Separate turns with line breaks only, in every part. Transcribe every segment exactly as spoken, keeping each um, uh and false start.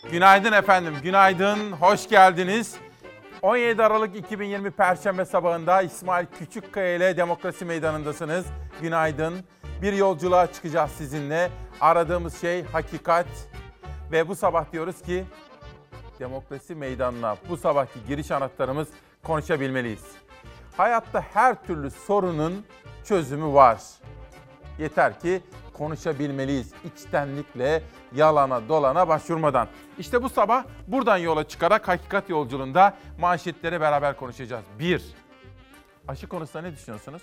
Günaydın efendim, günaydın, hoş geldiniz. on yedi Aralık iki bin yirmi Perşembe sabahında İsmail Küçükkaya ile Demokrasi Meydanı'ndasınız. Günaydın. Bir yolculuğa çıkacağız sizinle. Aradığımız şey hakikat. Ve bu sabah diyoruz ki Demokrasi Meydanı'na bu sabahki giriş anahtarımız konuşabilmeliyiz. Hayatta her türlü sorunun çözümü var. Yeter ki konuşabilmeliyiz içtenlikle, yalana dolana başvurmadan. İşte bu sabah buradan yola çıkarak hakikat yolculuğunda manşetleri beraber konuşacağız. Bir, aşı konusunda ne düşünüyorsunuz?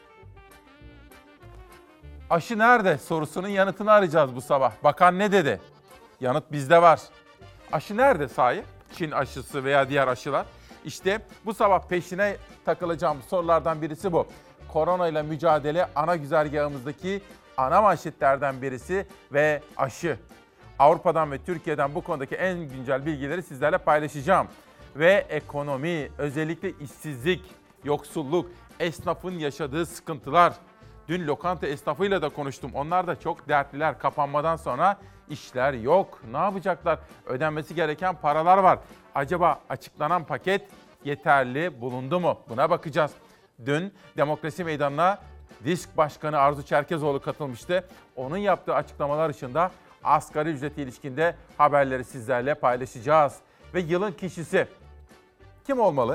Aşı nerede sorusunun yanıtını arayacağız bu sabah. Bakan ne dedi? Yanıt bizde var. Aşı nerede sahi? Çin aşısı veya diğer aşılar. İşte bu sabah peşine takılacağım sorulardan birisi bu. Korona ile mücadele ana güzergahımızdaki ana manşetlerden birisi ve aşı. Avrupa'dan ve Türkiye'den bu konudaki en güncel bilgileri sizlerle paylaşacağım. Ve ekonomi, özellikle işsizlik, yoksulluk, esnafın yaşadığı sıkıntılar. Dün lokanta esnafıyla da konuştum. Onlar da çok dertliler. Kapanmadan sonra işler yok. Ne yapacaklar? Ödenmesi gereken paralar var. Acaba açıklanan paket yeterli bulundu mu? Buna bakacağız. Dün Demokrasi Meydanı'na DİSK Başkanı Arzu Çerkezoğlu katılmıştı. Onun yaptığı açıklamalar ışığında asgari ücrete ilişkinde haberleri sizlerle paylaşacağız. Ve yılın kişisi kim olmalı?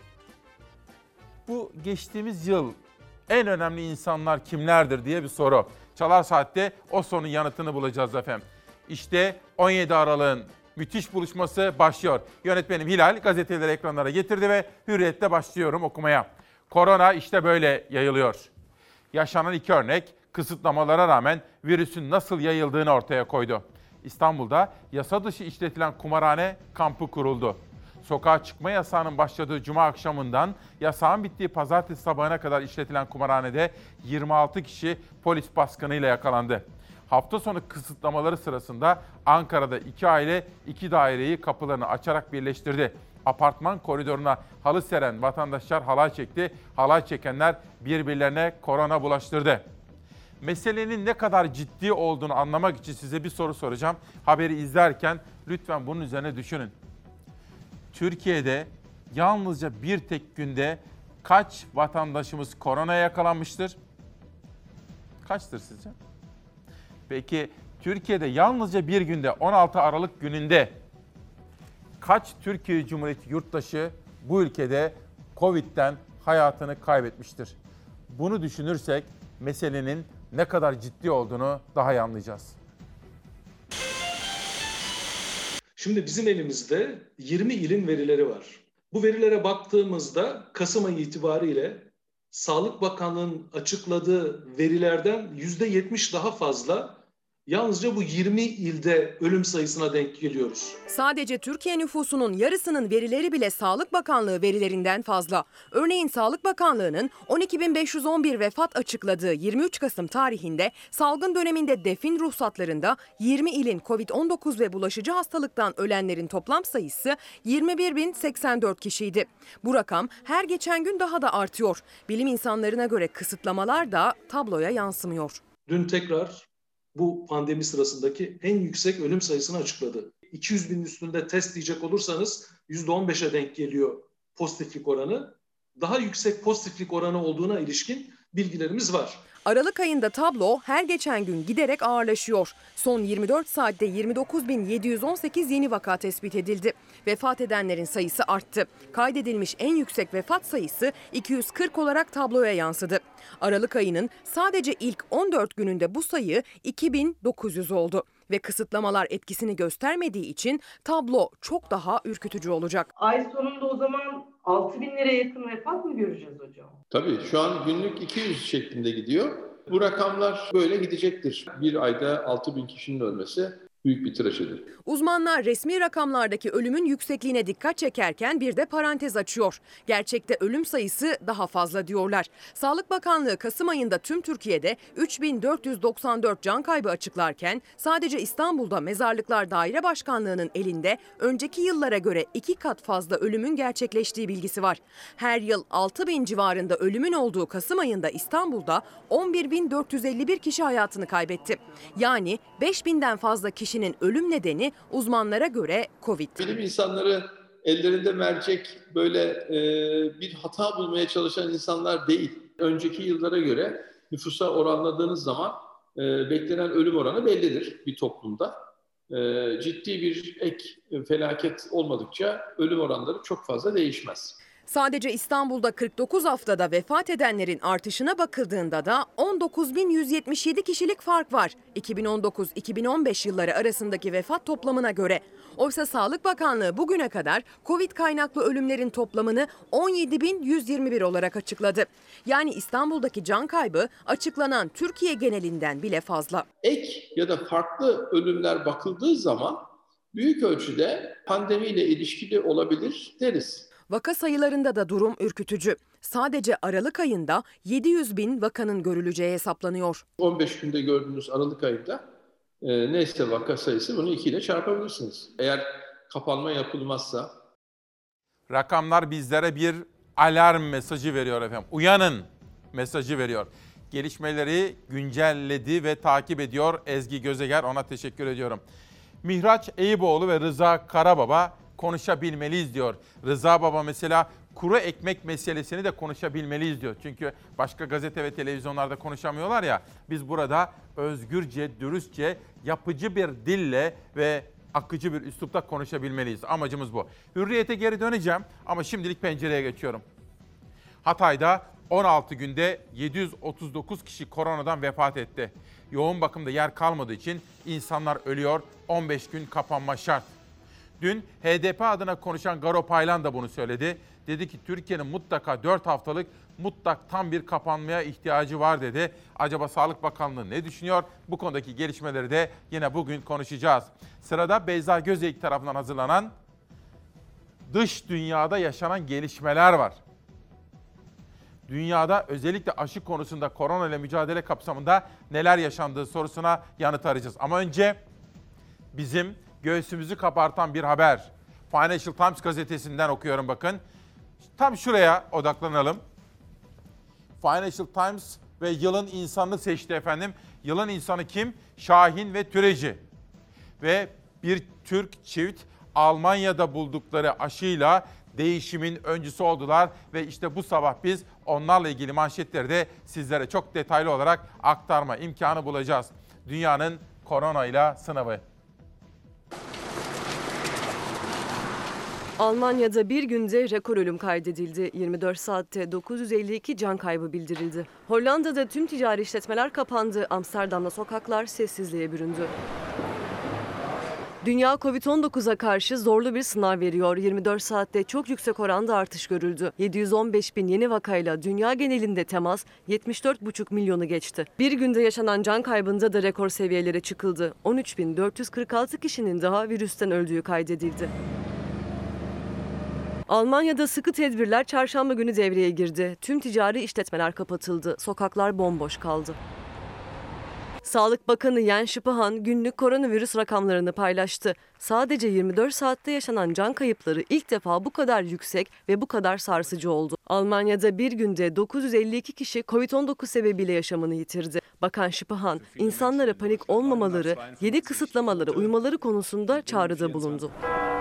Bu geçtiğimiz yıl en önemli insanlar kimlerdir diye bir soru. Çalar Saat'te o sorunun yanıtını bulacağız efendim. İşte on yedi Aralık'ın müthiş buluşması başlıyor. Yönetmenim Hilal gazeteleri ekranlara getirdi ve Hürriyet'te başlıyorum okumaya. Korona işte böyle yayılıyor. Yaşanan iki örnek kısıtlamalara rağmen virüsün nasıl yayıldığını ortaya koydu. İstanbul'da yasa dışı işletilen kumarhane kampı kuruldu. Sokağa çıkma yasağının başladığı cuma akşamından yasağın bittiği pazartesi sabahına kadar işletilen kumarhanede yirmi altı kişi polis baskınıyla yakalandı. Hafta sonu kısıtlamaları sırasında Ankara'da iki aile iki daireyi kapılarını açarak birleştirdi. Apartman koridoruna halı seren vatandaşlar halay çekti. Halay çekenler birbirlerine korona bulaştırdı. Meselenin ne kadar ciddi olduğunu anlamak için size bir soru soracağım. Haberi izlerken lütfen bunun üzerine düşünün. Türkiye'de yalnızca bir tek günde kaç vatandaşımız koronaya yakalanmıştır? Kaçtır sizce? Peki Türkiye'de yalnızca bir günde on altı Aralık gününde kaç Türkiye Cumhuriyeti yurttaşı bu ülkede Covid'den hayatını kaybetmiştir? Bunu düşünürsek meselenin ne kadar ciddi olduğunu daha iyi anlayacağız.
Şimdi bizim elimizde yirmi ilin verileri var. Bu verilere baktığımızda Kasım ayı itibariyle Sağlık Bakanlığı'nın açıkladığı verilerden yüzde yetmiş daha fazla yalnızca bu yirmi ilde ölüm sayısına denk geliyoruz.
Sadece Türkiye nüfusunun yarısının verileri bile Sağlık Bakanlığı verilerinden fazla. Örneğin Sağlık Bakanlığı'nın on iki bin beş yüz on bir vefat açıkladığı yirmi üç Kasım tarihinde salgın döneminde defin ruhsatlarında yirmi ilin kovid on dokuz ve bulaşıcı hastalıktan ölenlerin toplam sayısı yirmi bir bin seksen dört kişiydi. Bu rakam her geçen gün daha da artıyor. Bilim insanlarına göre kısıtlamalar da tabloya yansımıyor.
Dün tekrar bu pandemi sırasındaki en yüksek ölüm sayısını açıkladı. iki yüz binin üstünde test diyecek olursanız yüzde on beşe denk geliyor pozitiflik oranı. Daha yüksek pozitiflik oranı olduğuna ilişkin bilgilerimiz var.
Aralık ayında tablo her geçen gün giderek ağırlaşıyor. Son yirmi dört saatte yirmi dokuz bin yedi yüz on sekiz yeni vaka tespit edildi. Vefat edenlerin sayısı arttı. Kaydedilmiş en yüksek vefat sayısı iki yüz kırk olarak tabloya yansıdı. Aralık ayının sadece ilk on dört gününde bu sayı iki bin dokuz yüz oldu. Ve kısıtlamalar etkisini göstermediği için tablo çok daha ürkütücü olacak.
Ay sonunda o zaman altı bin liraya yakın vefat mı göreceğiz hocam?
Tabii şu an günlük iki yüz şeklinde gidiyor. Bu rakamlar böyle gidecektir. Bir ayda altı bin kişinin ölmesi büyük bir trajedi.
Uzmanlar resmi rakamlardaki ölümün yüksekliğine dikkat çekerken bir de parantez açıyor. Gerçekte ölüm sayısı daha fazla diyorlar. Sağlık Bakanlığı Kasım ayında tüm Türkiye'de üç bin dört yüz doksan dört can kaybı açıklarken sadece İstanbul'da Mezarlıklar Daire Başkanlığı'nın elinde önceki yıllara göre iki kat fazla ölümün gerçekleştiği bilgisi var. Her yıl altı bin civarında ölümün olduğu Kasım ayında İstanbul'da on bir bin dört yüz elli bir kişi hayatını kaybetti. Yani beş binden fazla kişi kişinin ölüm nedeni uzmanlara göre Covid.
Bilim insanları ellerinde mercek böyle e, bir hata bulmaya çalışan insanlar değil. Önceki yıllara göre nüfusa oranladığınız zaman e, beklenen ölüm oranı bellidir bir toplumda. E, ciddi bir ek felaket olmadıkça ölüm oranları çok fazla değişmez.
Sadece İstanbul'da kırk dokuz haftada vefat edenlerin artışına bakıldığında da on dokuz bin yüz yetmiş yedi kişilik fark var. iki bin on dokuz iki bin on beş yılları arasındaki vefat toplamına göre. Oysa Sağlık Bakanlığı bugüne kadar Covid kaynaklı ölümlerin toplamını on yedi bin yüz yirmi bir olarak açıkladı. Yani İstanbul'daki can kaybı açıklanan Türkiye genelinden bile fazla.
Ek ya da farklı ölümler bakıldığı zaman büyük ölçüde pandemiyle ilişkili olabilir deriz.
Vaka sayılarında da durum ürkütücü. Sadece Aralık ayında yedi yüz bin vakanın görüleceği hesaplanıyor.
on beş günde gördüğünüz Aralık ayında e, neyse vaka sayısı bunu iki ile çarpabilirsiniz. Eğer kapanma yapılmazsa.
Rakamlar bizlere bir alarm mesajı veriyor efendim. Uyanın mesajı veriyor. Gelişmeleri güncelledi ve takip ediyor Ezgi Gözeger. Ona teşekkür ediyorum. Mihraç Eyüboğlu ve Rıza Karababa konuşabilmeliyiz diyor. Rıza Baba mesela kuru ekmek meselesini de konuşabilmeliyiz diyor. Çünkü başka gazete ve televizyonlarda konuşamıyorlar ya. Biz burada özgürce, dürüstçe, yapıcı bir dille ve akıcı bir üslupta konuşabilmeliyiz. Amacımız bu. Hürriyete geri döneceğim ama şimdilik pencereye geçiyorum. Hatay'da on altı günde yedi yüz otuz dokuz kişi koronadan vefat etti. Yoğun bakımda yer kalmadığı için insanlar ölüyor. on beş gün kapanma şart. Dün H D P adına konuşan Garo Paylan da bunu söyledi. Dedi ki Türkiye'nin mutlaka dört haftalık mutlak tam bir kapanmaya ihtiyacı var dedi. Acaba Sağlık Bakanlığı ne düşünüyor? Bu konudaki gelişmeleri de yine bugün konuşacağız. Sırada Beyza Gözeyik tarafından hazırlanan dış dünyada yaşanan gelişmeler var. Dünyada özellikle aşı konusunda korona ile mücadele kapsamında neler yaşandığı sorusuna yanıt arayacağız. Ama önce bizim göğsümüzü kabartan bir haber. Financial Times gazetesinden okuyorum bakın. Tam şuraya odaklanalım. Financial Times ve yılın insanını seçti efendim. Yılın insanı kim? Şahin ve Türeci. Ve bir Türk çift Almanya'da buldukları aşıyla değişimin öncüsü oldular. Ve işte bu sabah biz onlarla ilgili manşetleri de sizlere çok detaylı olarak aktarma imkanı bulacağız. Dünyanın koronayla sınavı.
Almanya'da bir günde rekor ölüm kaydedildi. yirmi dört saatte dokuz yüz elli iki can kaybı bildirildi. Hollanda'da tüm ticari işletmeler kapandı. Amsterdam'da sokaklar sessizliğe büründü. Dünya Covid on dokuza karşı zorlu bir sınav veriyor. yirmi dört saatte çok yüksek oranda artış görüldü. yedi yüz on beş bin yeni vakayla dünya genelinde temas yetmiş dört buçuk milyonu geçti. Bir günde yaşanan can kaybında da rekor seviyelere çıkıldı. on üç bin dört yüz kırk altı kişinin daha virüsten öldüğü kaydedildi. Almanya'da sıkı tedbirler çarşamba günü devreye girdi. Tüm ticari işletmeler kapatıldı. Sokaklar bomboş kaldı. Sağlık Bakanı Jens Spahn günlük koronavirüs rakamlarını paylaştı. Sadece yirmi dört saatte yaşanan can kayıpları ilk defa bu kadar yüksek ve bu kadar sarsıcı oldu. Almanya'da bir günde dokuz yüz elli iki kişi Covid on dokuz sebebiyle yaşamını yitirdi. Bakan Spahn, insanlara panik olmamaları, yeni kısıtlamalara uymaları konusunda çağrıda bulundu.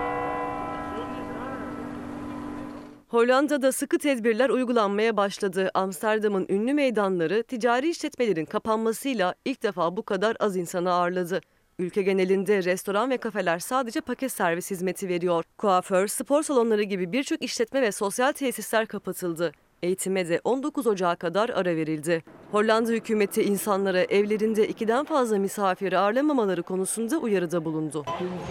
Hollanda'da sıkı tedbirler uygulanmaya başladı. Amsterdam'ın ünlü meydanları ticari işletmelerin kapanmasıyla ilk defa bu kadar az insanı ağırladı. Ülke genelinde restoran ve kafeler sadece paket servis hizmeti veriyor. Kuaför, spor salonları gibi birçok işletme ve sosyal tesisler kapatıldı. Eğitime de on dokuz Ocağı kadar ara verildi. Hollanda hükümeti insanlara evlerinde ikiden fazla misafiri ağırlamamaları konusunda uyarıda bulundu.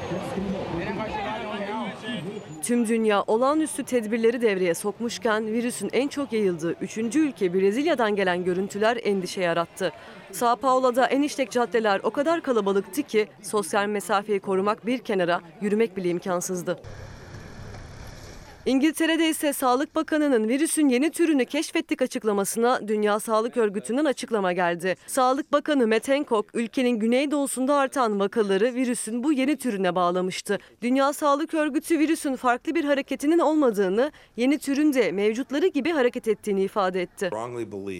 Tüm dünya olağanüstü tedbirleri devreye sokmuşken virüsün en çok yayıldığı üçüncü ülke Brezilya'dan gelen görüntüler endişe yarattı. São Paulo'da en işlek caddeler o kadar kalabalıktı ki sosyal mesafeyi korumak bir kenara, yürümek bile imkansızdı. İngiltere'de ise Sağlık Bakanı'nın virüsün yeni türünü keşfettik açıklamasına Dünya Sağlık Örgütü'nden açıklama geldi. Sağlık Bakanı Matt Hancock, ülkenin güneydoğusunda artan vakaları virüsün bu yeni türüne bağlamıştı. Dünya Sağlık Örgütü virüsün farklı bir hareketinin olmadığını, yeni türün de mevcutları gibi hareket ettiğini ifade etti.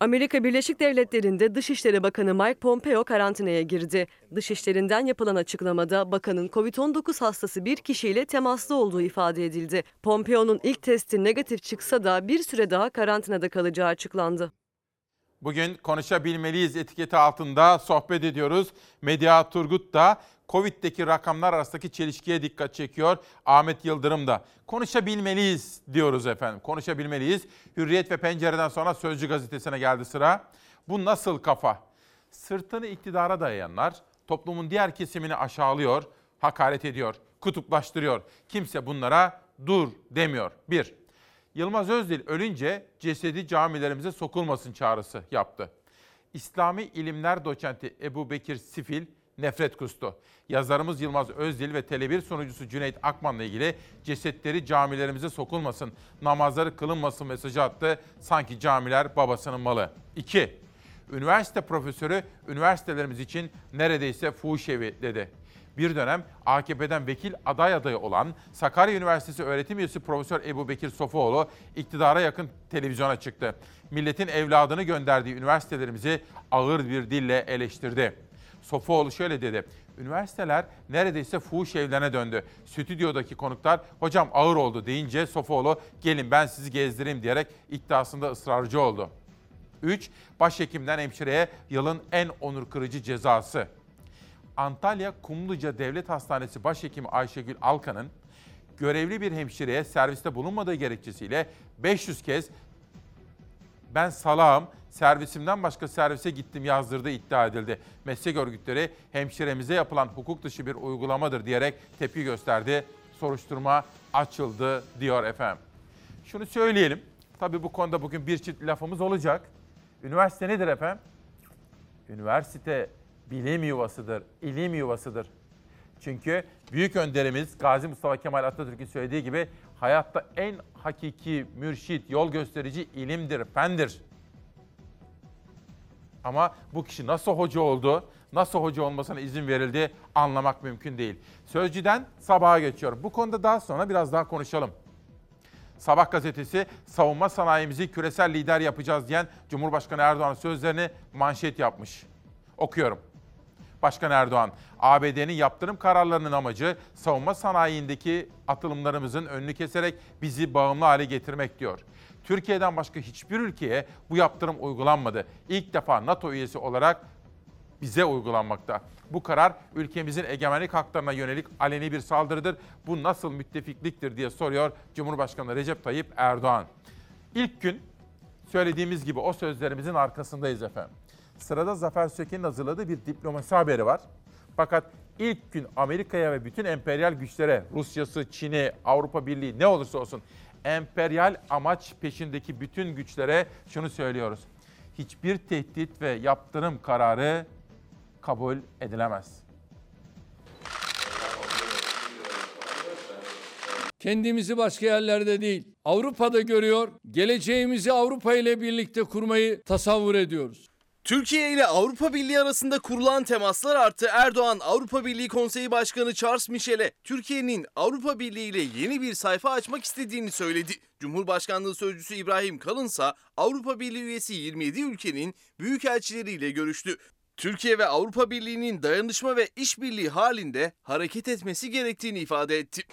Amerika Birleşik Devletleri'nde Dışişleri Bakanı Mike Pompeo karantinaya girdi. Dışişlerinden yapılan açıklamada bakanın kovid on dokuz hastası bir kişiyle temaslı olduğu ifade edildi. Pompeo'nun ilk testi negatif çıksa da bir süre daha karantinada kalacağı açıklandı.
Bugün konuşabilmeliyiz etiketi altında sohbet ediyoruz. Medya Turgut da Covid'deki rakamlar arasındaki çelişkiye dikkat çekiyor. Ahmet Yıldırım da konuşabilmeliyiz diyoruz efendim. Konuşabilmeliyiz. Hürriyet ve Pencere'den sonra Sözcü gazetesine geldi sıra. Bu nasıl kafa? Sırtını iktidara dayayanlar toplumun diğer kesimini aşağılıyor, hakaret ediyor, kutuplaştırıyor. Kimse bunlara dur demiyor. Bir, Yılmaz Özdil ölünce cesedi camilerimize sokulmasın çağrısı yaptı. İslami İlimler Doçenti Ebu Bekir Sifil nefret kustu. Yazarımız Yılmaz Özdil ve Tele bir sunucusu Cüneyt Akman'la ilgili cesetleri camilerimize sokulmasın, namazları kılınmasın mesajı attı. Sanki camiler babasının malı. İki, Üniversite profesörü üniversitelerimiz için neredeyse fuhuş evi dedi. Bir dönem A K P'den vekil aday adayı olan Sakarya Üniversitesi öğretim üyesi Profesör Ebu Bekir Sofuoğlu iktidara yakın televizyona çıktı. Milletin evladını gönderdiği üniversitelerimizi ağır bir dille eleştirdi. Sofuoğlu şöyle dedi: üniversiteler neredeyse fuhuş evlerine döndü. Stüdyodaki konuklar hocam ağır oldu deyince Sofuoğlu gelin ben sizi gezdireyim diyerek iddiasında ısrarcı oldu. üç. Başhekimden hemşireye yılın en onur kırıcı cezası. Antalya Kumluca Devlet Hastanesi Başhekimi Ayşegül Alkan'ın görevli bir hemşireye serviste bulunmadığı gerekçesiyle beş yüz kez ben salağım, servisimden başka servise gittim yazdırdığı iddia edildi. Meslek örgütleri hemşiremize yapılan hukuk dışı bir uygulamadır diyerek tepki gösterdi. Soruşturma açıldı diyor efendim. Şunu söyleyelim, tabii bu konuda bugün bir çift lafımız olacak. Üniversite nedir efendim? Üniversite bilim yuvasıdır, ilim yuvasıdır. Çünkü büyük önderimiz Gazi Mustafa Kemal Atatürk'ün söylediği gibi hayatta en hakiki mürşit, yol gösterici ilimdir, fendir. Ama bu kişi nasıl hoca oldu, nasıl hoca olmasına izin verildi anlamak mümkün değil. Sözcü'den Sabah'a geçiyorum. Bu konuda daha sonra biraz daha konuşalım. Sabah gazetesi savunma sanayimizi küresel lider yapacağız diyen Cumhurbaşkanı Erdoğan'ın sözlerini manşet yapmış. Okuyorum. Başkan Erdoğan, A B D'nin yaptırım kararlarının amacı savunma sanayindeki atılımlarımızın önünü keserek bizi bağımlı hale getirmek diyor. Türkiye'den başka hiçbir ülkeye bu yaptırım uygulanmadı. İlk defa NATO üyesi olarak bize uygulanmakta. Bu karar ülkemizin egemenlik haklarına yönelik aleni bir saldırıdır. Bu nasıl müttefikliktir diye soruyor Cumhurbaşkanı Recep Tayyip Erdoğan. İlk gün söylediğimiz gibi o sözlerimizin arkasındayız efendim. Sırada Zafer Söke'nin hazırladığı bir diplomasi haberi var. Fakat ilk gün Amerika'ya ve bütün emperyal güçlere, Rusya'sı, Çin'i, Avrupa Birliği ne olursa olsun emperyal amaç peşindeki bütün güçlere şunu söylüyoruz. Hiçbir tehdit ve yaptırım kararı kabul edilemez.
Kendimizi başka yerlerde değil, Avrupa'da görüyor, geleceğimizi Avrupa ile birlikte kurmayı tasavvur ediyoruz.
Türkiye ile Avrupa Birliği arasında kurulan temaslar arttı. Erdoğan, Avrupa Birliği Konseyi Başkanı Charles Michel'e Türkiye'nin Avrupa Birliği ile yeni bir sayfa açmak istediğini söyledi. Cumhurbaşkanlığı Sözcüsü İbrahim Kalınsa Avrupa Birliği üyesi yirmi yedi ülkenin büyükelçileriyle görüştü. Türkiye ve Avrupa Birliği'nin dayanışma ve işbirliği halinde hareket etmesi gerektiğini ifade etti.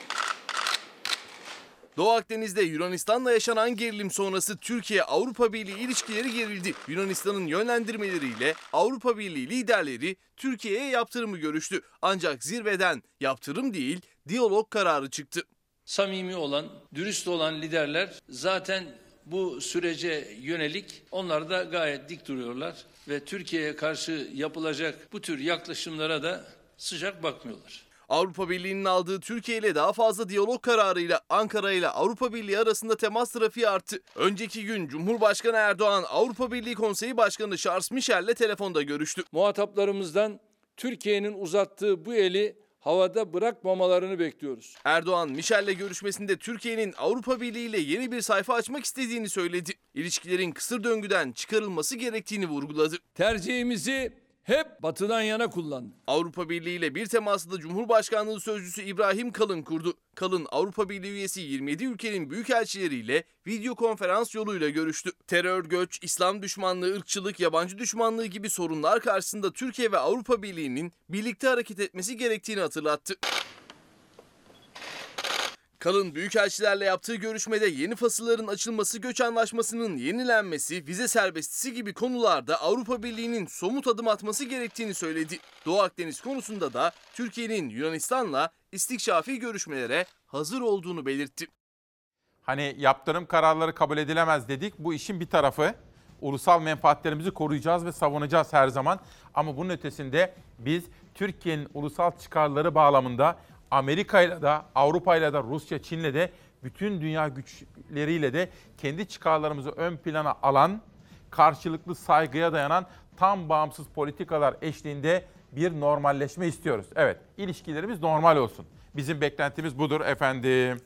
Doğu Akdeniz'de Yunanistan'la yaşanan gerilim sonrası Türkiye-Avrupa Birliği ilişkileri gerildi. Yunanistan'ın yönlendirmeleriyle Avrupa Birliği liderleri Türkiye'ye yaptırımı görüştü. Ancak zirveden yaptırım değil, diyalog kararı çıktı.
Samimi olan, dürüst olan liderler zaten bu sürece yönelik onlar da gayet dik duruyorlar ve Türkiye'ye karşı yapılacak bu tür yaklaşımlara da sıcak bakmıyorlar.
Avrupa Birliği'nin aldığı Türkiye ile daha fazla diyalog kararıyla Ankara ile Avrupa Birliği arasında temas trafiği arttı. Önceki gün Cumhurbaşkanı Erdoğan Avrupa Birliği Konseyi Başkanı Charles Michel ile telefonda görüştü.
Muhataplarımızdan Türkiye'nin uzattığı bu eli havada bırakmamalarını bekliyoruz.
Erdoğan, Michel'le görüşmesinde Türkiye'nin Avrupa Birliği ile yeni bir sayfa açmak istediğini söyledi. İlişkilerin kısır döngüden çıkarılması gerektiğini vurguladı.
Tercihimizi hep batıdan yana kullandı.
Avrupa Birliği ile bir teması da Cumhurbaşkanlığı Sözcüsü İbrahim Kalın kurdu. Kalın, Avrupa Birliği üyesi yirmi yedi ülkenin büyükelçileriyle video konferans yoluyla görüştü. Terör, göç, İslam düşmanlığı, ırkçılık, yabancı düşmanlığı gibi sorunlar karşısında Türkiye ve Avrupa Birliği'nin birlikte hareket etmesi gerektiğini hatırlattı. Kalın, büyükelçilerle yaptığı görüşmede yeni fasılların açılması, göç anlaşmasının yenilenmesi, vize serbestisi gibi konularda Avrupa Birliği'nin somut adım atması gerektiğini söyledi. Doğu Akdeniz konusunda da Türkiye'nin Yunanistan'la istikşafi görüşmelere hazır olduğunu belirtti.
Hani yaptırım kararları kabul edilemez dedik. Bu işin bir tarafı. Ulusal menfaatlerimizi koruyacağız ve savunacağız her zaman. Ama bunun ötesinde biz Türkiye'nin ulusal çıkarları bağlamında Amerika ile de, Avrupa ile de, Rusya, Çin'le de, bütün dünya güçleriyle de kendi çıkarlarımızı ön plana alan, karşılıklı saygıya dayanan tam bağımsız politikalar eşliğinde bir normalleşme istiyoruz. Evet, ilişkilerimiz normal olsun. Bizim beklentimiz budur efendim.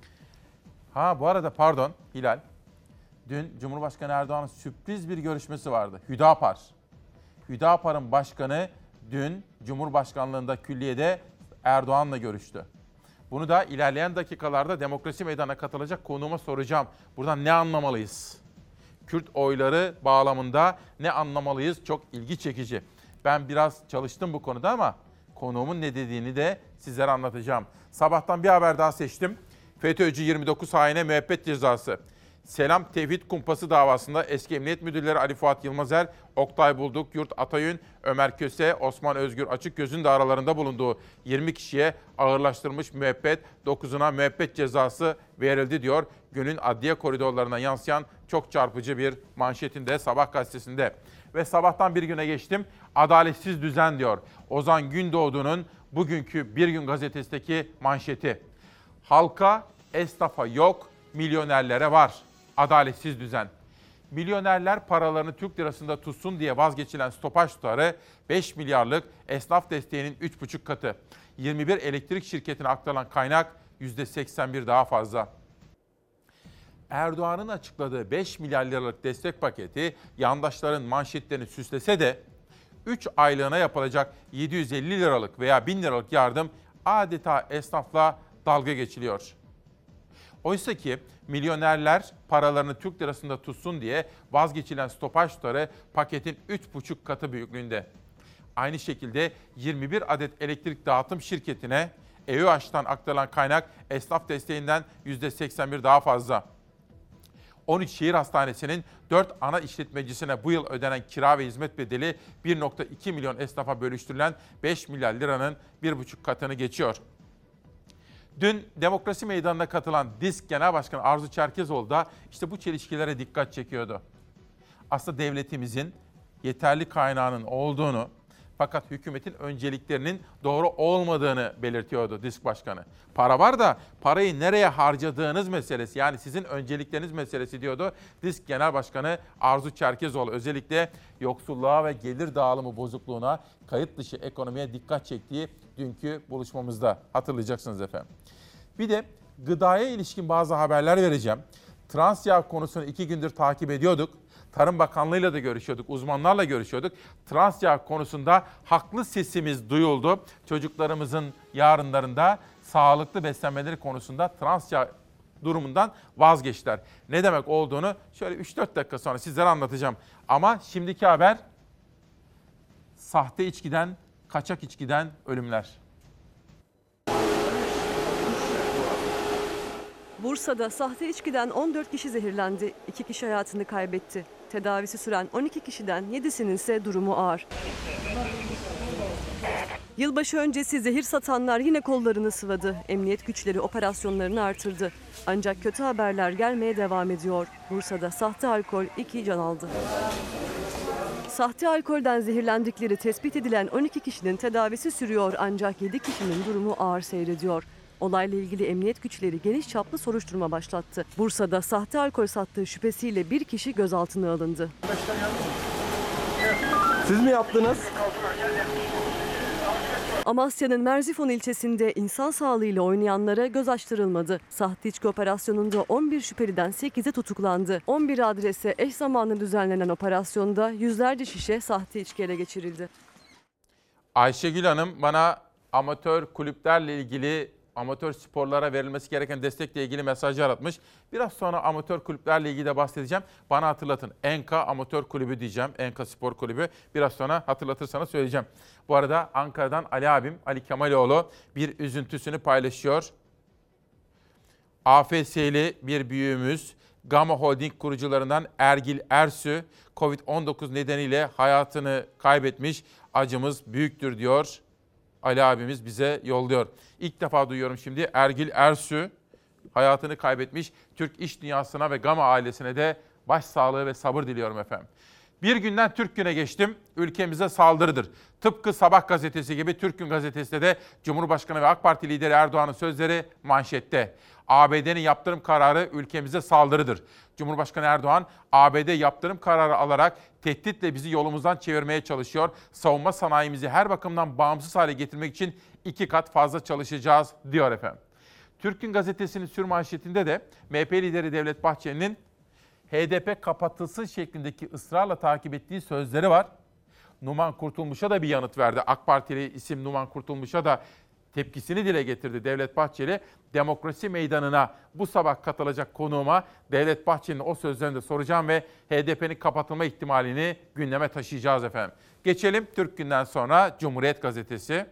Ha bu arada pardon Hilal, dün Cumhurbaşkanı Erdoğan'ın sürpriz bir görüşmesi vardı. Hüdapar. Hüdapar'ın başkanı dün Cumhurbaşkanlığında külliyede Erdoğan'la görüştü. Bunu da ilerleyen dakikalarda Demokrasi Meydanı'na katılacak konuğuma soracağım. Buradan ne anlamalıyız? Kürt oyları bağlamında ne anlamalıyız? Çok ilgi çekici. Ben biraz çalıştım bu konuda ama konuğumun ne dediğini de sizlere anlatacağım. Sabahtan bir haber daha seçtim. FETÖ'cü yirmi dokuz haine müebbet cezası. Selam Tevhid Kumpası davasında eski emniyet müdürleri Ali Fuat Yılmazer, Oktay Bulduk, Yurt Atayün, Ömer Köse, Osman Özgür Açıkgöz'ün de aralarında bulunduğu yirmi kişiye ağırlaştırılmış müebbet, dokuzuna müebbet cezası verildi diyor. Günün adliye koridorlarına yansıyan çok çarpıcı bir manşetinde Sabah gazetesinde. Ve sabahtan bir güne geçtim. Adaletsiz düzen diyor. Ozan Gündoğdu'nun bugünkü Bir Gün gazetesindeki manşeti. Halka, esnafa yok, milyonerlere var. Adaletsiz düzen. Milyonerler paralarını Türk lirasında tutsun diye vazgeçilen stopaj tutarı beş milyarlık esnaf desteğinin üç buçuk katı. yirmi bir elektrik şirketine aktarılan kaynak yüzde seksen bir daha fazla. Erdoğan'ın açıkladığı beş milyar liralık destek paketi yandaşların manşetlerini süslese de üç aylığına yapılacak yedi yüz elli liralık veya bin liralık yardım adeta esnafla dalga geçiliyor. Oysa ki milyonerler paralarını Türk lirasında tutsun diye vazgeçilen stopaj tutarı paketin üç buçuk katı büyüklüğünde. Aynı şekilde yirmi bir adet elektrik dağıtım şirketine E Ö H'tan aktarılan kaynak esnaf desteğinden yüzde seksen bir daha fazla. on üç şehir hastanesinin dört ana işletmecisine bu yıl ödenen kira ve hizmet bedeli bir virgül iki milyon esnafa bölüştürülen beş milyar liranın bir buçuk katını geçiyor. Dün Demokrasi Meydanı'na katılan DİSK Genel Başkanı Arzu Çerkezoğlu da işte bu çelişkilere dikkat çekiyordu. Aslında devletimizin yeterli kaynağının olduğunu fakat hükümetin önceliklerinin doğru olmadığını belirtiyordu DİSK Başkanı. Para var da parayı nereye harcadığınız meselesi, yani sizin öncelikleriniz meselesi diyordu DİSK Genel Başkanı Arzu Çerkezoğlu. Özellikle yoksulluğa ve gelir dağılımı bozukluğuna, kayıt dışı ekonomiye dikkat çektiği dünkü buluşmamızda, hatırlayacaksınız efendim. Bir de gıdaya ilişkin bazı haberler vereceğim. Trans yağ konusunu iki gündür takip ediyorduk. Tarım Bakanlığı'yla da görüşüyorduk, uzmanlarla görüşüyorduk. Trans yağ konusunda haklı sesimiz duyuldu. Çocuklarımızın yarınlarında sağlıklı beslenmeleri konusunda trans yağ durumundan vazgeçtiler. Ne demek olduğunu şöyle üç dört dakika sonra sizlere anlatacağım. Ama şimdiki haber sahte içkiden, kaçak içkiden ölümler.
Bursa'da sahte içkiden on dört kişi zehirlendi. iki kişi hayatını kaybetti. Tedavisi süren on iki kişiden yedisinin ise durumu ağır. Yılbaşı öncesi zehir satanlar yine kollarını sıvadı. Emniyet güçleri operasyonlarını artırdı. Ancak kötü haberler gelmeye devam ediyor. Bursa'da sahte alkol iki can aldı. Sahte alkolden zehirlendikleri tespit edilen on iki kişinin tedavisi sürüyor ancak yedi kişinin durumu ağır seyrediyor. Olayla ilgili emniyet güçleri geniş çaplı soruşturma başlattı. Bursa'da sahte alkol sattığı şüphesiyle bir kişi gözaltına alındı.
Siz mi yaptınız?
Amasya'nın Merzifon ilçesinde insan sağlığıyla oynayanlara göz açtırılmadı. Sahte içki operasyonunda on bir şüpheliden sekizi tutuklandı. on bir adrese eş zamanlı düzenlenen operasyonda yüzlerce şişe sahte içki ele geçirildi.
Ayşegül Hanım bana amatör kulüplerle ilgili, amatör sporlara verilmesi gereken destekle ilgili mesajlar atmış. Biraz sonra amatör kulüplerle ilgili de bahsedeceğim. Bana hatırlatın. Enka Amatör Kulübü diyeceğim. Enka Spor Kulübü. Biraz sonra hatırlatırsanız söyleyeceğim. Bu arada Ankara'dan Ali abim, Ali Kemaloğlu bir üzüntüsünü paylaşıyor. A F S'li bir büyüğümüz, Gamma Holding kurucularından Ergil Ersü, kovid on dokuz nedeniyle hayatını kaybetmiş. Acımız büyüktür diyor. Ali abimiz bize yolluyor. İlk defa duyuyorum şimdi Ergil Ersü hayatını kaybetmiş. Türk iş dünyasına ve Gamma ailesine de başsağlığı ve sabır diliyorum efendim. Bir günden Türk Günü'ne geçtim. Ülkemize saldırıdır. Tıpkı Sabah gazetesi gibi Türk Gün gazetesinde de Cumhurbaşkanı ve AK Parti lideri Erdoğan'ın sözleri manşette. A B D'nin yaptırım kararı ülkemize saldırıdır. Cumhurbaşkanı Erdoğan, A B D yaptırım kararı alarak tehditle bizi yolumuzdan çevirmeye çalışıyor. Savunma sanayimizi her bakımdan bağımsız hale getirmek için iki kat fazla çalışacağız diyor efendim. Türk Gün gazetesinin sürmanşetinde de M H P lideri Devlet Bahçeli'nin H D P kapatılsın şeklindeki ısrarla takip ettiği sözleri var. Numan Kurtulmuş'a da bir yanıt verdi. AK Partili isim Numan Kurtulmuş'a da tepkisini dile getirdi Devlet Bahçeli. Demokrasi meydanına bu sabah katılacak konuğuma Devlet Bahçeli'nin o sözlerini de soracağım ve H D P'nin kapatılma ihtimalini gündeme taşıyacağız efendim. Geçelim Türk Gün'den sonra Cumhuriyet Gazetesi.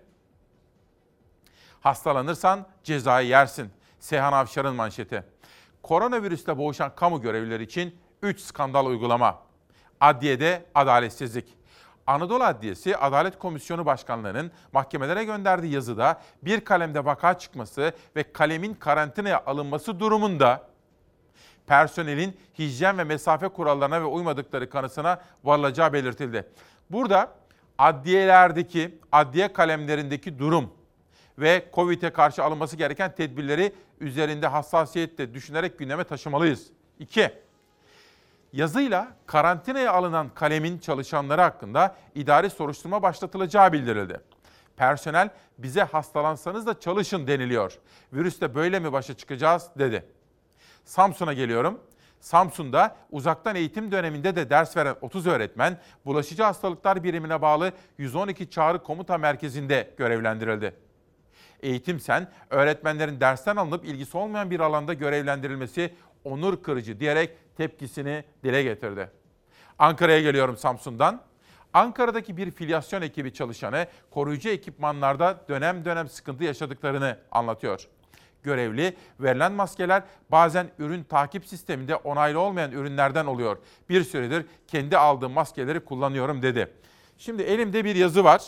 Hastalanırsan cezayı yersin. Seyhan Avşar'ın manşeti. Koronavirüsle boğuşan kamu görevlileri için üç skandal uygulama. Adliyede adaletsizlik. Anadolu Adliyesi Adalet Komisyonu Başkanlığı'nın mahkemelere gönderdiği yazıda bir kalemde vaka çıkması ve kalemin karantinaya alınması durumunda personelin hijyen ve mesafe kurallarına ve uymadıkları kanısına varılacağı belirtildi. Burada adliyelerdeki, adliye kalemlerindeki durum ve Covid'e karşı alınması gereken tedbirleri üzerinde hassasiyetle düşünerek gündeme taşımalıyız. İki, yazıyla karantinaya alınan kalemin çalışanları hakkında idari soruşturma başlatılacağı bildirildi. Personel bize hastalansanız da çalışın deniliyor. Virüsle böyle mi başa çıkacağız dedi. Samsun'a geliyorum. Samsun'da uzaktan eğitim döneminde de ders veren otuz öğretmen bulaşıcı hastalıklar birimine bağlı yüz on iki çağrı komuta merkezinde görevlendirildi. Eğitim Sen, öğretmenlerin dersten alınıp ilgisi olmayan bir alanda görevlendirilmesi onur kırıcı diyerek tepkisini dile getirdi. Ankara'ya geliyorum Samsun'dan. Ankara'daki bir filyasyon ekibi çalışanı koruyucu ekipmanlarda dönem dönem sıkıntı yaşadıklarını anlatıyor. Görevli, verilen maskeler bazen ürün takip sisteminde onaylı olmayan ürünlerden oluyor. Bir süredir kendi aldığım maskeleri kullanıyorum dedi. Şimdi elimde bir yazı var.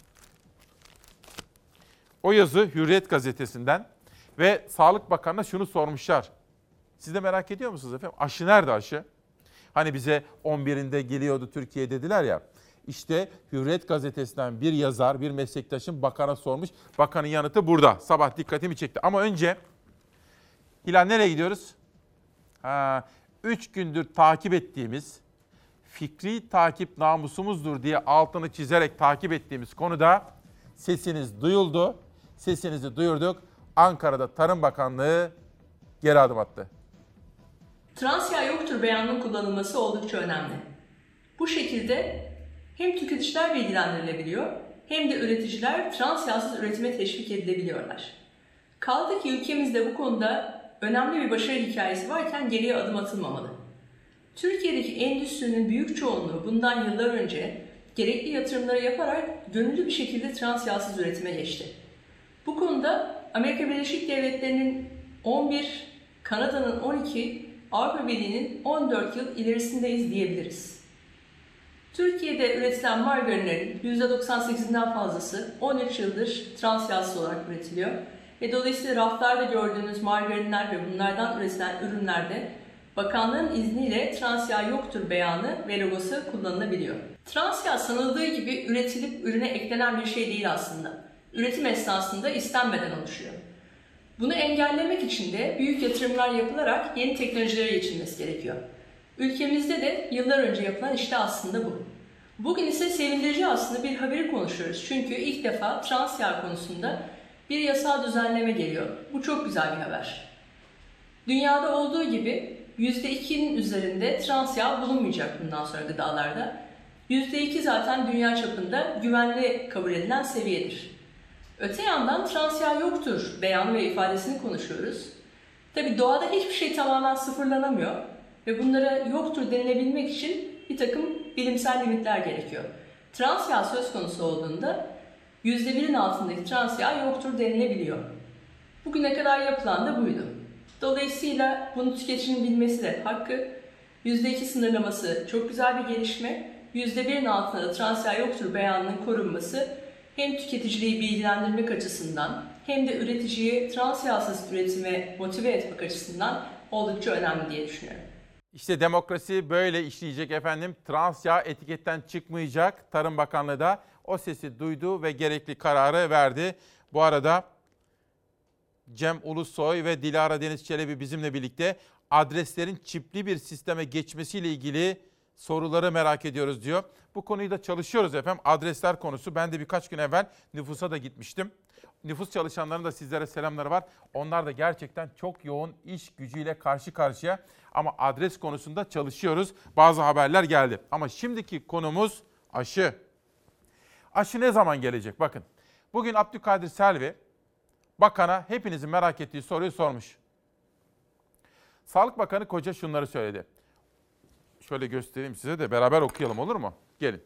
O yazı Hürriyet gazetesinden ve Sağlık Bakanı'na şunu sormuşlar. Siz de merak ediyor musunuz efendim? Aşı nerede aşı? Hani bize on birinde geliyordu Türkiye dediler ya. İşte Hürriyet gazetesinden bir yazar, bir meslektaşım bakana sormuş. Bakanın yanıtı burada. Sabah dikkatimi çekti. Ama önce Hilal nereye gidiyoruz? Ha, üç gündür takip ettiğimiz, fikri takip namusumuzdur diye altını çizerek takip ettiğimiz konuda sesiniz duyuldu. Sesinizi duyurduk. Ankara'da Tarım Bakanlığı geri adım attı.
Trans yağ yoktur beyanının kullanılması oldukça önemli. Bu şekilde hem tüketiciler bilgilendirilebiliyor hem de üreticiler trans yağsız üretime teşvik edilebiliyorlar. Kaldı ki ülkemizde bu konuda önemli bir başarı hikayesi varken geriye adım atılmamalı. Türkiye'deki endüstrinin büyük çoğunluğu bundan yıllar önce gerekli yatırımları yaparak gönüllü bir şekilde trans yağsız üretime geçti. Bu konuda Amerika Birleşik Devletleri'nin on bir, Kanada'nın on iki, Avrupa Birliği'nin on dört yıl ilerisindeyiz diyebiliriz. Türkiye'de üretilen margarinlerin yüzde doksan sekizinden fazlası on üç yıldır trans yağsız olarak üretiliyor. Ve dolayısıyla raflarda gördüğünüz margarinler ve bunlardan üretilen ürünlerde bakanlığın izniyle trans yağ yoktur beyanı ve logosu kullanılabiliyor. Trans yağ sanıldığı gibi üretilip ürüne eklenen bir şey değil aslında. Üretim esnasında istenmeden oluşuyor. Bunu engellemek için de büyük yatırımlar yapılarak yeni teknolojilere geçilmesi gerekiyor. Ülkemizde de yıllar önce yapılan işte aslında bu. Bugün ise sevindirici aslında bir haberi konuşuyoruz. Çünkü ilk defa trans yağ konusunda bir yasal düzenleme geliyor. Bu çok güzel bir haber. Dünyada olduğu gibi yüzde ikinin üzerinde trans yağ bulunmayacak bundan sonra gıdalarda. yüzde iki zaten dünya çapında güvenli kabul edilen seviyedir. Öte yandan trans yağ yoktur beyanı ve ifadesini konuşuyoruz. Tabii doğada hiçbir şey tamamen sıfırlanamıyor ve bunlara yoktur denilebilmek için bir takım bilimsel limitler gerekiyor. Trans yağ söz konusu olduğunda yüzde birin altındaki trans yağ yoktur denilebiliyor. Bugüne kadar yapılan da buydu. Dolayısıyla bunu tüketicinin bilmesi de hakkı. yüzde iki sınırlaması çok güzel bir gelişme. yüzde birin altında da trans yağ yoktur beyanının korunması hem tüketiciliği bilgilendirmek açısından hem de üreticiyi trans yağsız üretime motive etmek açısından oldukça önemli diye düşünüyorum.
İşte demokrasi böyle işleyecek efendim. Trans yağ etiketten çıkmayacak. Tarım Bakanlığı da o sesi duydu ve gerekli kararı verdi. Bu arada Cem Ulusoy ve Dilara Deniz Çelebi bizimle birlikte adreslerin çipli bir sisteme geçmesiyle ilgili soruları merak ediyoruz diyor. Bu konuyu da çalışıyoruz efendim. Adresler konusu. Ben de birkaç gün evvel nüfusa da gitmiştim. Nüfus çalışanlarının da sizlere selamları var. Onlar da gerçekten çok yoğun iş gücüyle karşı karşıya. Ama adres konusunda çalışıyoruz. Bazı haberler geldi. Ama şimdiki konumuz aşı. Aşı ne zaman gelecek? Bakın. Bugün Abdülkadir Selvi bakana hepinizin merak ettiği soruyu sormuş. Sağlık Bakanı Koca şunları söyledi. Şöyle göstereyim size de beraber okuyalım, olur mu? Gelin.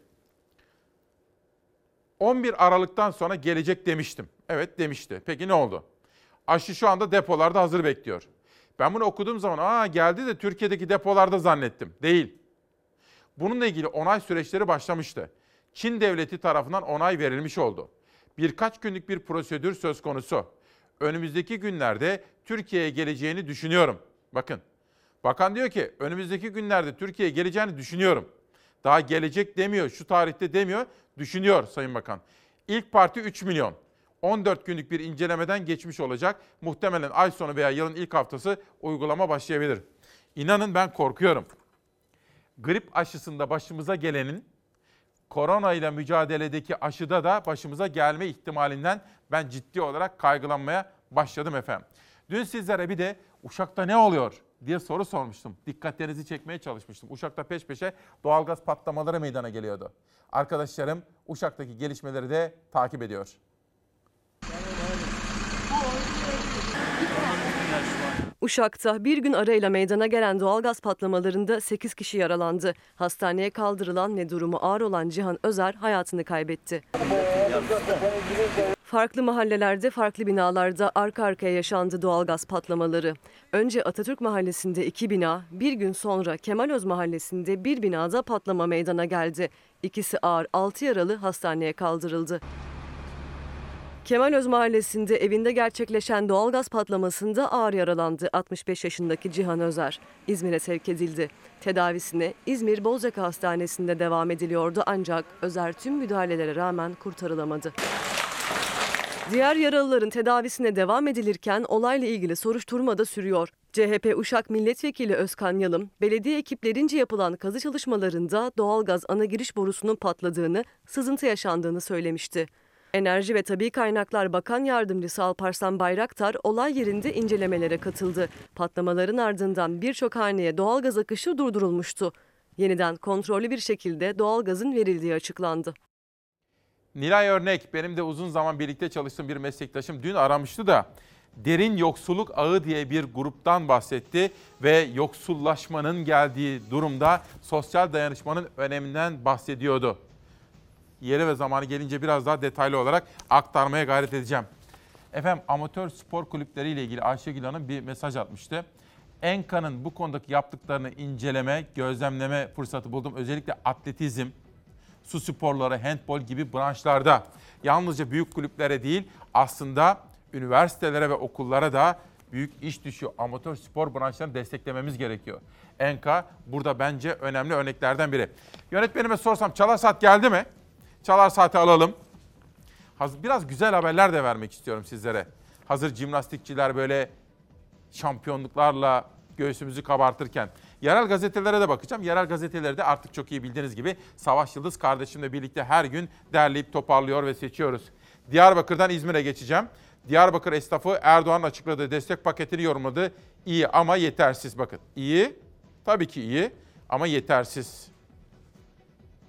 on bir Aralık'tan sonra gelecek demiştim. Evet demişti. Peki ne oldu? Aşı şu anda depolarda hazır bekliyor. Ben bunu okuduğum zaman aa geldi de Türkiye'deki depolarda zannettim. Değil. Bununla ilgili onay süreçleri başlamıştı. Çin devleti tarafından onay verilmiş oldu. Birkaç günlük bir prosedür söz konusu. Önümüzdeki günlerde Türkiye'ye geleceğini düşünüyorum. Bakın. Bakan diyor ki önümüzdeki günlerde Türkiye'ye geleceğini düşünüyorum. Daha gelecek demiyor, şu tarihte demiyor, düşünüyor Sayın Bakan. İlk parti üç milyon. on dört günlük bir incelemeden geçmiş olacak. Muhtemelen ay sonu veya yılın ilk haftası uygulama başlayabilir. İnanın ben korkuyorum. Grip aşısında başımıza gelenin korona ile mücadeledeki aşıda da başımıza gelme ihtimalinden ben ciddi olarak kaygılanmaya başladım efendim. Dün sizlere bir de Uşak'ta ne oluyor diye soru sormuştum. Dikkatlerinizi çekmeye çalışmıştım. Uşak'ta peş peşe doğalgaz patlamaları meydana geliyordu. Arkadaşlarım Uşak'taki gelişmeleri de takip ediyor.
Uşak'ta bir gün arayla meydana gelen doğalgaz patlamalarında sekiz kişi yaralandı. Hastaneye kaldırılan ve durumu ağır olan Cihan Özer hayatını kaybetti. Farklı mahallelerde, farklı binalarda arka arkaya yaşandı doğalgaz patlamaları. Önce Atatürk Mahallesi'nde iki bina, bir gün sonra Kemalöz Mahallesi'nde bir binada patlama meydana geldi. İkisi ağır, altı yaralı hastaneye kaldırıldı. Kemalöz Mahallesi'nde evinde gerçekleşen doğalgaz patlamasında ağır yaralandı altmış beş yaşındaki Cihan Özer. İzmir'e sevk edildi. Tedavisine İzmir Bozcaada Hastanesi'nde devam ediliyordu ancak Özer tüm müdahalelere rağmen kurtarılamadı. Diğer yaralıların tedavisine devam edilirken olayla ilgili soruşturma da sürüyor. C H P Uşak Milletvekili Özkan Yalım, belediye ekiplerince yapılan kazı çalışmalarında doğalgaz ana giriş borusunun patladığını, sızıntı yaşandığını söylemişti. Enerji ve Tabii Kaynaklar Bakan Yardımcısı Alparslan Bayraktar olay yerinde incelemelere katıldı. Patlamaların ardından birçok haneye doğalgaz akışı durdurulmuştu. Yeniden kontrollü bir şekilde doğalgazın verildiği açıklandı.
Nilay Örnek, benim de uzun zaman birlikte çalıştığım bir meslektaşım dün aramıştı da derin yoksulluk ağı diye bir gruptan bahsetti ve yoksullaşmanın geldiği durumda sosyal dayanışmanın öneminden bahsediyordu. Yeri ve zamanı gelince biraz daha detaylı olarak aktarmaya gayret edeceğim. Efendim amatör spor kulüpleriyle ilgili Ayşegül Hanım bir mesaj atmıştı. ENKA'nın bu konudaki yaptıklarını inceleme, gözlemleme fırsatı buldum. Özellikle atletizm, su sporları, handbol gibi branşlarda yalnızca büyük kulüplere değil aslında üniversitelere ve okullara da büyük iş düşüyor. Amatör spor branşlarını desteklememiz gerekiyor. ENKA burada bence önemli örneklerden biri. Yönetmenime sorsam Çalar Saat geldi mi? Çalar Saat'i alalım. Biraz güzel haberler de vermek istiyorum sizlere. Hazır jimnastikçiler böyle şampiyonluklarla göğsümüzü kabartırken. Yerel gazetelere de bakacağım. Yerel gazeteleri de artık çok iyi bildiğiniz gibi Savaş Yıldız kardeşimle birlikte her gün derleyip toparlıyor ve seçiyoruz. Diyarbakır'dan İzmir'e geçeceğim. Diyarbakır esnafı Erdoğan'ın açıkladığı destek paketini yorumladı. İyi ama yetersiz. Bakın iyi, tabii ki iyi ama yetersiz.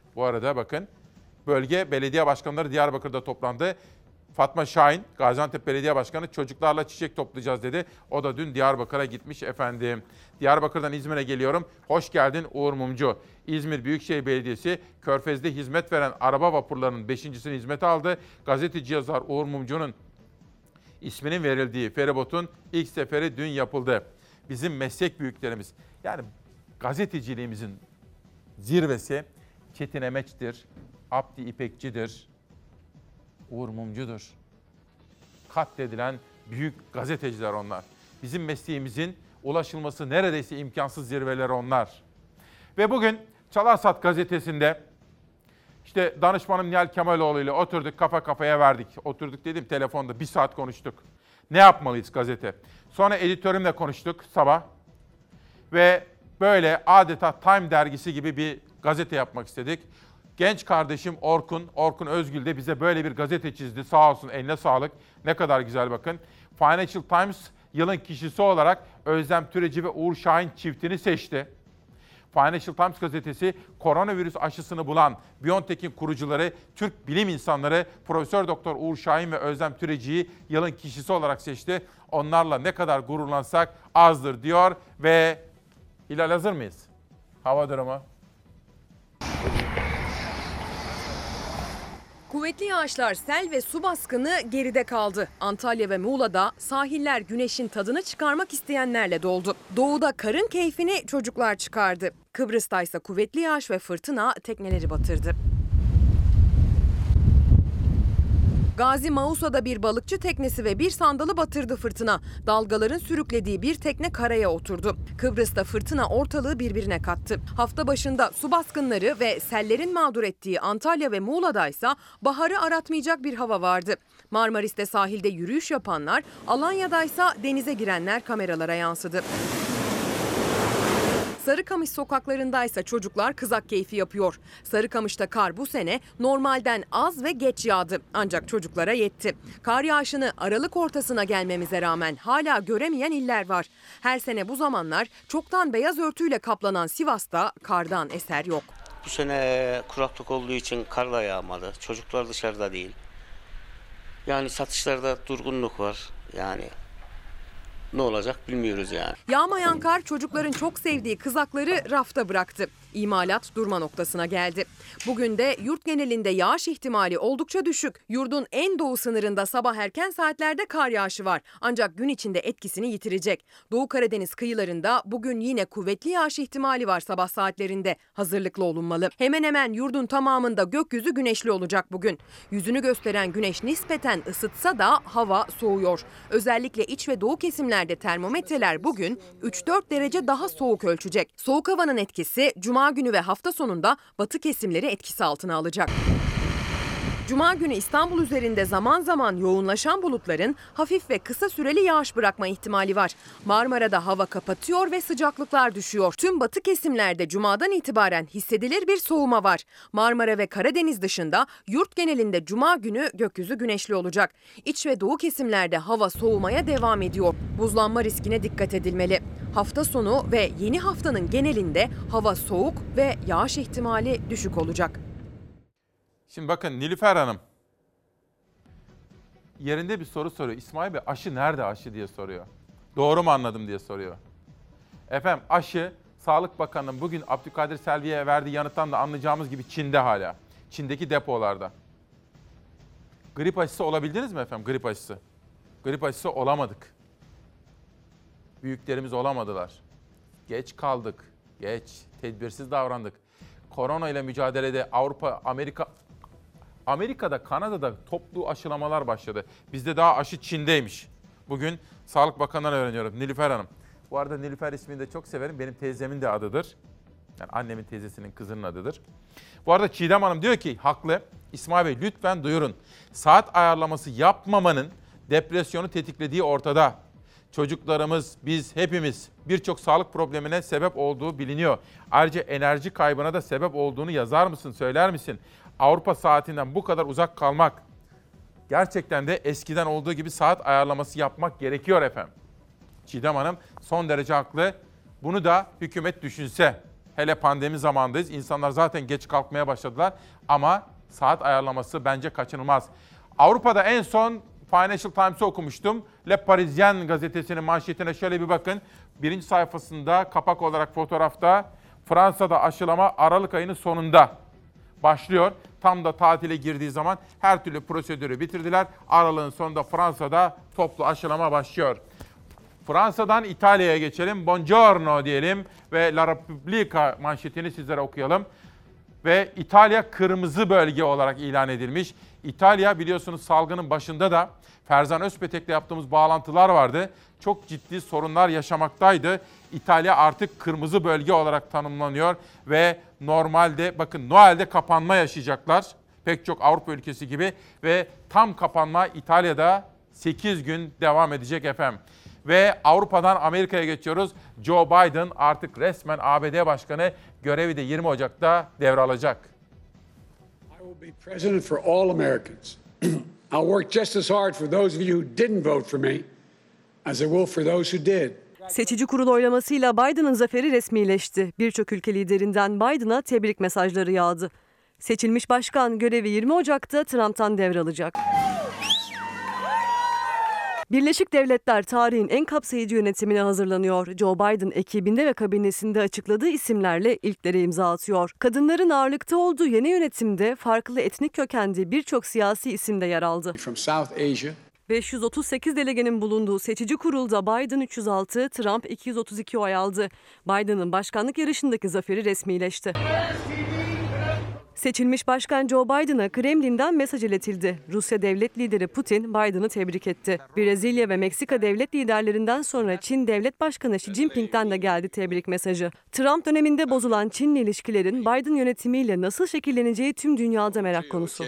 Bu arada bakın, bölge belediye başkanları Diyarbakır'da toplandı. Fatma Şahin, Gaziantep Belediye Başkanı, çocuklarla çiçek toplayacağız dedi. O da dün Diyarbakır'a gitmiş efendim. Diyarbakır'dan İzmir'e geliyorum. Hoş geldin Uğur Mumcu. İzmir Büyükşehir Belediyesi, Körfez'de hizmet veren araba vapurlarının beşincisini hizmete aldı. Gazeteci yazar Uğur Mumcu'nun isminin verildiği feribotun ilk seferi dün yapıldı. Bizim meslek büyüklerimiz, yani gazeteciliğimizin zirvesi Çetin Emeç'tir, Abdi İpekçi'dir, Uğur Mumcu'dur. Katledilen büyük gazeteciler onlar. Bizim mesleğimizin ulaşılması neredeyse imkansız zirveleri onlar. Ve bugün Çalarsat gazetesinde işte danışmanım Nihal Kemaloğlu ile oturduk, kafa kafaya verdik. Oturduk dedim, telefonda bir saat konuştuk. Ne yapmalıyız gazete? Sonra editörümle konuştuk sabah. Ve böyle adeta Time dergisi gibi bir gazete yapmak istedik. Genç kardeşim Orkun, Orkun Özgül de bize böyle bir gazete çizdi. Sağ olsun, eline sağlık. Ne kadar güzel bakın. Financial Times yılın kişisi olarak Özlem Türeci ve Uğur Şahin çiftini seçti. Financial Times gazetesi koronavirüs aşısını bulan BioNTech'in kurucuları, Türk bilim insanları Profesör Doktor Uğur Şahin ve Özlem Türeci'yi yılın kişisi olarak seçti. Onlarla ne kadar gururlansak azdır diyor ve Hilal, hazır mıyız? Hava durumu.
Kuvvetli yağışlar, sel ve su baskını geride kaldı. Antalya ve Muğla'da sahiller güneşin tadını çıkarmak isteyenlerle doldu. Doğuda karın keyfini çocuklar çıkardı. Kıbrıs'ta ise kuvvetli yağış ve fırtına tekneleri batırdı. Gazi Mausa'da bir balıkçı teknesi ve bir sandalı batırdı fırtına. Dalgaların sürüklediği bir tekne karaya oturdu. Kıbrıs'ta fırtına ortalığı birbirine kattı. Hafta başında su baskınları ve sellerin mağdur ettiği Antalya ve Muğla'da ise baharı aratmayacak bir hava vardı. Marmaris'te sahilde yürüyüş yapanlar, Alanya'da ise denize girenler kameralara yansıdı. Sarıkamış sokaklarındaysa çocuklar kızak keyfi yapıyor. Sarıkamış'ta kar bu sene normalden az ve geç yağdı. Ancak çocuklara yetti. Kar yağışını Aralık ortasına gelmemize rağmen hala göremeyen iller var. Her sene bu zamanlar çoktan beyaz örtüyle kaplanan Sivas'ta kardan eser yok.
Bu sene kuraklık olduğu için kar da yağmadı. Çocuklar dışarıda değil. Yani satışlarda durgunluk var. Yani ne olacak bilmiyoruz yani.
Yağmayan kar çocukların çok sevdiği kızakları rafta bıraktı. İmalat durma noktasına geldi. Bugün de yurt genelinde yağış ihtimali oldukça düşük. Yurdun en doğu sınırında sabah erken saatlerde kar yağışı var. Ancak gün içinde etkisini yitirecek. Doğu Karadeniz kıyılarında bugün yine kuvvetli yağış ihtimali var sabah saatlerinde. Hazırlıklı olunmalı. Hemen hemen yurdun tamamında gökyüzü güneşli olacak bugün. Yüzünü gösteren güneş nispeten ısıtsa da hava soğuyor. Özellikle iç ve doğu kesimlerde termometreler bugün üç dört derece daha soğuk ölçecek. Soğuk havanın etkisi Cuma günü ve hafta sonunda batı kesimleri etkisi altına alacak. Cuma günü İstanbul üzerinde zaman zaman yoğunlaşan bulutların hafif ve kısa süreli yağış bırakma ihtimali var. Marmara'da hava kapatıyor ve sıcaklıklar düşüyor. Tüm batı kesimlerde Cuma'dan itibaren hissedilir bir soğuma var. Marmara ve Karadeniz dışında yurt genelinde Cuma günü gökyüzü güneşli olacak. İç ve doğu kesimlerde hava soğumaya devam ediyor. Buzlanma riskine dikkat edilmeli. Hafta sonu ve yeni haftanın genelinde hava soğuk ve yağış ihtimali düşük olacak.
Şimdi bakın Nilüfer Hanım yerinde bir soru soruyor. İsmail Bey, aşı nerede aşı diye soruyor. Doğru mu anladım diye soruyor. Efendim, aşı Sağlık Bakanı'nın bugün Abdülkadir Selvi'ye verdiği yanıttan da anlayacağımız gibi Çin'de hala. Çin'deki depolarda. Grip aşısı olabildiniz mi efendim? Grip aşısı. Grip aşısı olamadık. Büyüklerimiz olamadılar. Geç kaldık. Geç. Tedbirsiz davrandık. Korona ile mücadelede Avrupa, Amerika, Amerika'da, Kanada'da toplu aşılamalar başladı. Bizde daha aşı Çin'deymiş. Bugün Sağlık Bakanı'ndan öğreniyorum. Nilüfer Hanım. Bu arada Nilüfer ismini de çok severim. Benim teyzemin de adıdır. Yani annemin teyzesinin kızının adıdır. Bu arada Çiğdem Hanım diyor ki haklı. İsmail Bey lütfen duyurun. Saat ayarlaması yapmamanın depresyonu tetiklediği ortada. Çocuklarımız, biz hepimiz birçok sağlık problemine sebep olduğu biliniyor. Ayrıca enerji kaybına da sebep olduğunu yazar mısın, söyler misin? Avrupa saatinden bu kadar uzak kalmak, gerçekten de eskiden olduğu gibi saat ayarlaması yapmak gerekiyor efendim. Çiğdem Hanım son derece haklı. Bunu da hükümet düşünse. Hele pandemi zamandayız. İnsanlar zaten geç kalkmaya başladılar ama saat ayarlaması bence kaçınılmaz. Avrupa'da en son Financial Times'ı okumuştum. Le Parisien gazetesinin manşetine şöyle bir bakın. Birinci sayfasında kapak olarak fotoğrafta Fransa'da aşılama Aralık ayının sonunda başlıyor. Tam da tatile girdiği zaman her türlü prosedürü bitirdiler. Aralığın sonunda Fransa'da toplu aşılama başlıyor. Fransa'dan İtalya'ya geçelim. Buongiorno diyelim ve La Repubblica manşetini sizlere okuyalım. Ve İtalya kırmızı bölge olarak ilan edilmiş. İtalya biliyorsunuz salgının başında da Ferzan Özpetek'le yaptığımız bağlantılar vardı. Çok ciddi sorunlar yaşamaktaydı. İtalya artık kırmızı bölge olarak tanımlanıyor ve normalde bakın Noel'de kapanma yaşayacaklar. Pek çok Avrupa ülkesi gibi ve tam kapanma İtalya'da sekiz gün devam edecek efendim. Ve Avrupa'dan Amerika'ya geçiyoruz. Joe Biden artık resmen A B D Başkanı, görevi de yirmi Ocak'ta devralacak.
I will be president for all Americans. I'll work just as hard for those of you who didn't vote for me as I will for those who did.
Seçici kurul oylamasıyla Biden'ın zaferi resmileşti. Birçok ülke liderinden Biden'a tebrik mesajları yağdı. Seçilmiş başkan görevi yirmi Ocak'ta Trump'tan devralacak. Birleşik Devletler tarihin en kapsayıcı yönetimine hazırlanıyor. Joe Biden ekibinde ve kabinesinde açıkladığı isimlerle ilklere imza atıyor. Kadınların ağırlıkta olduğu yeni yönetimde farklı etnik kökenli birçok siyasi isim de yer aldı.
From South Asia.
beş yüz otuz sekiz delegenin bulunduğu seçici kurulda Biden üç yüz altı, Trump iki yüz otuz iki oy aldı. Biden'ın başkanlık yarışındaki zaferi resmileşti. Seçilmiş başkan Joe Biden'a Kremlin'den mesaj iletildi. Rusya devlet lideri Putin Biden'ı tebrik etti. Brezilya ve Meksika devlet liderlerinden sonra Çin devlet başkanı Xi Jinping'den de geldi tebrik mesajı. Trump döneminde bozulan Çin'le ilişkilerin Biden yönetimiyle nasıl şekilleneceği tüm dünyada merak konusu.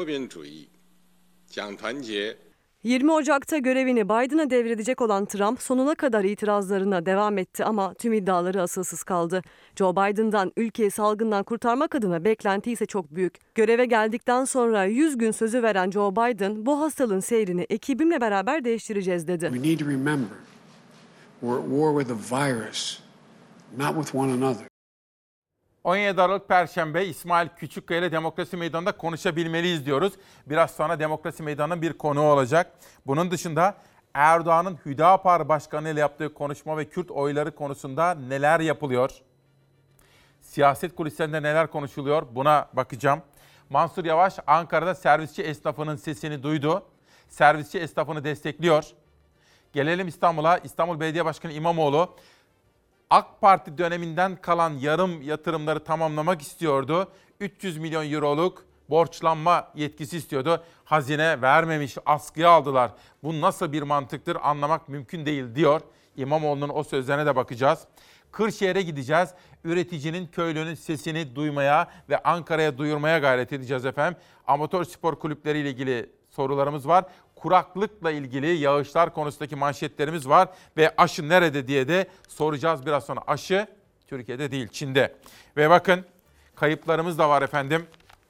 yirmi Ocak'ta görevini Biden'a devredecek olan Trump sonuna kadar itirazlarına devam etti ama tüm iddiaları asılsız kaldı. Joe Biden'dan ülkeyi salgından kurtarmak adına beklenti ise çok büyük. Göreve geldikten sonra yüz gün sözü veren Joe Biden bu hastalığın seyrini ekibimle beraber değiştireceğiz dedi.
We need to remember we're at war with a virus, not with one another.
on yedi Aralık Perşembe İsmail Küçükkaya ile Demokrasi Meydanı'nda konuşabilmeliyiz diyoruz. Biraz sonra Demokrasi Meydanı'nın bir konuğu olacak. Bunun dışında Erdoğan'ın Hüdapar Başkanı ile yaptığı konuşma ve Kürt oyları konusunda neler yapılıyor? Siyaset kulislerinde neler konuşuluyor? Buna bakacağım. Mansur Yavaş Ankara'da servisçi esnafının sesini duydu. Servisçi esnafını destekliyor. Gelelim İstanbul'a. İstanbul Belediye Başkanı İmamoğlu AK Parti döneminden kalan yarım yatırımları tamamlamak istiyordu. üç yüz milyon euroluk borçlanma yetkisi istiyordu. Hazine vermemiş, askıya aldılar. Bu nasıl bir mantıktır anlamak mümkün değil diyor. İmamoğlu'nun o sözlerine de bakacağız. Kırşehir'e gideceğiz. Üreticinin, köylünün sesini duymaya ve Ankara'ya duyurmaya gayret edeceğiz efendim. Amatör spor kulüpleri ile ilgili sorularımız var. Kuraklıkla ilgili yağışlar konusundaki manşetlerimiz var ve aşı nerede diye de soracağız biraz sonra. Aşı Türkiye'de değil, Çin'de. Ve bakın kayıplarımız da var efendim.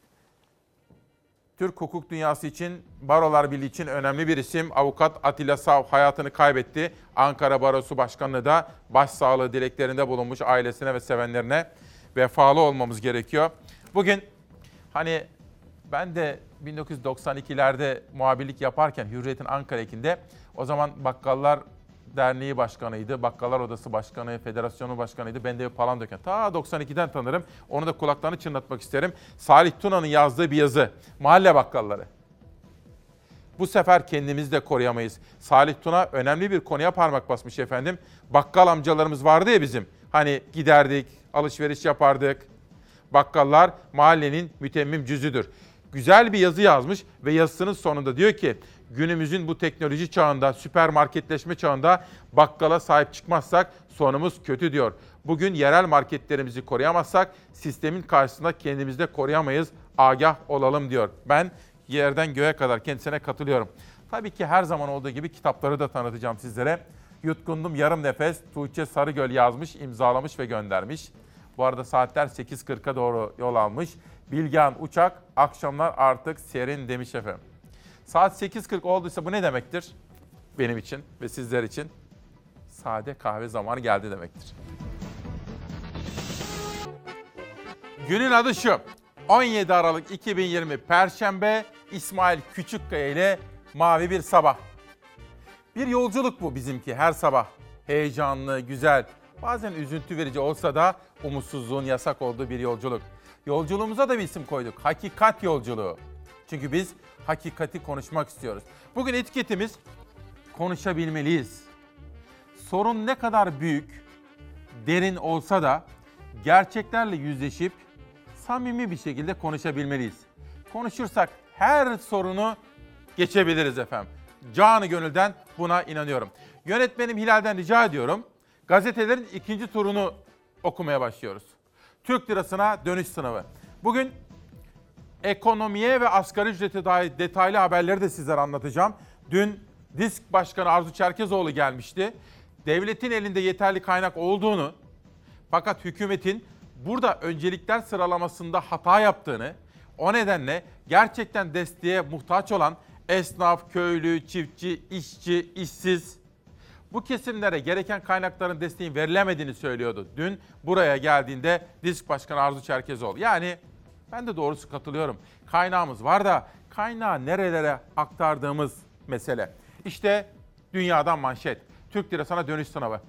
Türk hukuk dünyası için, Barolar Birliği için önemli bir isim. Avukat Atilla Sav hayatını kaybetti. Ankara Barosu Başkanlığı da başsağlığı dileklerinde bulunmuş ailesine ve sevenlerine. Vefalı olmamız gerekiyor. Bugün hani ben de bin dokuz yüz doksan ikilerde muhabirlik yaparken Hürriyet'in Ankara ekinde o zaman Bakkallar Derneği Başkanıydı, Bakkallar Odası Başkanı, Federasyonu Başkanıydı. Ben de Palandöken. Ta doksan ikiden tanırım. Onu da kulaklarını çınlatmak isterim. Salih Tuna'nın yazdığı bir yazı. Mahalle bakkalları. Bu sefer kendimizi de koruyamayız. Salih Tuna önemli bir konuya parmak basmış efendim. Bakkal amcalarımız vardı ya bizim. Hani giderdik, alışveriş yapardık. Bakkallar mahallenin mütemmim cüzüdür. Güzel bir yazı yazmış ve yazısının sonunda diyor ki günümüzün bu teknoloji çağında, süpermarketleşme çağında bakkala sahip çıkmazsak sonumuz kötü diyor. Bugün yerel marketlerimizi koruyamazsak sistemin karşısında kendimizi de koruyamayız. Agah olalım diyor. Ben yerden göğe kadar kendisine katılıyorum. Tabii ki her zaman olduğu gibi kitapları da tanıtacağım sizlere. Yutkundum Yarım Nefes, Tuğçe Sarıgöl yazmış, imzalamış ve göndermiş. Bu arada saatler sekiz kırka doğru yol almış. Bilgehan Uçak, akşamlar artık serin demiş efendim. Saat sekiz kırk olduysa bu ne demektir? Benim için ve sizler için sade kahve zamanı geldi demektir. Günün adı şu. on yedi Aralık iki bin yirmi Perşembe, İsmail Küçükkaya ile Mavi Bir Sabah. Bir yolculuk bu bizimki her sabah. Heyecanlı, güzel, bazen üzüntü verici olsa da umutsuzluğun yasak olduğu bir yolculuk. Yolculuğumuza da bir isim koyduk. Hakikat yolculuğu. Çünkü biz hakikati konuşmak istiyoruz. Bugün etiketimiz konuşabilmeliyiz. Sorun ne kadar büyük, derin olsa da gerçeklerle yüzleşip samimi bir şekilde konuşabilmeliyiz. Konuşursak her sorunu geçebiliriz efendim. Canı gönülden buna inanıyorum. Yönetmenim Hilal'den rica ediyorum. Gazetelerin ikinci turunu okumaya başlıyoruz. Türk lirasına dönüş sınavı. Bugün ekonomiye ve asgari ücrete dair detaylı haberleri de sizlere anlatacağım. Dün DİSK Başkanı Arzu Çerkezoğlu gelmişti. Devletin elinde yeterli kaynak olduğunu, fakat hükümetin burada öncelikler sıralamasında hata yaptığını, o nedenle gerçekten desteğe muhtaç olan esnaf, köylü, çiftçi, işçi, işsiz, bu kesimlere gereken kaynakların desteğin verilemediğini söylüyordu. Dün buraya geldiğinde DİSK Başkanı Arzu Çerkezoğlu. Yani ben de doğrusu katılıyorum. Kaynağımız var da kaynağı nerelere aktardığımız mesele. İşte dünyadan manşet. Türk lirasına dönüş sınavı.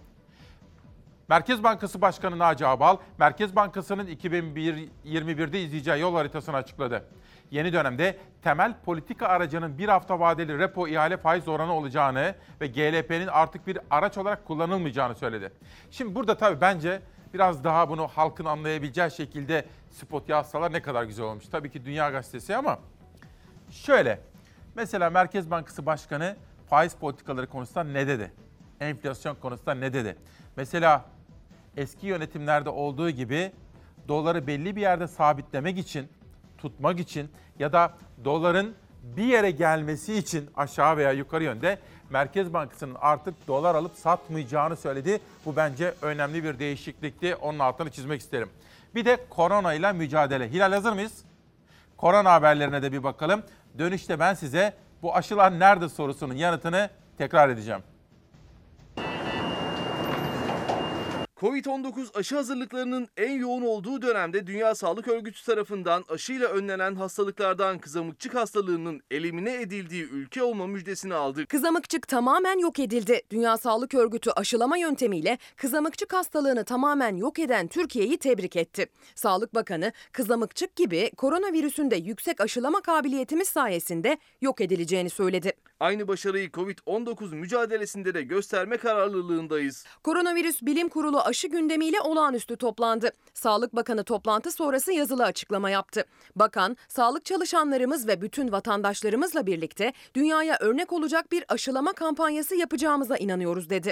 Merkez Bankası Başkanı Naci Ağbal, Merkez Bankası'nın iki bin yirmi birde izleyeceği yol haritasını açıkladı. Yeni dönemde temel politika aracının bir hafta vadeli repo ihale faiz oranı olacağını ve G L P'nin artık bir araç olarak kullanılmayacağını söyledi. Şimdi burada tabii bence biraz daha bunu halkın anlayabileceği şekilde spot yazsalar ne kadar güzel olmuş. Tabii ki Dünya Gazetesi ama şöyle. Mesela Merkez Bankası Başkanı faiz politikaları konusunda ne dedi? Enflasyon konusunda ne dedi? Mesela eski yönetimlerde olduğu gibi doları belli bir yerde sabitlemek için, tutmak için ya da doların bir yere gelmesi için aşağı veya yukarı yönde Merkez Bankası'nın artık dolar alıp satmayacağını söyledi. Bu bence önemli bir değişiklikti. Onun altını çizmek isterim. Bir de korona ile mücadele. Hilal, hazır mıyız? Korona haberlerine de bir bakalım. Dönüşte ben size bu aşılar nerede sorusunun yanıtını tekrar edeceğim.
kovid on dokuz aşı hazırlıklarının en yoğun olduğu dönemde Dünya Sağlık Örgütü tarafından aşıyla önlenen hastalıklardan kızamıkçık hastalığının elimine edildiği ülke olma müjdesini aldı.
Kızamıkçık tamamen yok edildi. Dünya Sağlık Örgütü aşılama yöntemiyle kızamıkçık hastalığını tamamen yok eden Türkiye'yi tebrik etti. Sağlık Bakanı, kızamıkçık gibi koronavirüsün de yüksek aşılama kabiliyetimiz sayesinde yok edileceğini söyledi.
Aynı başarıyı kovid on dokuz mücadelesinde de gösterme kararlılığındayız.
Koronavirüs Bilim Kurulu aşı gündemiyle olağanüstü toplandı. Sağlık Bakanı toplantı sonrası yazılı açıklama yaptı. Bakan, sağlık çalışanlarımız ve bütün vatandaşlarımızla birlikte dünyaya örnek olacak bir aşılama kampanyası yapacağımıza inanıyoruz dedi.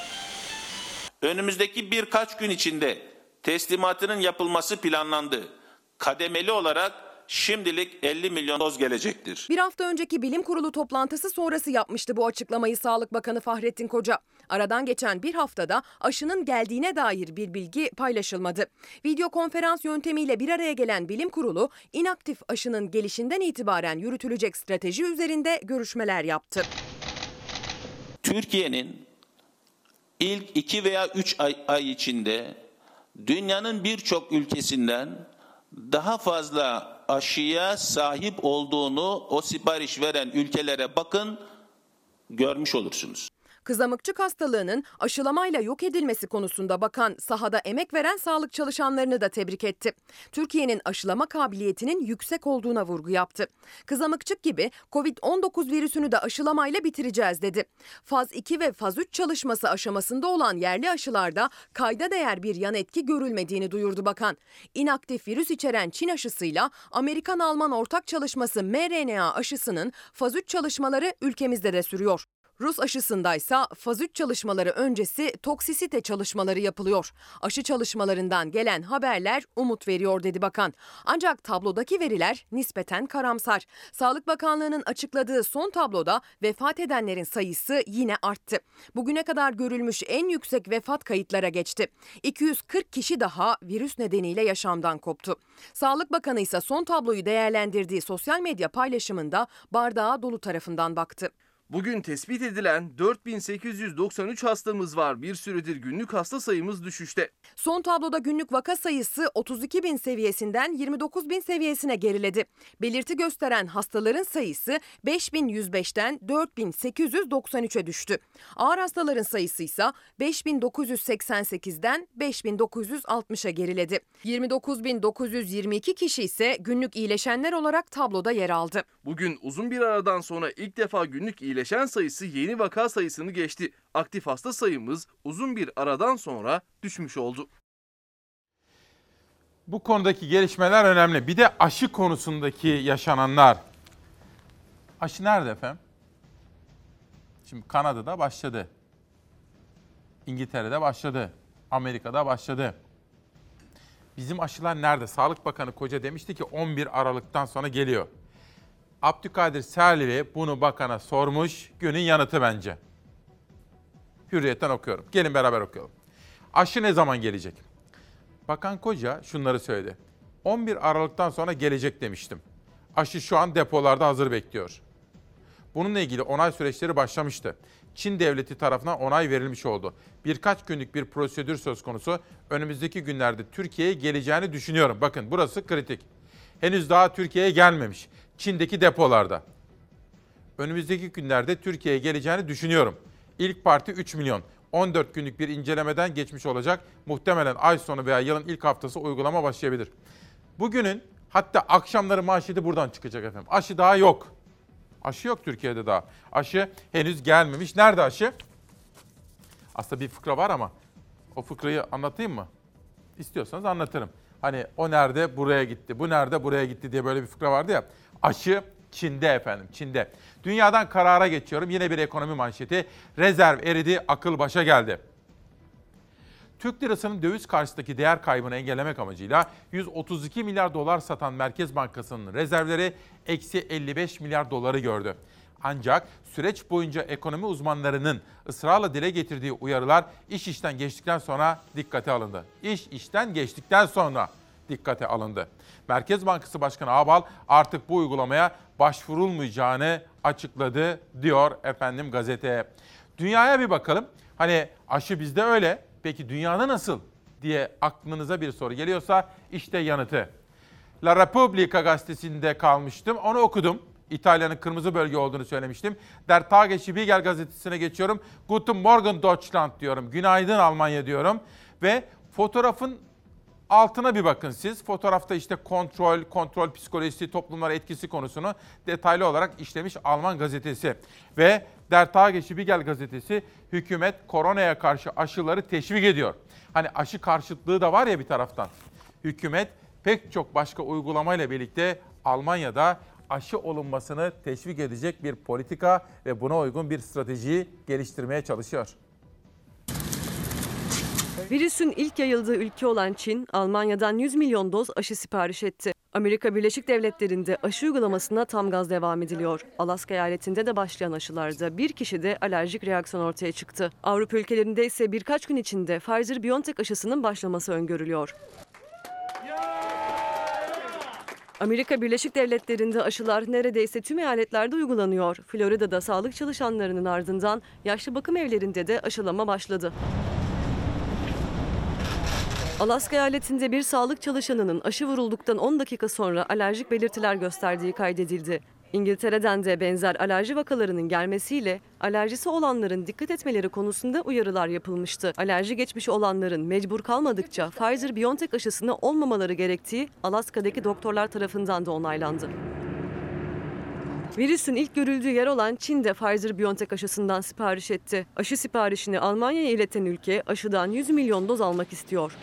Önümüzdeki birkaç gün içinde teslimatının yapılması planlandı. Kademeli olarak şimdilik elli milyon doz gelecektir.
Bir hafta önceki bilim kurulu toplantısı sonrası yapmıştı bu açıklamayı Sağlık Bakanı Fahrettin Koca. Aradan geçen bir haftada aşının geldiğine dair bir bilgi paylaşılmadı. Video konferans yöntemiyle bir araya gelen bilim kurulu, inaktif aşının gelişinden itibaren yürütülecek strateji üzerinde görüşmeler yaptı.
Türkiye'nin ilk iki veya üç ay, ay içinde dünyanın birçok ülkesinden daha fazla aşıya sahip olduğunu o sipariş veren ülkelere bakın, görmüş olursunuz.
Kızamıkçık hastalığının aşılamayla yok edilmesi konusunda bakan sahada emek veren sağlık çalışanlarını da tebrik etti. Türkiye'nin aşılama kabiliyetinin yüksek olduğuna vurgu yaptı. Kızamıkçık gibi kovid on dokuz virüsünü de aşılamayla bitireceğiz dedi. Faz iki ve faz üç çalışması aşamasında olan yerli aşılarda kayda değer bir yan etki görülmediğini duyurdu bakan. İnaktif virüs içeren Çin aşısıyla Amerikan-Alman ortak çalışması M R N A aşısının faz üç çalışmaları ülkemizde de sürüyor. Rus aşısındaysa faz üç çalışmaları öncesi toksisite çalışmaları yapılıyor. Aşı çalışmalarından gelen haberler umut veriyor dedi bakan. Ancak tablodaki veriler nispeten karamsar. Sağlık Bakanlığı'nın açıkladığı son tabloda vefat edenlerin sayısı yine arttı. Bugüne kadar görülmüş en yüksek vefat kayıtlara geçti. iki yüz kırk kişi daha virüs nedeniyle yaşamdan koptu. Sağlık Bakanı ise son tabloyu değerlendirdiği sosyal medya paylaşımında bardağa dolu tarafından baktı.
Bugün tespit edilen dört bin sekiz yüz doksan üç hastamız var. Bir süredir günlük hasta sayımız düşüşte.
Son tabloda günlük vaka sayısı otuz iki bin seviyesinden yirmi dokuz bin seviyesine geriledi. Belirti gösteren hastaların sayısı beş bin yüz beşten dört bin sekiz yüz doksan üçe düştü. Ağır hastaların sayısı ise beş bin dokuz yüz seksen sekizden beş bin dokuz yüz altmışa geriledi. yirmi dokuz bin dokuz yüz yirmi iki kişi ise günlük iyileşenler olarak tabloda yer aldı.
Bugün uzun bir aradan sonra ilk defa günlük iyileşen sayısı yeni vaka sayısını geçti. Aktif hasta sayımız uzun bir aradan sonra düşmüş oldu.
Bu konudaki gelişmeler önemli. Bir de aşı konusundaki yaşananlar. Aşı nerede efendim? Şimdi Kanada'da başladı. İngiltere'de başladı. Amerika'da başladı. Bizim aşılar nerede? Sağlık Bakanı Koca demişti ki on bir Aralık'tan sonra geliyor. Abdülkadir Selvi bunu bakana sormuş. Günün yanıtı bence. Hürriyet'ten okuyorum. Gelin beraber okuyalım. Aşı ne zaman gelecek? Bakan Koca şunları söyledi. on bir Aralık'tan sonra gelecek demiştim. Aşı şu an depolarda hazır bekliyor. Bununla ilgili onay süreçleri başlamıştı. Çin devleti tarafından onay verilmiş oldu. Birkaç günlük bir prosedür söz konusu. Önümüzdeki günlerde Türkiye'ye geleceğini düşünüyorum. Bakın burası kritik. Henüz daha Türkiye'ye gelmemiş. Çin'deki depolarda. Önümüzdeki günlerde Türkiye'ye geleceğini düşünüyorum. İlk parti üç milyon. on dört günlük bir incelemeden geçmiş olacak. Muhtemelen ay sonu veya yılın ilk haftası uygulama başlayabilir. Bugünün hatta akşamları manşeti buradan çıkacak efendim. Aşı daha yok. Aşı yok Türkiye'de daha. Aşı henüz gelmemiş. Nerede aşı? Aslında bir fıkra var ama o fıkrayı anlatayım mı? İstiyorsanız anlatırım. Hani o nerede buraya gitti, bu nerede buraya gitti diye böyle bir fıkra vardı ya. Aşı Çin'de efendim, Çin'de. Dünyadan karara geçiyorum. Yine bir ekonomi manşeti. Rezerv eridi, akıl başa geldi. Türk lirasının döviz karşısındaki değer kaybını engellemek amacıyla yüz otuz iki milyar dolar satan Merkez Bankası'nın rezervleri eksi elli beş milyar doları gördü. Ancak süreç boyunca ekonomi uzmanlarının ısrarla dile getirdiği uyarılar iş işten geçtikten sonra dikkate alındı. İş işten geçtikten sonra dikkate alındı. Merkez Bankası Başkanı Ağbal artık bu uygulamaya başvurulmayacağını açıkladı diyor efendim gazeteye. Dünyaya bir bakalım. Hani aşı bizde öyle. Peki dünyada nasıl diye aklınıza bir soru geliyorsa işte yanıtı. La Repubblica gazetesinde kalmıştım. Onu okudum. İtalya'nın kırmızı bölge olduğunu söylemiştim. Der Tagesspiegel gazetesine geçiyorum. Guten Morgen Deutschland diyorum. Günaydın Almanya diyorum. Ve fotoğrafın altına bir bakın siz. Fotoğrafta işte kontrol, kontrol psikolojisi, toplumlara etkisi konusunu detaylı olarak işlemiş Alman gazetesi. Ve Der Tagesspiegel gazetesi hükümet koronaya karşı aşıları teşvik ediyor. Hani aşı karşıtlığı da var ya bir taraftan. Hükümet pek çok başka uygulamayla birlikte Almanya'da aşı olunmasını teşvik edecek bir politika ve buna uygun bir stratejiyi geliştirmeye çalışıyor.
Virüsün ilk yayıldığı ülke olan Çin, Almanya'dan yüz milyon doz aşı sipariş etti. Amerika Birleşik Devletleri'nde aşı uygulamasına tam gaz devam ediliyor. Alaska eyaletinde de başlayan aşılarda bir kişide alerjik reaksiyon ortaya çıktı. Avrupa ülkelerinde ise birkaç gün içinde Pfizer-BioNTech aşısının başlaması öngörülüyor. Amerika Birleşik Devletleri'nde aşılar neredeyse tüm eyaletlerde uygulanıyor. Florida'da sağlık çalışanlarının ardından yaşlı bakım evlerinde de aşılama başladı. Alaska eyaletinde bir sağlık çalışanının aşı vurulduktan on dakika sonra alerjik belirtiler gösterdiği kaydedildi. İngiltere'den de benzer alerji vakalarının gelmesiyle alerjisi olanların dikkat etmeleri konusunda uyarılar yapılmıştı. Alerji geçmişi olanların mecbur kalmadıkça Pfizer-BioNTech aşısını olmamaları gerektiği Alaska'daki doktorlar tarafından da onaylandı. Virüsün ilk görüldüğü yer olan Çin de Pfizer-BioNTech aşısından sipariş etti. Aşı siparişini Almanya'ya ileten ülke aşıdan yüz milyon doz almak istiyor.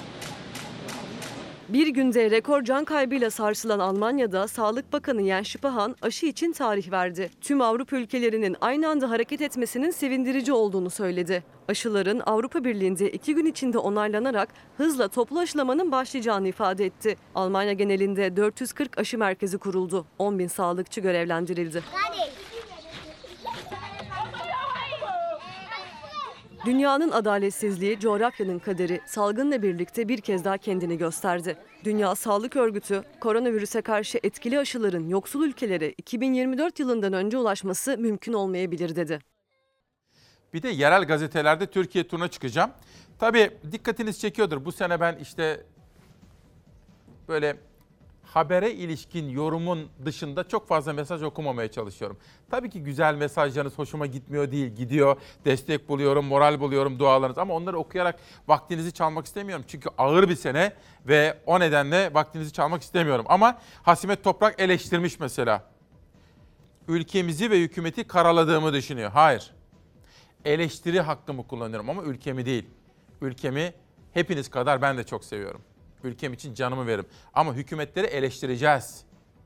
Bir günde rekor can kaybıyla sarsılan Almanya'da Sağlık Bakanı Jens Spahn aşı için tarih verdi. Tüm Avrupa ülkelerinin aynı anda hareket etmesinin sevindirici olduğunu söyledi. Aşıların Avrupa Birliği'nde iki gün içinde onaylanarak hızla toplu aşılamanın başlayacağını ifade etti. Almanya genelinde dört yüz kırk aşı merkezi kuruldu. on bin sağlıkçı görevlendirildi. Dünyanın adaletsizliği, coğrafyanın kaderi salgınla birlikte bir kez daha kendini gösterdi. Dünya Sağlık Örgütü, koronavirüse karşı etkili aşıların yoksul ülkelere iki bin yirmi dört yılından önce ulaşması mümkün olmayabilir dedi.
Bir de yerel gazetelerde Türkiye turuna çıkacağım. Tabii dikkatiniz çekiyordur. Bu sene ben işte böyle habere ilişkin yorumun dışında çok fazla mesaj okumamaya çalışıyorum. Tabii ki güzel mesajlarınız hoşuma gitmiyor değil, gidiyor. Destek buluyorum, moral buluyorum dualarınız ama onları okuyarak vaktinizi çalmak istemiyorum. Çünkü ağır bir sene ve o nedenle vaktinizi çalmak istemiyorum. Ama Hasimet Toprak eleştirmiş mesela. Ülkemizi ve hükümeti karaladığımı düşünüyor. Hayır. Eleştiri hakkımı kullanıyorum ama ülkemi değil. Ülkemi hepiniz kadar ben de çok seviyorum. Ülkem için canımı veririm. Ama hükümetleri eleştireceğiz.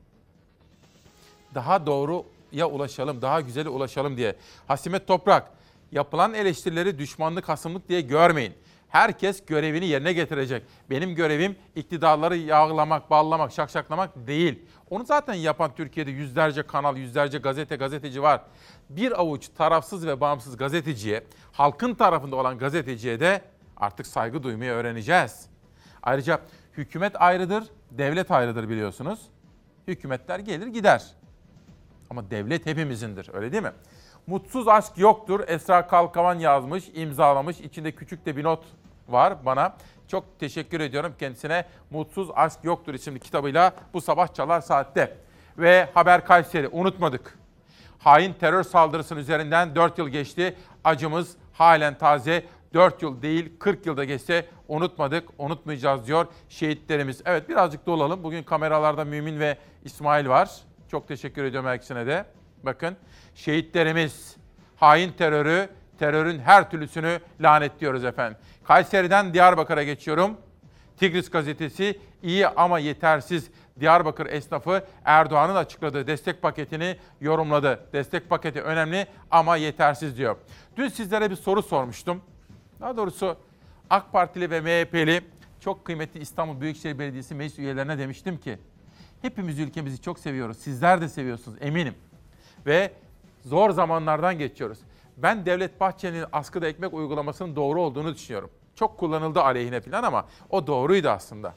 Daha doğruya ulaşalım, daha güzele ulaşalım diye. Hasimet Toprak, yapılan eleştirileri düşmanlık, hasımlık diye görmeyin. Herkes görevini yerine getirecek. Benim görevim iktidarları yağlamak, bağlamak, şakşaklamak değil. Onu zaten yapan Türkiye'de yüzlerce kanal, yüzlerce gazete, gazeteci var. Bir avuç tarafsız ve bağımsız gazeteciye, halkın tarafında olan gazeteciye de artık saygı duymayı öğreneceğiz. Ayrıca hükümet ayrıdır, devlet ayrıdır biliyorsunuz. Hükümetler gelir gider. Ama devlet hepimizindir, öyle değil mi? Mutsuz aşk yoktur. Esra Kalkavan yazmış, imzalamış. İçinde küçük de bir not var bana. Çok teşekkür ediyorum kendisine. Mutsuz aşk yoktur isimli kitabıyla bu sabah Çalar Saat'te. Ve Haber Kayseri, unutmadık. Hain terör saldırısının üzerinden dört yıl geçti. Acımız halen taze. dört yıl değil kırk yılda geçse unutmadık, unutmayacağız diyor şehitlerimiz. Evet, birazcık dolalım. Bugün kameralarda Mümin ve İsmail var. Çok teşekkür ediyorum her ikisine de. Bakın, şehitlerimiz, hain terörü, terörün her türlüsünü lanetliyoruz efendim. Kayseri'den Diyarbakır'a geçiyorum. Tigris gazetesi iyi ama yetersiz. Diyarbakır esnafı Erdoğan'ın açıkladığı destek paketini yorumladı. Destek paketi önemli ama yetersiz diyor. Dün sizlere bir soru sormuştum. Daha doğrusu AK Partili ve M H P'li çok kıymetli İstanbul Büyükşehir Belediyesi meclis üyelerine demiştim ki hepimiz ülkemizi çok seviyoruz. Sizler de seviyorsunuz eminim. Ve zor zamanlardan geçiyoruz. Ben Devlet Bahçeli'nin askıda ekmek uygulamasının doğru olduğunu düşünüyorum. Çok kullanıldı aleyhine falan ama o doğruydu aslında.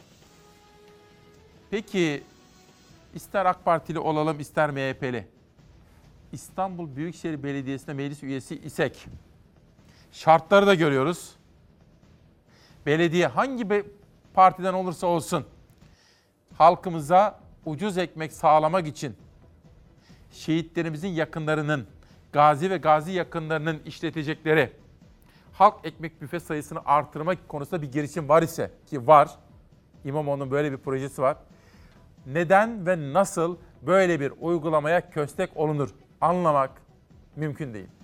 Peki ister AK Partili olalım ister M H P'li. İstanbul Büyükşehir Belediyesi'ne meclis üyesi isek şartları da görüyoruz. Belediye hangi bir partiden olursa olsun halkımıza ucuz ekmek sağlamak için şehitlerimizin yakınlarının, gazi ve gazi yakınlarının işletecekleri halk ekmek büfe sayısını artırmak konusunda bir girişim var ise ki var, İmamoğlu'nun böyle bir projesi var. Neden ve nasıl böyle bir uygulamaya köstek olunur anlamak mümkün değil.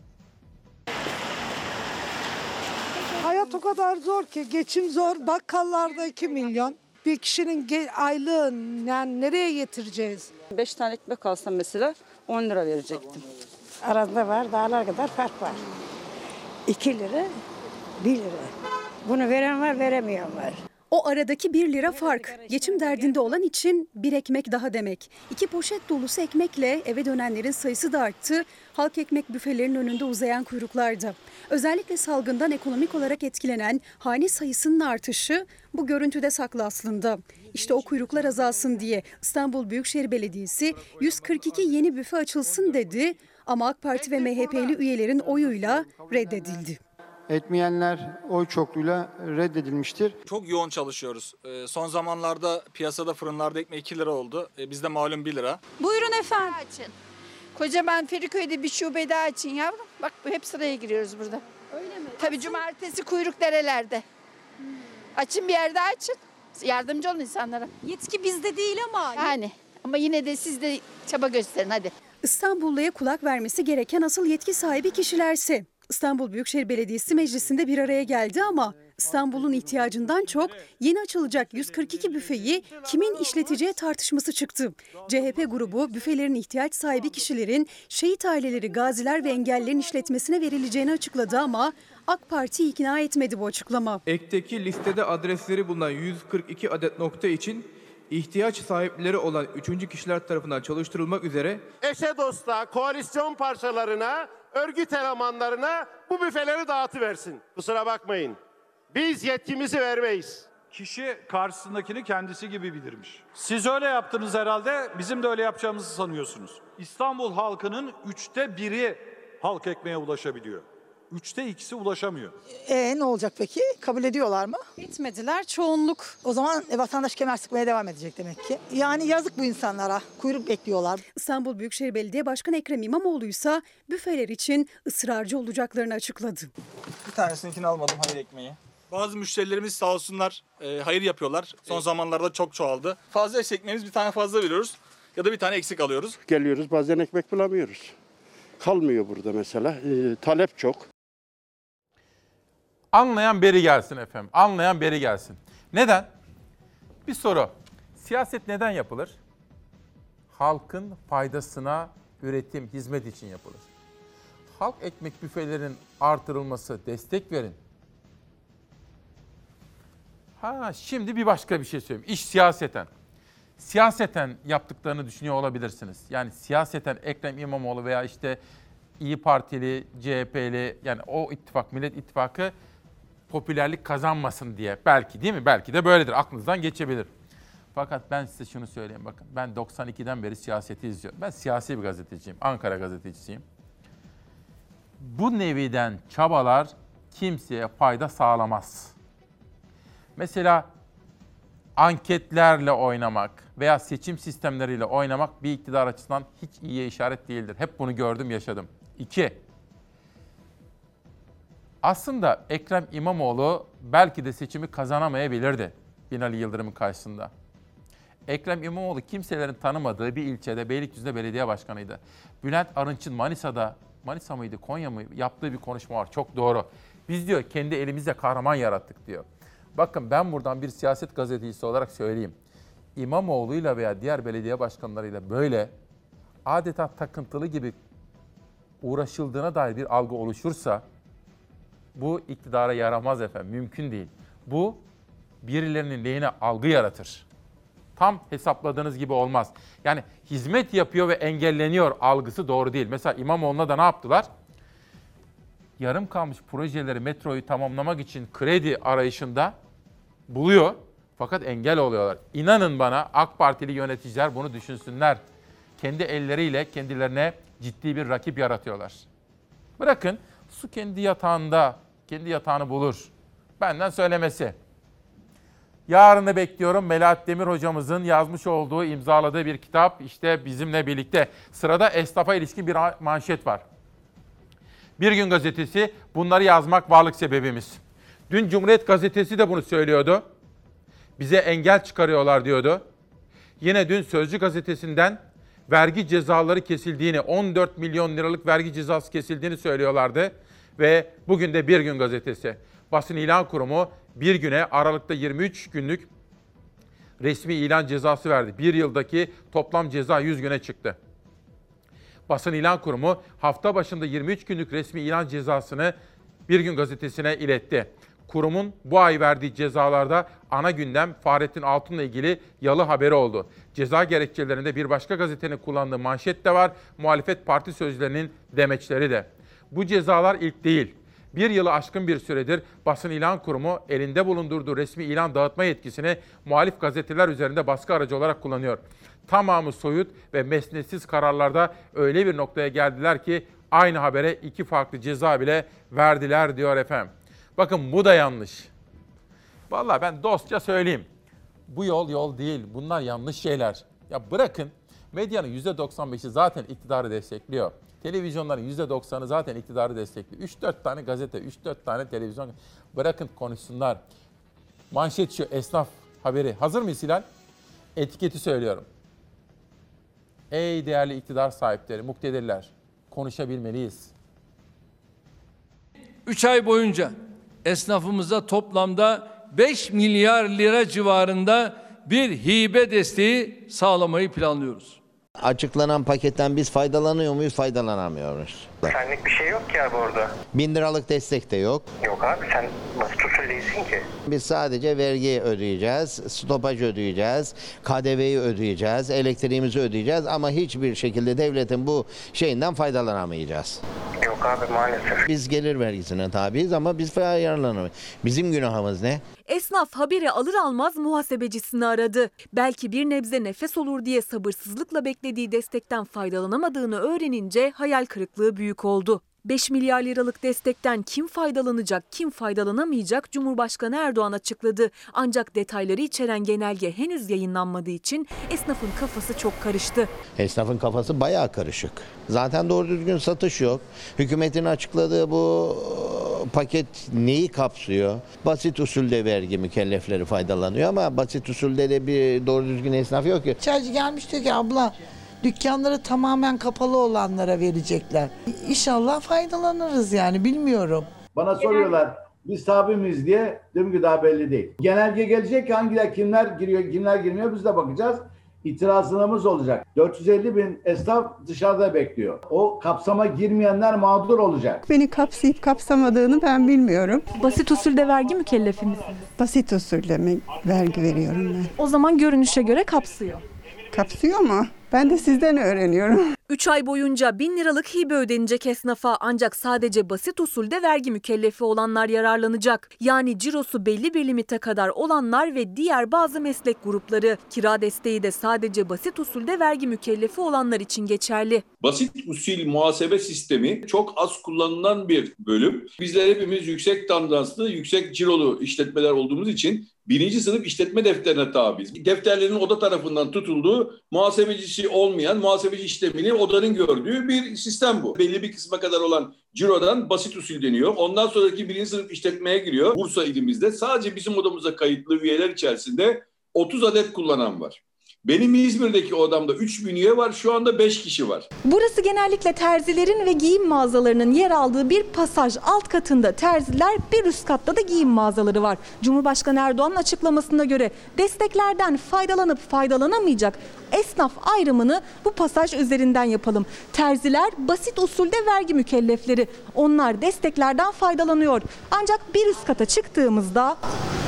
Hayat o kadar zor ki, geçim zor. Bakkallarda iki milyon. Bir kişinin ge- aylığını yani nereye getireceğiz?
Beş tane ekmek alsam mesela on lira verecektim.
Arada var, dağlar kadar fark var. iki lira, bir lira. Bunu veren var, veremeyen var.
O aradaki bir lira fark, geçim derdinde olan için bir ekmek daha demek. İki poşet dolusu ekmekle eve dönenlerin sayısı da arttı. Halk ekmek büfelerinin önünde uzayan kuyruklarda. Özellikle salgından ekonomik olarak etkilenen hane sayısının artışı bu görüntüde saklı aslında. İşte o kuyruklar azalsın diye İstanbul Büyükşehir Belediyesi yüz kırk iki yeni büfe açılsın dedi. Ama AK Parti ve M H P'li üyelerin oyuyla reddedildi.
Etmeyenler oy çokluğuyla reddedilmiştir.
Çok yoğun çalışıyoruz. Son zamanlarda piyasada fırınlarda ekmek iki lira oldu. Bizde malum bir lira.
Buyurun efendim. Açın. Kocaman Feriköy'de bir şube daha açın yavrum. Bak hep sıraya giriyoruz burada. Öyle mi? Tabii Açın. Cumartesi kuyruk derelerde. Hmm. Açın bir yerde açın. Yardımcı olun insanlara.
Yetki bizde değil ama.
Yani ama yine de siz de çaba gösterin hadi.
İstanbulluya kulak vermesi gereken asıl yetki sahibi kişilerse. İstanbul Büyükşehir Belediyesi meclisinde bir araya geldi ama İstanbul'un ihtiyacından çok yeni açılacak yüz kırk iki büfeyi kimin işleteceği tartışması çıktı. C H P grubu büfelerin ihtiyaç sahibi kişilerin, şehit aileleri, gaziler ve engellilerin işletmesine verileceğini açıkladı ama AK Parti ikna etmedi bu açıklama.
Ekteki listede adresleri bulunan yüz kırk iki adet nokta için ihtiyaç sahipleri olan üçüncü kişiler tarafından çalıştırılmak üzere
eşe dosta, koalisyon parçalarına, örgüt elemanlarına bu büfeleri dağıtıversin. Kusura bakmayın. Biz yetkimizi vermeyiz.
Kişi karşısındakini kendisi gibi bilirmiş. Siz öyle yaptınız herhalde, bizim de öyle yapacağımızı sanıyorsunuz. İstanbul halkının üçte biri halk ekmeğe ulaşabiliyor. Üçte ikisi ulaşamıyor.
Ee ne olacak peki? Kabul ediyorlar mı?
Etmediler. Çoğunluk.
O zaman e, vatandaş kemer sıkmaya devam edecek demek ki. Yani yazık bu insanlara. Kuyruk bekliyorlar.
İstanbul Büyükşehir Belediye Başkanı Ekrem İmamoğlu ise büfeler için ısrarcı olacaklarını açıkladı.
Bir tanesininkini almadım, hayır ekmeği. Bazı müşterilerimiz sağ olsunlar e, hayır yapıyorlar. Son evet. zamanlarda çok çoğaldı. Fazla ekmeğimiz bir tane fazla veriyoruz ya da bir tane eksik alıyoruz.
Geliyoruz bazen ekmek bulamıyoruz. Kalmıyor burada mesela. E, talep çok.
Anlayan beri gelsin efendim. Anlayan beri gelsin. Neden? Bir soru. Siyaset neden yapılır? Halkın faydasına üretim, hizmet için yapılır. Halk ekmek büfelerinin artırılması, destek verin. Ha, şimdi bir başka bir şey söyleyeyim. İş siyaseten. Siyaseten yaptıklarını düşünüyor olabilirsiniz. Yani siyaseten Ekrem İmamoğlu veya işte İyi Partili, C H P'li yani o ittifak, Millet İttifakı popülerlik kazanmasın diye. Belki değil mi? Belki de böyledir. Aklınızdan geçebilir. Fakat ben size şunu söyleyeyim. Bakın ben doksan ikiden beri siyaseti izliyorum. Ben siyasi bir gazeteciyim. Ankara gazetecisiyim. Bu neviden çabalar kimseye fayda sağlamaz. Mesela anketlerle oynamak veya seçim sistemleriyle oynamak bir iktidar açısından hiç iyiye işaret değildir. Hep bunu gördüm, yaşadım. İki, aslında Ekrem İmamoğlu belki de seçimi kazanamayabilirdi Binali Yıldırım'ın karşısında. Ekrem İmamoğlu kimselerin tanımadığı bir ilçede Beylikdüzü'nde belediye başkanıydı. Bülent Arınç'ın Manisa'da, Manisa mıydı, Konya mıydı yaptığı bir konuşma var. Çok doğru. Biz diyor kendi elimizle kahraman yarattık diyor. Bakın ben buradan bir siyaset gazetecisi olarak söyleyeyim. İmamoğlu'yla veya diğer belediye başkanlarıyla böyle adeta takıntılı gibi uğraşıldığına dair bir algı oluşursa bu iktidara yaramaz efendim. Mümkün değil. Bu birilerinin lehine algı yaratır. Tam hesapladığınız gibi olmaz. Yani hizmet yapıyor ve engelleniyor algısı doğru değil. Mesela İmamoğlu'na da ne yaptılar? Yarım kalmış projeleri, metroyu tamamlamak için kredi arayışında buluyor. Fakat engel oluyorlar. İnanın bana AK Partili yöneticiler bunu düşünsünler. Kendi elleriyle kendilerine ciddi bir rakip yaratıyorlar. Bırakın su kendi yatağında, kendi yatağını bulur. Benden söylemesi. Yarını bekliyorum. Melahat Demir hocamızın yazmış olduğu, imzaladığı bir kitap işte bizimle birlikte. Sırada esnafa ilişkin bir manşet var. Bir Gün Gazetesi, bunları yazmak varlık sebebimiz. Dün Cumhuriyet Gazetesi de bunu söylüyordu. Bize engel çıkarıyorlar diyordu. Yine dün Sözcü Gazetesi'nden vergi cezaları kesildiğini, on dört milyon liralık vergi cezası kesildiğini söylüyorlardı. Ve bugün de Bir Gün Gazetesi. Basın İlan Kurumu bir güne Aralık'ta yirmi üç günlük resmi ilan cezası verdi. Bir yıldaki toplam ceza yüz güne çıktı. Basın İlan Kurumu hafta başında yirmi üç günlük resmi ilan cezasını Bir Gün Gazetesi'ne iletti. Kurumun bu ay verdiği cezalarda ana gündem Fahrettin Altun'la ilgili yalı haberi oldu. Ceza gerekçelerinde bir başka gazetenin kullandığı manşet de var, muhalefet parti sözlerinin demeçleri de. Bu cezalar ilk değil. Bir yılı aşkın bir süredir Basın İlan Kurumu elinde bulundurduğu resmi ilan dağıtma yetkisini muhalif gazeteler üzerinde baskı aracı olarak kullanıyor. Tamamı soyut ve mesnetsiz kararlarda öyle bir noktaya geldiler ki aynı habere iki farklı ceza bile verdiler diyor efendim. Bakın bu da yanlış. Vallahi ben dostça söyleyeyim. Bu yol yol değil. Bunlar yanlış şeyler. Ya bırakın medyanın yüzde doksan beşi zaten iktidarı destekliyor. Televizyonların yüzde doksanı zaten iktidarı destekliyor. üç dört tane gazete, üç dört tane televizyon. Bırakın konuşsunlar. Manşet şu, esnaf haberi. Hazır mıyız Hilal? Etiketi söylüyorum. Ey değerli iktidar sahipleri, muktedirler. Konuşabilmeliyiz.
üç ay boyunca esnafımıza toplamda beş milyar lira civarında bir hibe desteği sağlamayı planlıyoruz.
Açıklanan paketten biz faydalanıyor muyuz, faydalanamıyoruz.
Senlik bir şey yok ki abi orada.
Bin liralık destek de yok.
Yok abi sen basit usul değilsin ki.
Biz sadece vergi ödeyeceğiz, stopaj ödeyeceğiz, K D V'yi ödeyeceğiz, elektriğimizi ödeyeceğiz ama hiçbir şekilde devletin bu şeyinden faydalanamayacağız.
Yok abi maalesef.
Biz gelir vergisine tabiiz ama biz yararlanamayız. Bizim günahımız ne?
Esnaf haberi alır almaz muhasebecisini aradı. Belki bir nebze nefes olur diye sabırsızlıkla beklediği destekten faydalanamadığını öğrenince hayal kırıklığı büyük oldu. beş milyar liralık destekten kim faydalanacak, kim faydalanamayacak Cumhurbaşkanı Erdoğan açıkladı. Ancak detayları içeren genelge henüz yayınlanmadığı için esnafın kafası çok karıştı.
Esnafın kafası bayağı karışık. Zaten doğru düzgün satış yok. Hükümetin açıkladığı bu paket neyi kapsıyor? Basit usulde vergi mükellefleri faydalanıyor ama basit usulde de bir doğru düzgün esnaf yok ki.
Çaycı gelmiş diyor ki abla dükkanları tamamen kapalı olanlara verecekler. İnşallah faydalanırız yani bilmiyorum.
Bana soruyorlar biz tabi miyiz diye, diyorum ki daha belli değil. Genelge gelecek, hangiler kimler giriyor kimler girmiyor biz de bakacağız. İtirazlarımız olacak. dört yüz elli bin esnaf dışarıda bekliyor. O kapsama girmeyenler mağdur olacak.
Beni kapsayıp kapsamadığını ben bilmiyorum.
Basit usulde vergi mükellefi misiniz?
Basit usulde mi vergi veriyorum ben?
O zaman görünüşe göre kapsıyor.
Kapsıyor mu? Ben de sizden öğreniyorum.
üç ay boyunca bin liralık hibe ödenecek esnafa ancak sadece basit usulde vergi mükellefi olanlar yararlanacak. Yani cirosu belli bir limite kadar olanlar ve diğer bazı meslek grupları. Kira desteği de sadece basit usulde vergi mükellefi olanlar için geçerli.
Basit usul muhasebe sistemi çok az kullanılan bir bölüm. Bizler hepimiz yüksek tandanslı, yüksek cirolu işletmeler olduğumuz için birinci sınıf işletme defterine tabiiz. Defterlerin oda tarafından tutulduğu, muhasebecisi olmayan, muhasebeci işlemini odanın gördüğü bir sistem bu. Belli bir kısma kadar olan cirodan basit usul deniyor. Ondan sonraki birinci sınıf işletmeye giriyor. Bursa ilimizde sadece bizim odamıza kayıtlı üyeler içerisinde otuz adet kullanan var. Benim İzmir'deki odamda üç bin üye var, şu anda beş kişi var.
Burası genellikle terzilerin ve giyim mağazalarının yer aldığı bir pasaj. Alt katında terziler, bir üst katta da giyim mağazaları var. Cumhurbaşkanı Erdoğan'ın açıklamasına göre desteklerden faydalanıp faydalanamayacak esnaf ayrımını bu pasaj üzerinden yapalım. Terziler basit usulde vergi mükellefleri. Onlar desteklerden faydalanıyor. Ancak bir üst kata çıktığımızda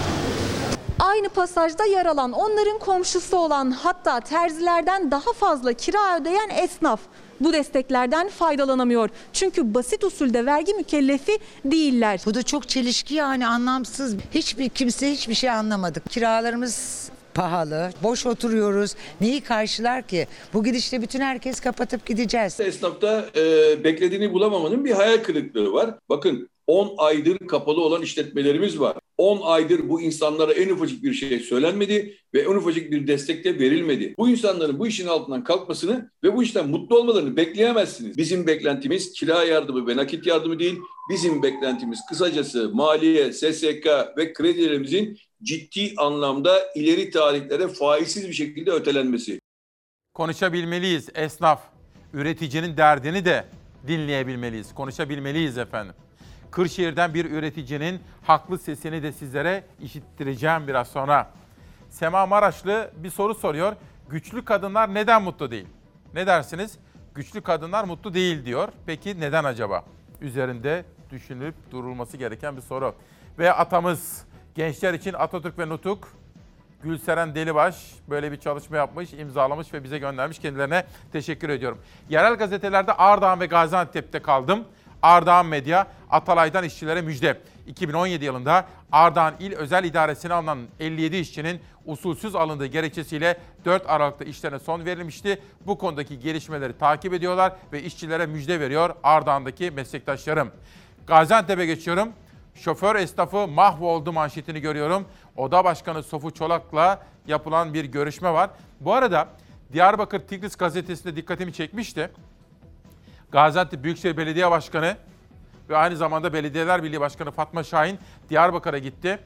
aynı pasajda yer alan, onların komşusu olan, hatta terzilerden daha fazla kira ödeyen esnaf bu desteklerden faydalanamıyor. Çünkü basit usulde vergi mükellefi değiller.
Bu da çok çelişki yani, anlamsız. Hiçbir kimse hiçbir şey anlamadık. Kiralarımız pahalı, boş oturuyoruz. Neyi karşılar ki? Bu gidişle bütün herkes kapatıp gideceğiz.
Esnafta e, beklediğini bulamamanın bir hayal kırıklığı var. Bakın on aydır kapalı olan işletmelerimiz var. on aydır bu insanlara en ufacık bir şey söylenmedi ve en ufacık bir destek de verilmedi. Bu insanların bu işin altından kalkmasını ve bu işten mutlu olmalarını bekleyemezsiniz. Bizim beklentimiz kira yardımı ve nakit yardımı değil. Bizim beklentimiz kısacası maliye, S S K ve kredilerimizin ciddi anlamda ileri tarihlere faizsiz bir şekilde ötelenmesi.
Konuşabilmeliyiz esnaf. Üreticinin derdini de dinleyebilmeliyiz. Konuşabilmeliyiz efendim. Kırşehir'den bir üreticinin haklı sesini de sizlere işittireceğim biraz sonra. Sema Maraşlı bir soru soruyor. Güçlü kadınlar neden mutlu değil? Ne dersiniz? Güçlü kadınlar mutlu değil diyor. Peki neden acaba? Üzerinde düşünülüp durulması gereken bir soru. Ve atamız, gençler için Atatürk ve Nutuk, Gülseren Delibaş böyle bir çalışma yapmış, imzalamış ve bize göndermiş. Kendilerine teşekkür ediyorum. Yerel gazetelerde Ardahan ve Gaziantep'te kaldım. Ardahan Medya, Atalay'dan işçilere müjde. iki bin on yedi yılında Ardahan İl Özel İdaresi'ne alınan elli yedi işçinin usulsüz alındığı gerekçesiyle dört Aralık'ta işlerine son verilmişti. Bu konudaki gelişmeleri takip ediyorlar ve işçilere müjde veriyor Ardahan'daki meslektaşlarım. Gaziantep'e geçiyorum. Şoför esnafı mahvoldu manşetini görüyorum. Oda Başkanı Sofu Çolak'la yapılan bir görüşme var. Bu arada Diyarbakır Tigris gazetesinde dikkatimi çekmişti. Gaziantep Büyükşehir Belediye Başkanı ve aynı zamanda Belediyeler Birliği Başkanı Fatma Şahin Diyarbakır'a gitti.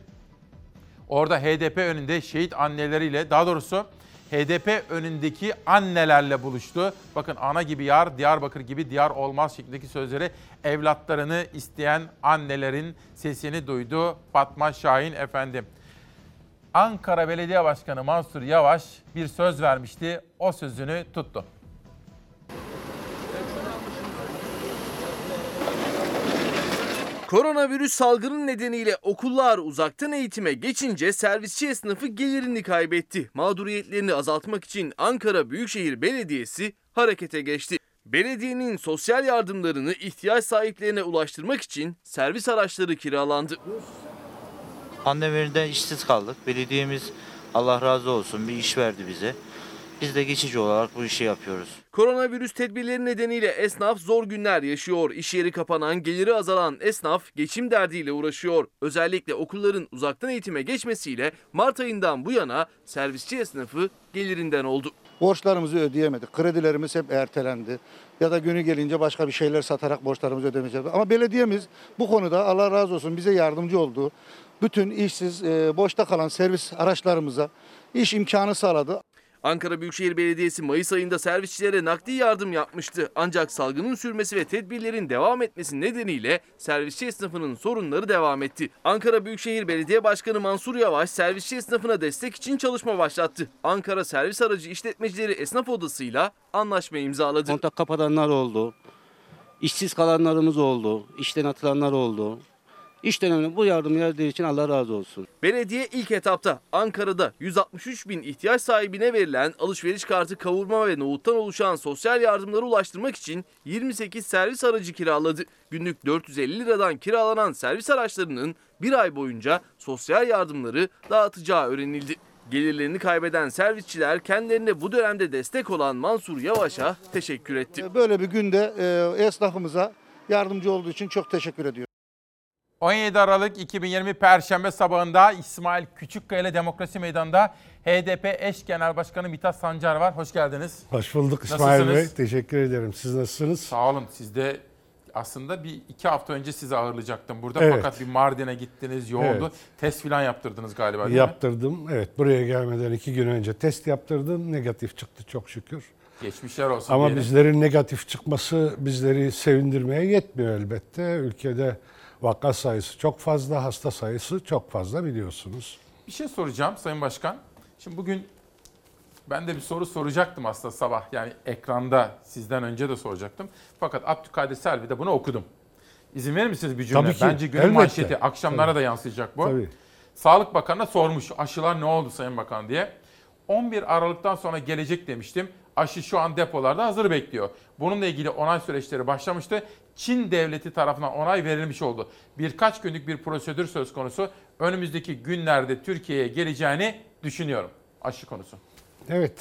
Orada H D P önünde şehit anneleriyle, daha doğrusu H D P önündeki annelerle buluştu. Bakın ana gibi yar, Diyarbakır gibi diyar olmaz şeklindeki sözleri evlatlarını isteyen annelerin sesini duydu Fatma Şahin efendim. Ankara Belediye Başkanı Mansur Yavaş bir söz vermişti, o sözünü tuttu.
Koronavirüs salgını nedeniyle okullar uzaktan eğitime geçince servisçi esnafı gelirini kaybetti. Mağduriyetlerini azaltmak için Ankara Büyükşehir Belediyesi harekete geçti. Belediyenin sosyal yardımlarını ihtiyaç sahiplerine ulaştırmak için servis araçları kiralandı.
Pandemide işsiz kaldık. Belediyemiz Allah razı olsun bir iş verdi bize. Biz de geçici olarak bu işi yapıyoruz.
Koronavirüs tedbirleri nedeniyle esnaf zor günler yaşıyor. İş yeri kapanan, geliri azalan esnaf geçim derdiyle uğraşıyor. Özellikle okulların uzaktan eğitime geçmesiyle Mart ayından bu yana servisçi esnafı gelirinden oldu.
Borçlarımızı ödeyemedik. Kredilerimiz hep ertelendi. Ya da günü gelince başka bir şeyler satarak borçlarımızı ödemeyeceğiz. Ama belediyemiz bu konuda Allah razı olsun bize yardımcı oldu. Bütün işsiz, boşta kalan servis araçlarımıza iş imkanı sağladı.
Ankara Büyükşehir Belediyesi Mayıs ayında servisçilere nakdi yardım yapmıştı. Ancak salgının sürmesi ve tedbirlerin devam etmesi nedeniyle servisçi esnafının sorunları devam etti. Ankara Büyükşehir Belediye Başkanı Mansur Yavaş servisçi esnafına destek için çalışma başlattı. Ankara Servis Aracı İşletmecileri Esnaf Odası'yla anlaşma imzaladı.
Kontak kapatanlar oldu, işsiz kalanlarımız oldu, işten atılanlar oldu. İş döneminde bu yardım geldiği için Allah razı olsun.
Belediye ilk etapta Ankara'da yüz altmış üç bin ihtiyaç sahibine verilen alışveriş kartı, kavurma ve nohuttan oluşan sosyal yardımları ulaştırmak için yirmi sekiz servis aracı kiraladı. Günlük dört yüz elli liradan kiralanan servis araçlarının bir ay boyunca sosyal yardımları dağıtacağı öğrenildi. Gelirlerini kaybeden servisçiler kendilerine bu dönemde destek olan Mansur Yavaş'a teşekkür etti.
Böyle bir günde e, esnafımıza yardımcı olduğu için çok teşekkür ediyorum.
on yedi Aralık iki bin yirmi Perşembe sabahında İsmail Küçükkaya ile Demokrasi Meydanı'nda H D P eş genel başkanı Mithat Sancar var. Hoş geldiniz.
Hoş bulduk İsmail Bey. Teşekkür ederim. Siz nasılsınız?
Sağ olun. Siz de aslında bir iki hafta önce sizi ağırlayacaktım burada.
Evet.
Fakat bir Mardin'e gittiniz, yoğundu. Evet. Test falan yaptırdınız galiba değil
Yaptırdım.
mi?
Evet. Buraya gelmeden iki gün önce test yaptırdım. Negatif çıktı çok şükür.
Geçmişler olsun
Ama
diyelim.
bizlerin negatif çıkması bizleri sevindirmeye yetmiyor elbette. Ülkede vaka sayısı çok fazla, hasta sayısı çok fazla biliyorsunuz.
Bir şey soracağım Sayın Başkan. Şimdi bugün ben de bir soru soracaktım aslında sabah. Yani ekranda sizden önce de soracaktım. Fakat Abdülkadir Selvi'de bunu okudum. İzin verir misiniz bir cümle?
Tabii ki,
Bence günün
elbette.
manşeti. Akşamlara
Tabii.
da yansıyacak bu.
Tabii.
Sağlık Bakanı'na sormuş aşılar ne oldu Sayın Bakan diye. on bir Aralık'tan sonra gelecek demiştim. Aşı şu an depolarda hazır bekliyor. Bununla ilgili onay süreçleri başlamıştı. Çin devleti tarafından onay verilmiş oldu. Birkaç günlük bir prosedür söz konusu. Önümüzdeki günlerde Türkiye'ye geleceğini düşünüyorum. Aşı konusu.
Evet.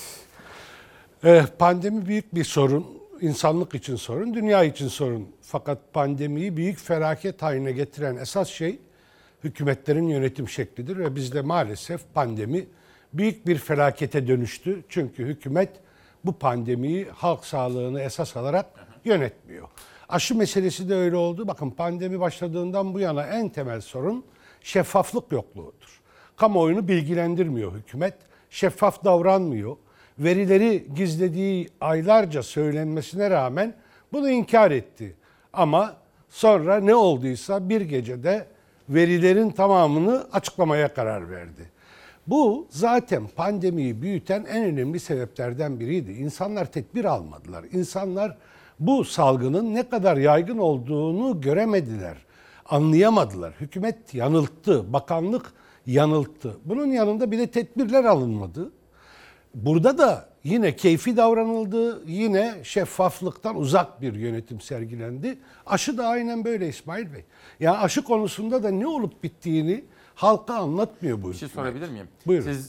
Ee, pandemi büyük bir sorun. İnsanlık için sorun, dünya için sorun. Fakat pandemiyi büyük felaket haline getiren esas şey hükümetlerin yönetim şeklidir ve bizde maalesef pandemi büyük bir felakete dönüştü. Çünkü hükümet bu pandemiyi halk sağlığını esas alarak yönetmiyor. Aşı meselesi de öyle oldu. Bakın pandemi başladığından bu yana en temel sorun şeffaflık yokluğudur. Kamuoyunu bilgilendirmiyor hükümet, şeffaf davranmıyor. Verileri gizlediği aylarca söylenmesine rağmen bunu inkar etti. Ama sonra ne olduysa bir gecede verilerin tamamını açıklamaya karar verdi. Bu zaten pandemiyi büyüten en önemli sebeplerden biriydi. İnsanlar tedbir almadılar. İnsanlar bu salgının ne kadar yaygın olduğunu göremediler, anlayamadılar. Hükümet yanılttı, bakanlık yanılttı. Bunun yanında bir de tedbirler alınmadı. Burada da yine keyfi davranıldı, yine şeffaflıktan uzak bir yönetim sergilendi. Aşı da aynen böyle İsmail Bey. Yani aşı konusunda da ne olup bittiğini halka anlatmıyor bu
Bir şey
hükümet.
sorabilir miyim?
Buyurun.
Siz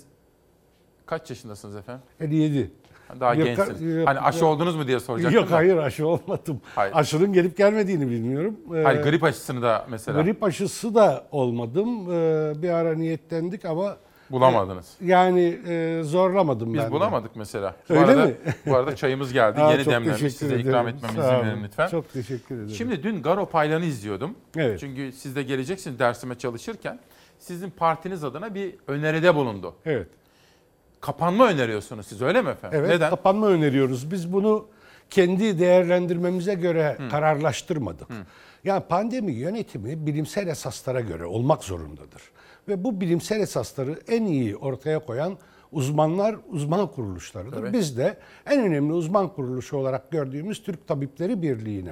kaç yaşındasınız efendim?
elli yedi.
Daha
Yok,
gençsiniz.
yok,
Hani aşı
yok.
oldunuz mu diye soracaktım.
Yok
da.
hayır aşı olmadım.
Hayır.
Aşının gelip gelmediğini bilmiyorum.
Hayır,
Ee,
grip aşısını da mesela.
Grip aşısı da olmadım. Ee, bir ara niyetlendik ama
Bulamadınız.
e, yani e, zorlamadım
Biz
ben de.
bulamadık mesela. Bu
Öyle
arada,
mi?
Bu arada çayımız geldi.
Aa,
Yeni
çok
demlenmiş.
teşekkür
Size
ederim.
ikram etmeme
Sağ
izin
olun.
verin lütfen.
Çok teşekkür ederim.
Şimdi dün Garo Paylan'ı izliyordum.
Evet.
Çünkü siz de geleceksiniz dersime çalışırken. Sizin partiniz adına bir öneride bulundu.
Evet.
Kapanma öneriyorsunuz siz öyle mi efendim?
Evet,
Neden?
kapanma öneriyoruz. Biz bunu kendi değerlendirmemize göre
Hı.
kararlaştırmadık.
Hı.
Yani pandemi yönetimi bilimsel esaslara göre olmak zorundadır. Ve bu bilimsel esasları en iyi ortaya koyan uzmanlar, uzman kuruluşlarıdır.
Tabii.
Biz de en önemli uzman kuruluşu olarak gördüğümüz Türk Tabipleri Birliği'ne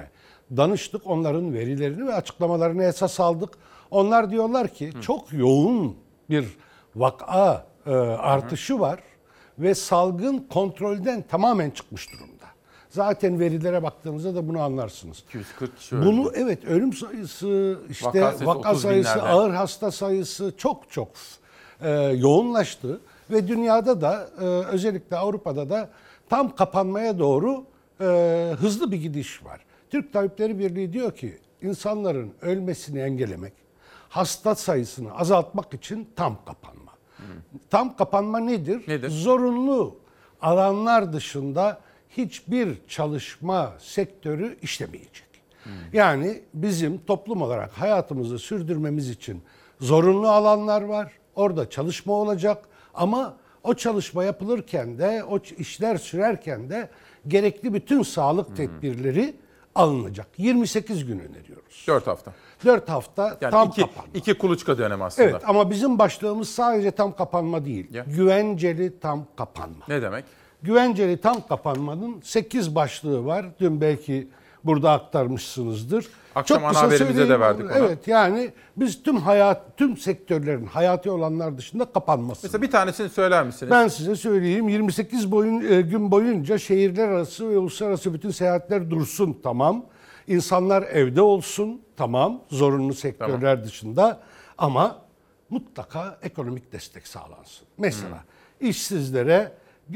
danıştık. Onların verilerini ve açıklamalarını esas aldık. Onlar diyorlar ki Hı. çok yoğun bir vaka e, artışı Hı. var ve salgın kontrolden tamamen çıkmış durumda. Zaten verilere baktığınızda da bunu anlarsınız.
iki yüz kırk kişi öldü.
Bunu evet ölüm sayısı, işte vaka sayısı, vaka sayısı ağır hasta sayısı çok çok e, yoğunlaştı ve dünyada da e, özellikle Avrupa'da da tam kapanmaya doğru e, hızlı bir gidiş var. Türk Tabipleri Birliği diyor ki insanların ölmesini engellemek, hasta sayısını azaltmak için tam kapanma. Hmm. Tam kapanma nedir?
Nedir?
Zorunlu alanlar dışında hiçbir çalışma sektörü işlemeyecek. Hmm. Yani bizim toplum olarak hayatımızı sürdürmemiz için zorunlu alanlar var. Orada çalışma olacak ama o çalışma yapılırken de, o işler sürerken de gerekli bütün sağlık hmm. tedbirleri alınacak. yirmi sekiz gün öneriyoruz.
dört hafta.
dört hafta
yani
tam
iki,
kapanma.
iki kuluçka dönem aslında.
Evet ama bizim başlığımız sadece tam kapanma değil. Ya. Güvenceli tam kapanma.
Ne demek?
Güvenceli tam kapanmanın sekiz başlığı var. Dün belki burada aktarmışsınızdır.
Akşam
Çok
ana haberimize de verdik onu.
Evet yani biz tüm hayat, tüm sektörlerin hayati olanlar dışında kapanması.
Mesela bir tanesini söyler misiniz?
Ben size söyleyeyim. yirmi sekiz boyun, e, gün boyunca şehirler arası ve uluslararası bütün seyahatler dursun, tamam. İnsanlar evde olsun, tamam. Zorunlu sektörler tamam. dışında ama mutlaka ekonomik destek sağlansın. Mesela hmm. işsizlere e,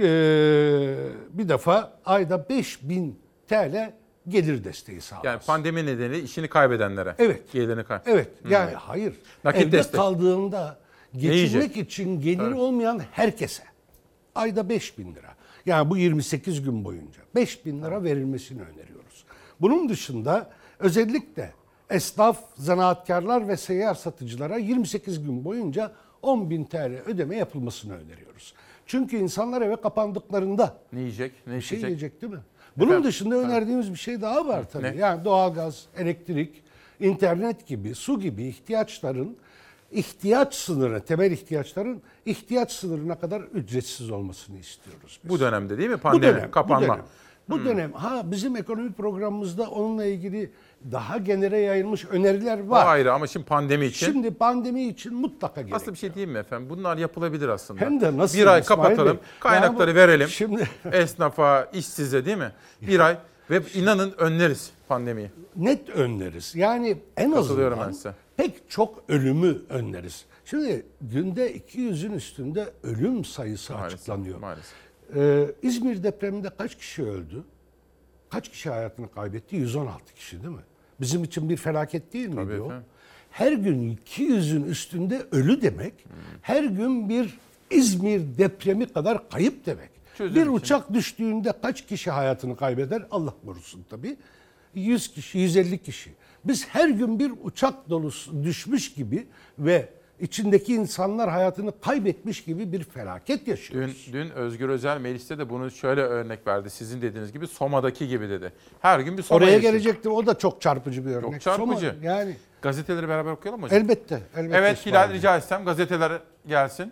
bir defa ayda beş bin T L gelir desteği sağlansın.
Yani pandemi nedeniyle işini kaybedenlere.
Evet.
Gelirini kay-
Evet. Yani
hmm.
hayır.
Nakit
Evde
destek.
kaldığında geçinmek için geliri
evet.
olmayan herkese ayda beş bin lira. Yani bu yirmi sekiz gün boyunca beş bin lira verilmesini öneriyoruz. Bunun dışında özellikle esnaf, zanaatkarlar ve seyyar satıcılara yirmi sekiz gün boyunca on bin T L ödeme yapılmasını öneriyoruz. Çünkü insanlar eve kapandıklarında
ne yiyecek, ne
bir şey
içecek?
yiyecek değil mi? Bunun
Efendim?
dışında önerdiğimiz bir şey daha var tabii.
Ne?
Yani doğalgaz, elektrik, internet gibi, su gibi ihtiyaçların ihtiyaç sınırı, temel ihtiyaçların ihtiyaç sınırına kadar ücretsiz olmasını istiyoruz biz.
Bu dönemde değil mi? Pandemi,
bu dönem,
kapanma.
Bu dönem. Bu
hmm.
dönem ha bizim ekonomik programımızda onunla ilgili daha genele yayılmış öneriler var.
O ayrı ama şimdi pandemi için.
Şimdi pandemi için mutlaka gerekiyor.
Aslında bir şey diyeyim mi efendim? Bunlar yapılabilir aslında.
Hem de nasıl?
Bir ay
İsmail
kapatalım,
Bey?
kaynakları
bu,
verelim.
Şimdi
esnafa, işsize değil mi? Bir ay ve inanın önleriz pandemiyi.
Net önleriz. Yani en azından pek çok ölümü önleriz. Şimdi günde iki yüzün üstünde ölüm sayısı maalesef, açıklanıyor. Maalesef. Ee, İzmir depreminde kaç kişi öldü? Kaç kişi hayatını kaybetti? yüz on altı kişi değil mi? Bizim için bir felaket değil miydi Tabii o? Efendim. Her gün iki yüzün üstünde ölü demek, hmm. her gün bir İzmir depremi kadar kayıp demek. Çözüm bir için. Uçak düştüğünde kaç kişi hayatını kaybeder? Allah korusun tabii. yüz kişi, yüz elli kişi. Biz her gün bir uçak dolusu düşmüş gibi ve içindeki insanlar hayatını kaybetmiş gibi bir felaket yaşıyoruz.
Dün, dün Özgür Özel mecliste de bunu şöyle örnek verdi. Sizin dediğiniz gibi Soma'daki gibi dedi. Her gün bir Soma
Oraya
yaşıyor.
gelecektim. O da çok çarpıcı bir örnek.
Çok çarpıcı.
Soma, yani.
Gazeteleri beraber okuyalım mı hocam?
Elbette. elbette
evet Hilal rica etsem gazeteler gelsin.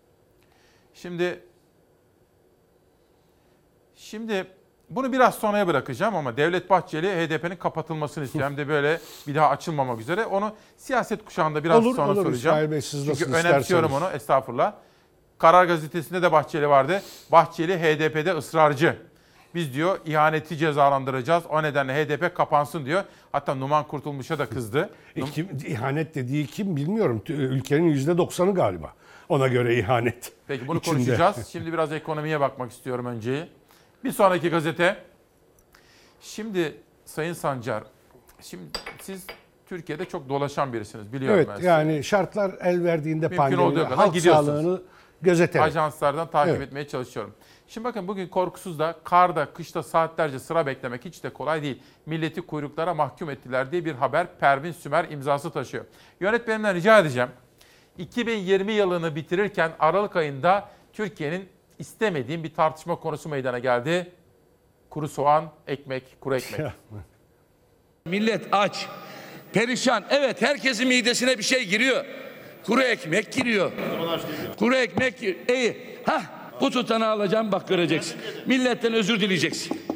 Şimdi Şimdi bunu biraz sonraya bırakacağım ama Devlet Bahçeli H D P'nin kapatılmasını istiyor. Hem de böyle bir daha açılmamak üzere. Onu siyaset kuşağında biraz
olur,
sonra
olur,
soracağım.
Bey, siz
Çünkü önemsiyorum isterseniz. Onu. Estağfurullah. Karar Gazetesi'nde de Bahçeli vardı. Bahçeli H D P'de ısrarcı. Biz diyor ihaneti cezalandıracağız. O nedenle H D P kapansın diyor. Hatta Numan Kurtulmuş'a da kızdı.
E, kim, ihanet dediği kim bilmiyorum. Ülkenin yüzde doksanı galiba. Ona göre ihanet.
Peki bunu
içinde.
konuşacağız. Şimdi biraz ekonomiye bakmak istiyorum önce. Bir sonraki gazete. Şimdi Sayın Sancar, şimdi siz Türkiye'de çok dolaşan birisiniz biliyorum
evet,
ben
size. Yani şartlar el verdiğinde
pandemi,
halk sağlığını gözeterek.
Ajanslardan takip
evet.
etmeye çalışıyorum. Şimdi bakın bugün korkusuz da karda, kışta saatlerce sıra beklemek hiç de kolay değil. Milleti kuyruklara mahkum ettiler diye bir haber Pervin Sümer imzası taşıyor. Yönetmenimden rica edeceğim. iki bin yirmi yılını bitirirken Aralık ayında Türkiye'nin istemediğim bir tartışma konusu meydana geldi. Kuru soğan, ekmek, kuru ekmek.
Millet aç, perişan. Evet, herkesin midesine bir şey giriyor. Kuru ekmek giriyor. Kuru ekmek giriyor. İyi. Hah, bu tutanağı alacağım bak göreceksin. Milletten özür dileyeceksin.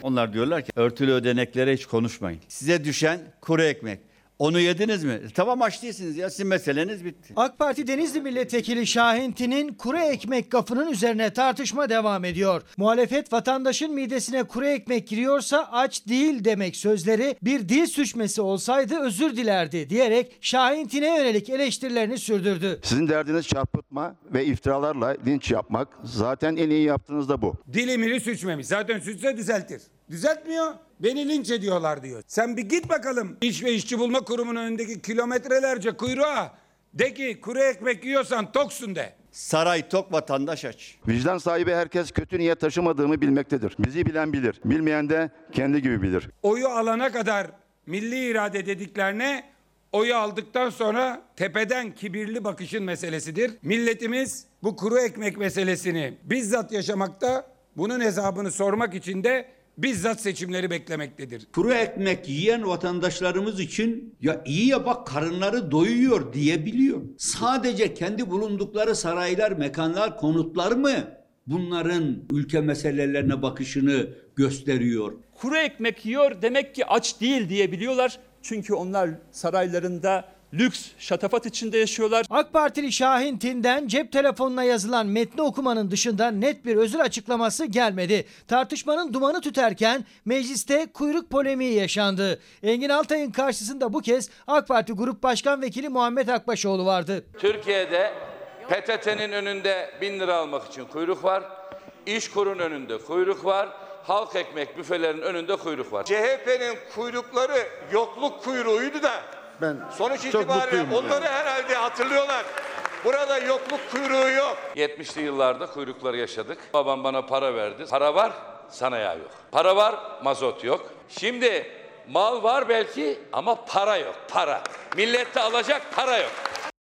Onlar diyorlar ki örtülü ödeneklere hiç konuşmayın. Size düşen kuru ekmek. Onu yediniz mi? Tamam aç değilsiniz ya, sizin meseleniz bitti.
AK Parti Denizli Milletvekili Şahintin'in kuru ekmek gafının üzerine tartışma devam ediyor. Muhalefet vatandaşın midesine kuru ekmek giriyorsa aç değil demek sözleri bir dil suçması olsaydı özür dilerdi diyerek Şahintin'e yönelik eleştirilerini sürdürdü.
Sizin derdiniz çarpıtma ve iftiralarla linç yapmak. Zaten en iyi yaptığınız da bu.
Dilimini suçmamış. Zaten suçsa düzeltir. Düzeltmiyor. Beni linç ediyorlar diyor. Sen bir git bakalım İş ve İşçi Bulma Kurumu'nun önündeki kilometrelerce kuyruğa. De ki kuru ekmek yiyorsan toksun de.
Saray tok, vatandaş aç.
Vicdan sahibi herkes kötü niyet taşımadığımı bilmektedir. Bizi bilen bilir. Bilmeyen de kendi gibi bilir.
Oyu alana kadar milli irade dediklerine oyu aldıktan sonra tepeden kibirli bakışın meselesidir. Milletimiz bu kuru ekmek meselesini bizzat yaşamakta, bunun hesabını sormak için de bizzat seçimleri beklemektedir.
Kuru ekmek yiyen vatandaşlarımız için ya iyi ya bak karınları doyuyor diyebiliyor. Sadece kendi bulundukları saraylar, mekanlar, konutlar mı bunların ülke meselelerine bakışını gösteriyor?
Kuru ekmek yiyor demek ki aç değil diyebiliyorlar. Çünkü onlar saraylarında lüks, şatafat içinde yaşıyorlar.
AK Partili Şahintin'den cep telefonuna yazılan metni okumanın dışında net bir özür açıklaması gelmedi. Tartışmanın dumanı tüterken mecliste kuyruk polemiği yaşandı. Engin Altay'ın karşısında bu kez AK Parti Grup Başkan Vekili Muhammed Akbaşoğlu vardı.
Türkiye'de P T T'nin önünde bin lira almak için kuyruk var. İşkur'un önünde kuyruk var. Halk ekmek büfelerinin önünde kuyruk var.
C H P'nin kuyrukları yokluk kuyruğuydu da
ben
sonuç itibariyle onları yani. Herhalde hatırlıyorlar. Burada yokluk kuyruğu yok.
yetmişli yıllarda kuyrukları yaşadık. Babam bana para verdi. Para var, sanayi yok. Para var, mazot yok. Şimdi mal var belki ama para yok. Para. Millette alacak para yok.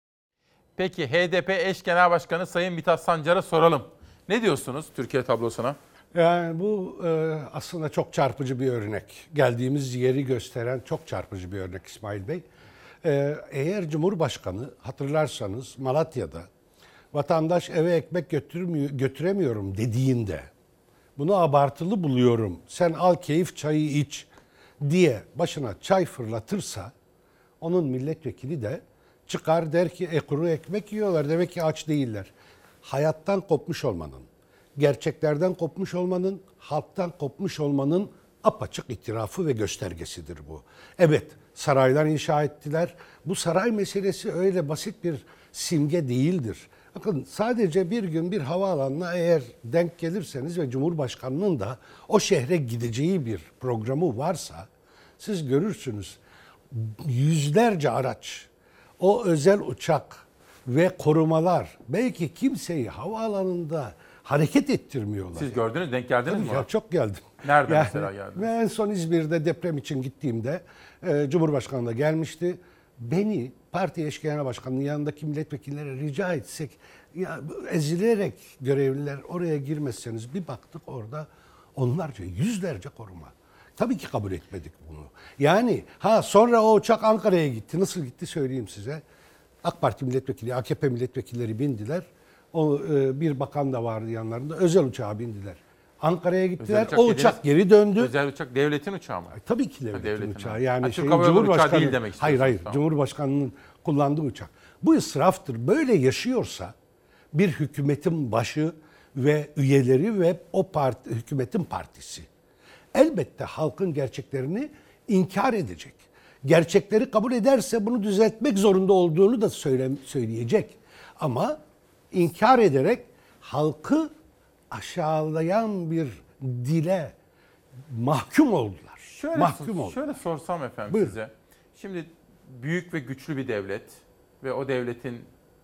Peki H D P eş genel başkanı Sayın Mithat Sancar'a soralım. Ne diyorsunuz Türkiye tablosuna?
Yani bu e, aslında çok çarpıcı bir örnek. Geldiğimiz yeri gösteren çok çarpıcı bir örnek İsmail Bey. E, eğer Cumhurbaşkanı hatırlarsanız Malatya'da vatandaş eve ekmek götürmüyor, götüremiyorum dediğinde bunu abartılı buluyorum, sen al keyif çayı iç diye başına çay fırlatırsa onun milletvekili de çıkar der ki e, kuru ekmek yiyorlar demek ki aç değiller. Hayattan kopmuş olmanın, gerçeklerden kopmuş olmanın, halktan kopmuş olmanın apaçık itirafı ve göstergesidir bu. Evet, saraylar inşa ettiler. Bu saray meselesi öyle basit bir simge değildir. Bakın sadece bir gün bir havaalanına eğer denk gelirseniz ve Cumhurbaşkanı'nın da o şehre gideceği bir programı varsa siz görürsünüz yüzlerce araç, o özel uçak ve korumalar belki kimseyi havaalanında hareket ettirmiyorlar.
Siz gördünüz, denk geldiniz mi?
Ya, çok geldim.
Nerede
yani,
mesela geldiniz?
Ve en son İzmir'de deprem için gittiğimde e, Cumhurbaşkanı da gelmişti. Beni parti eş genel başkanının yanındaki milletvekillere rica etsek, ya ezilerek görevliler oraya girmezseniz bir baktık orada onlarca, yüzlerce koruma. Tabii ki kabul etmedik bunu. Yani ha sonra o uçak Ankara'ya gitti. Nasıl gitti söyleyeyim size. AK Parti milletvekili, A K P milletvekilleri bindiler. O e, bir bakan da vardı yanlarında. Özel uçağa bindiler. Ankara'ya gittiler. Uçak o uçak geri döndü.
Özel uçak devletin uçağı mı?
Tabii ki devletin, devletin uçağı. Yani
ha,
şey,
Cumhurbaşkanı değil demek istiyorsunuz.
Hayır hayır.
Tamam.
Cumhurbaşkanının kullandığı uçak. Bu israftır. Böyle yaşıyorsa bir hükümetin başı ve üyeleri ve o parti, hükümetin partisi elbette halkın gerçeklerini inkar edecek. Gerçekleri kabul ederse bunu düzeltmek zorunda olduğunu da söyle, söyleyecek. Ama inkar ederek halkı aşağılayan bir dile mahkum oldular.
Şöyle,
mahkum oldular.
Şöyle sorsam efendim
Buyurun.
size. Şimdi büyük ve güçlü bir devlet ve o devletin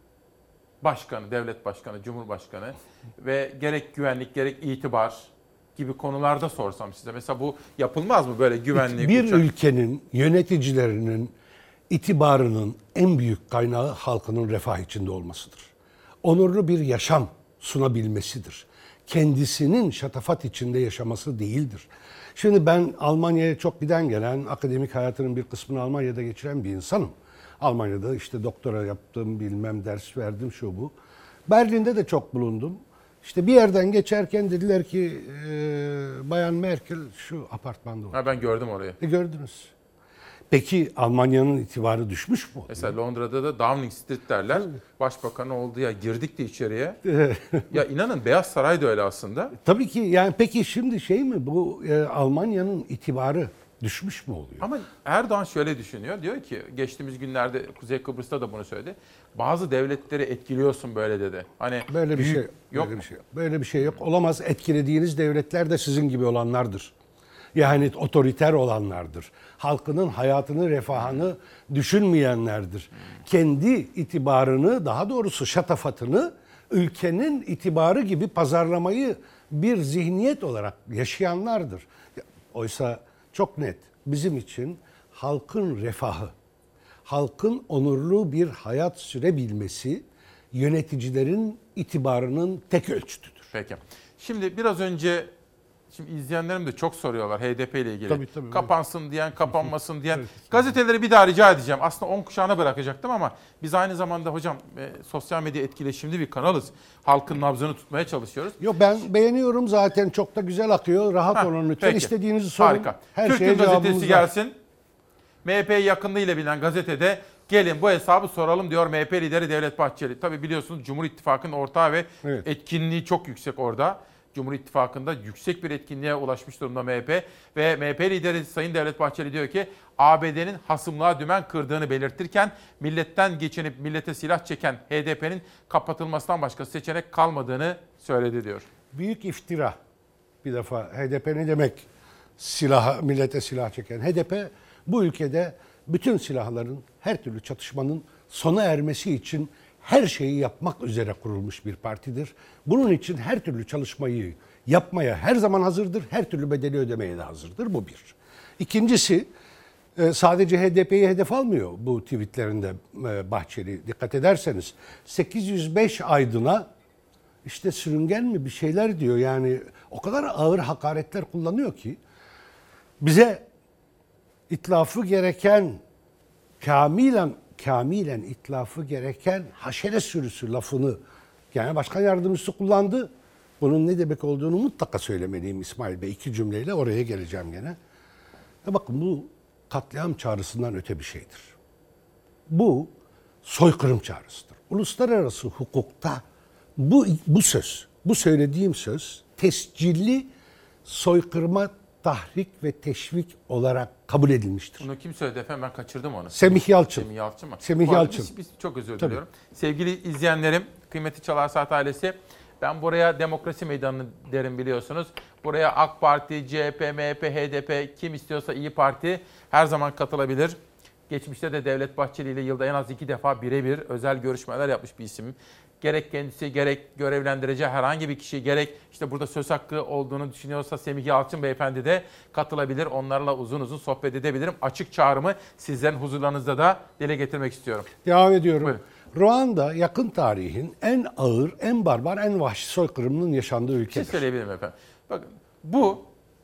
başkanı, devlet başkanı, cumhurbaşkanı ve gerek güvenlik gerek itibar gibi konularda sorsam size. Mesela bu yapılmaz mı böyle güvenlik?
Bir
uçak...
ülkenin yöneticilerinin itibarının en büyük kaynağı halkının refah içinde olmasıdır. Onurlu bir yaşam sunabilmesidir. Kendisinin şatafat içinde yaşaması değildir. Şimdi ben Almanya'ya çok giden gelen, akademik hayatının bir kısmını Almanya'da geçiren bir insanım. Almanya'da işte doktora yaptım, bilmem ders verdim, şu bu. Berlin'de de çok bulundum. İşte bir yerden geçerken dediler ki e, Bayan Merkel şu apartmanda oldu.
Ha, ben gördüm orayı.
E, gördünüz. Peki Almanya'nın itibarı düşmüş mü?
Mesela Londra'da da Downing Street derler. Başbakan oldu ya, girdik de içeriye. Ya inanın Beyaz Saray da öyle aslında.
Tabii ki yani peki şimdi şey mi bu e, Almanya'nın itibarı düşmüş mü oluyor?
Ama Erdoğan şöyle düşünüyor. Diyor ki geçtiğimiz günlerde Kuzey Kıbrıs'ta da bunu söyledi. Bazı devletleri etkiliyorsun böyle dedi. Hani
Böyle bir
büyük-
şey
yok.
Böyle bir şey yok. Böyle bir şey yok. Olamaz. Etkilediğiniz devletler de sizin gibi olanlardır. Yani otoriter olanlardır. Halkının hayatını, refahını düşünmeyenlerdir. Kendi itibarını, daha doğrusu şatafatını ülkenin itibarı gibi pazarlamayı bir zihniyet olarak yaşayanlardır. Oysa çok net bizim için halkın refahı, halkın onurlu bir hayat sürebilmesi yöneticilerin itibarının tek ölçütüdür.
Peki. Şimdi biraz önce şimdi izleyenlerim de çok soruyorlar H D P ile ilgili.
Tabii, tabii,
Kapansın diyen, kapanmasın diyen. Gazeteleri bir daha rica edeceğim. Aslında on kuşağına bırakacaktım ama biz aynı zamanda hocam e, sosyal medya etkileşimli bir kanalız. Halkın nabzını tutmaya çalışıyoruz.
Yok ben beğeniyorum zaten çok da güzel akıyor. Rahat
Heh,
olun lütfen.
peki.
İstediğinizi sorun.
Harika.
Her
Türk
şeye
Gün Gazetesi
cevabımız var.
gelsin. M H P yakınlığıyla bilinen gazetede gelin bu hesabı soralım diyor M H P lideri Devlet Bahçeli. Tabii biliyorsunuz Cumhur İttifakı'nın ortağı ve
Evet.
etkinliği çok yüksek orada. Cumhur İttifakı'nda yüksek bir etkinliğe ulaşmış durumda M H P. Ve M H P lideri Sayın Devlet Bahçeli diyor ki A B D'nin hasımlığa dümen kırdığını belirtirken milletten geçinip millete silah çeken H D P'nin kapatılmasından başka seçenek kalmadığını söyledi diyor.
Büyük iftira. Bir defa H D P ne demek? Silah, millete silah çeken. H D P bu ülkede bütün silahların, her türlü çatışmanın sona ermesi için her şeyi yapmak üzere kurulmuş bir partidir. Bunun için her türlü çalışmayı yapmaya her zaman hazırdır. Her türlü bedeli ödemeye de hazırdır. Bu bir. İkincisi sadece H D P'yi hedef almıyor bu tweetlerinde Bahçeli. Dikkat ederseniz sekiz yüz beş aydına işte sürüngen mi bir şeyler diyor. Yani o kadar ağır hakaretler kullanıyor ki bize itlafı gereken kamilen kamilen itlafı gereken haşere sürüsü lafını Genel Başkan Yardımcısı kullandı. Bunun ne demek olduğunu mutlaka söylemeliyim İsmail Bey. İki cümleyle oraya geleceğim gene. Ya bakın bu katliam çağrısından öte bir şeydir. Bu soykırım çağrısıdır. Uluslararası hukukta bu, bu söz, bu söylediğim söz tescilli soykırıma tahrik ve teşvik olarak kabul edilmiştir.
Bunu kim söyledi efendim, ben kaçırdım onu.
Semih Yalçın.
Semih Yalçın mı?
Semih
Bu arada
Yalçın.
Biz, biz çok özür
Tabii.
diliyorum. Sevgili izleyenlerim, kıymetli Çalar Saat ailesi, ben buraya demokrasi meydanı derim biliyorsunuz. Buraya AK Parti, C H P, M H P, H D P, kim istiyorsa İyi Parti her zaman katılabilir. Geçmişte de Devlet Bahçeli ile yılda en az iki defa birebir özel görüşmeler yapmış bir isim. Gerek kendisi, gerek görevlendireceği herhangi bir kişi, gerek işte burada söz hakkı olduğunu düşünüyorsa Semih Yalçın Beyefendi de katılabilir. Onlarla uzun uzun sohbet edebilirim. Açık çağrımı sizlerin huzurlarınızda da dile getirmek istiyorum.
Devam ediyorum.
Buyurun.
Ruanda yakın tarihin en ağır, en barbar, en vahşi soykırımının yaşandığı
Bir şey
ülkedir.
söyleyebilirim efendim. Bakın bu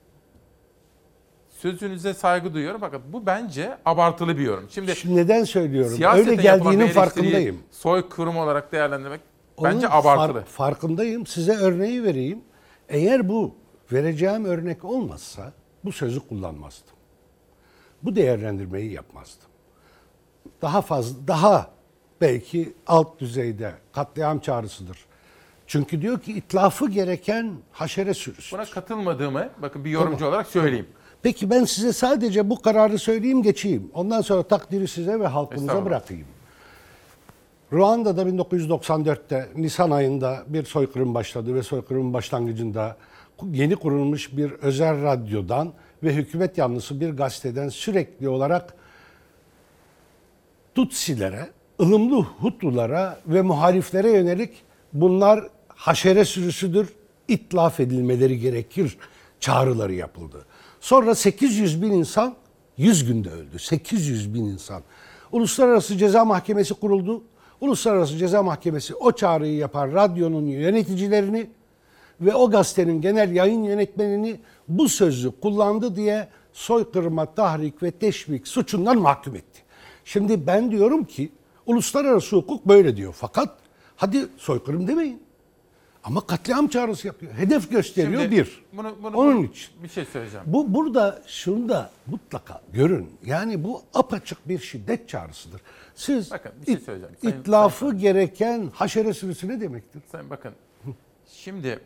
sözünüze saygı duyuyorum. Bakın bu bence abartılı bir yorum. Şimdi,
Şimdi neden söylüyorum?
siyaseten
Öyle
yapılan bir
geldiğinin
eleştiriyi
farkındayım.
soykırım olarak değerlendirmek
Onun
bence abartılı.
far- farkındayım. Size örneği vereyim. Eğer bu vereceğim örnek olmazsa bu sözü kullanmazdım. Bu değerlendirmeyi yapmazdım. Daha fazla, daha belki alt düzeyde katliam çağrısıdır. Çünkü diyor ki itlafı gereken haşere sürüsü.
Buna katılmadığımı bakın bir yorumcu
Tamam.
olarak söyleyeyim.
Peki ben size sadece bu kararı söyleyeyim, geçeyim. Ondan sonra takdiri size ve halkınıza
Estağfurullah.
bırakayım. Ruanda'da bin dokuz yüz doksan dörtte Nisan ayında bir soykırım başladı ve soykırımın başlangıcında yeni kurulmuş bir özel radyodan ve hükümet yanlısı bir gazeteden sürekli olarak Tutsilere, ılımlı Hutulara ve muhaliflere yönelik bunlar haşere sürüsüdür, itlaf edilmeleri gerekir çağrıları yapıldı. Sonra sekiz yüz bin insan yüz günde öldü. sekiz yüz bin insan. Uluslararası Ceza Mahkemesi kuruldu. Uluslararası Ceza Mahkemesi o çağrıyı yapan radyonun yöneticilerini ve o gazetenin genel yayın yönetmenini bu sözü kullandı diye soykırıma tahrik ve teşvik suçundan mahkum etti. Şimdi ben diyorum ki uluslararası hukuk böyle diyor. Fakat hadi soykırım demeyin. Ama katliam çağrısı yapıyor. Hedef gösteriyor
Şimdi
bir.
Bunu, bunu,
Onun
bunu-
için.
bir şey söyleyeceğim.
Bu burada şunu da mutlaka görün. Yani bu apaçık bir şiddet çağrısıdır. Siz
Bakın, bir şey
it-
söyleyeceğim. Sayın-
itlafı gereken haşere sürüsü ne demektir?
Sayın bakın, şimdi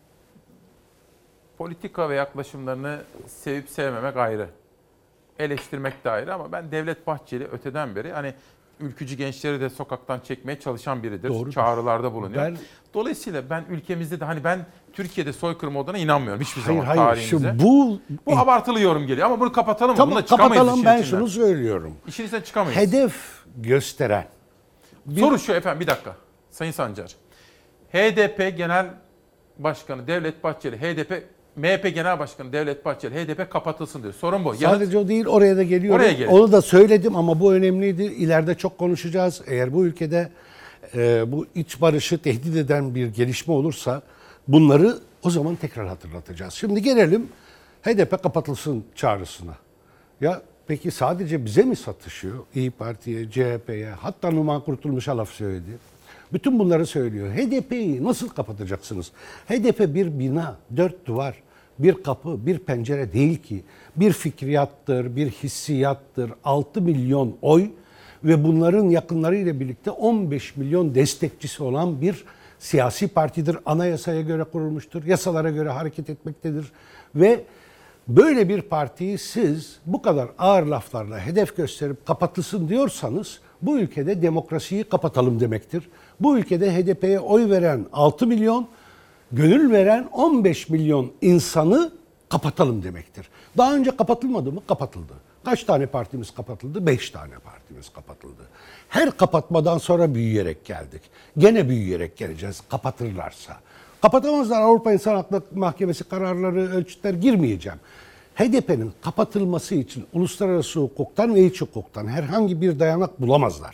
politika ve yaklaşımlarını sevip sevmemek ayrı. Eleştirmek de ayrı ama ben Devlet Bahçeli öteden beri hani ülkücü gençleri de sokaktan çekmeye çalışan biridir.
Doğrudur.
Çağrılarda bulunuyor.
Ben-
Dolayısıyla ben ülkemizde de hani ben Türkiye'de soykırım olduğuna inanmıyorum hiçbir
Hayır
zaman
hayır.
tarihimizde.
Şu bu
Bu abartılı yorum geliyor ama bunu kapatalım mı?
Tamam
Bununla çıkamayız
kapatalım,
işin
ben
içinden.
şunu söylüyorum.
İşin içinden çıkamayız.
Hedef gösteren. bir-
Soru şu efendim, bir dakika. Sayın Sancar. H D P Genel Başkanı Devlet Bahçeli, H D P M H P Genel Başkanı Devlet Bahçeli, H D P kapatılsın diyor. Sorun bu. Yanıt-
Sadece o değil, oraya da geliyorum.
Oraya gelin.
Onu da söyledim ama bu önemliydi. İleride çok konuşacağız. Eğer bu ülkede e, bu iç barışı tehdit eden bir gelişme olursa bunları o zaman tekrar hatırlatacağız. Şimdi gelelim H D P kapatılsın çağrısına. Ya peki sadece bize mi satışıyor? İYİ Parti'ye, C H P'ye, hatta Numan Kurtulmuş'a laf söyledi. Bütün bunları söylüyor. H D P'yi nasıl kapatacaksınız? H D P bir bina, dört duvar, bir kapı, bir pencere değil ki. Bir fikriyattır, bir hissiyattır. altı milyon oy ve bunların yakınlarıyla birlikte on beş milyon destekçisi olan bir siyasi partidir. Anayasaya göre kurulmuştur, yasalara göre hareket etmektedir. Ve böyle bir partiyi siz bu kadar ağır laflarla hedef gösterip kapatılsın diyorsanız bu ülkede demokrasiyi kapatalım demektir. Bu ülkede H D P'ye oy veren altı milyon, gönül veren on beş milyon insanı kapatalım demektir. Daha önce kapatılmadı mı? Kapatıldı. Kaç tane partimiz kapatıldı? Beş tane partimiz kapatıldı. Her kapatmadan sonra büyüyerek geldik. Gene büyüyerek geleceğiz kapatırlarsa. Kapatamazlar, Avrupa İnsan Hakları Mahkemesi kararları, ölçütler girmeyeceğim. H D P'nin kapatılması için uluslararası hukuktan ve iç hukuktan herhangi bir dayanak bulamazlar.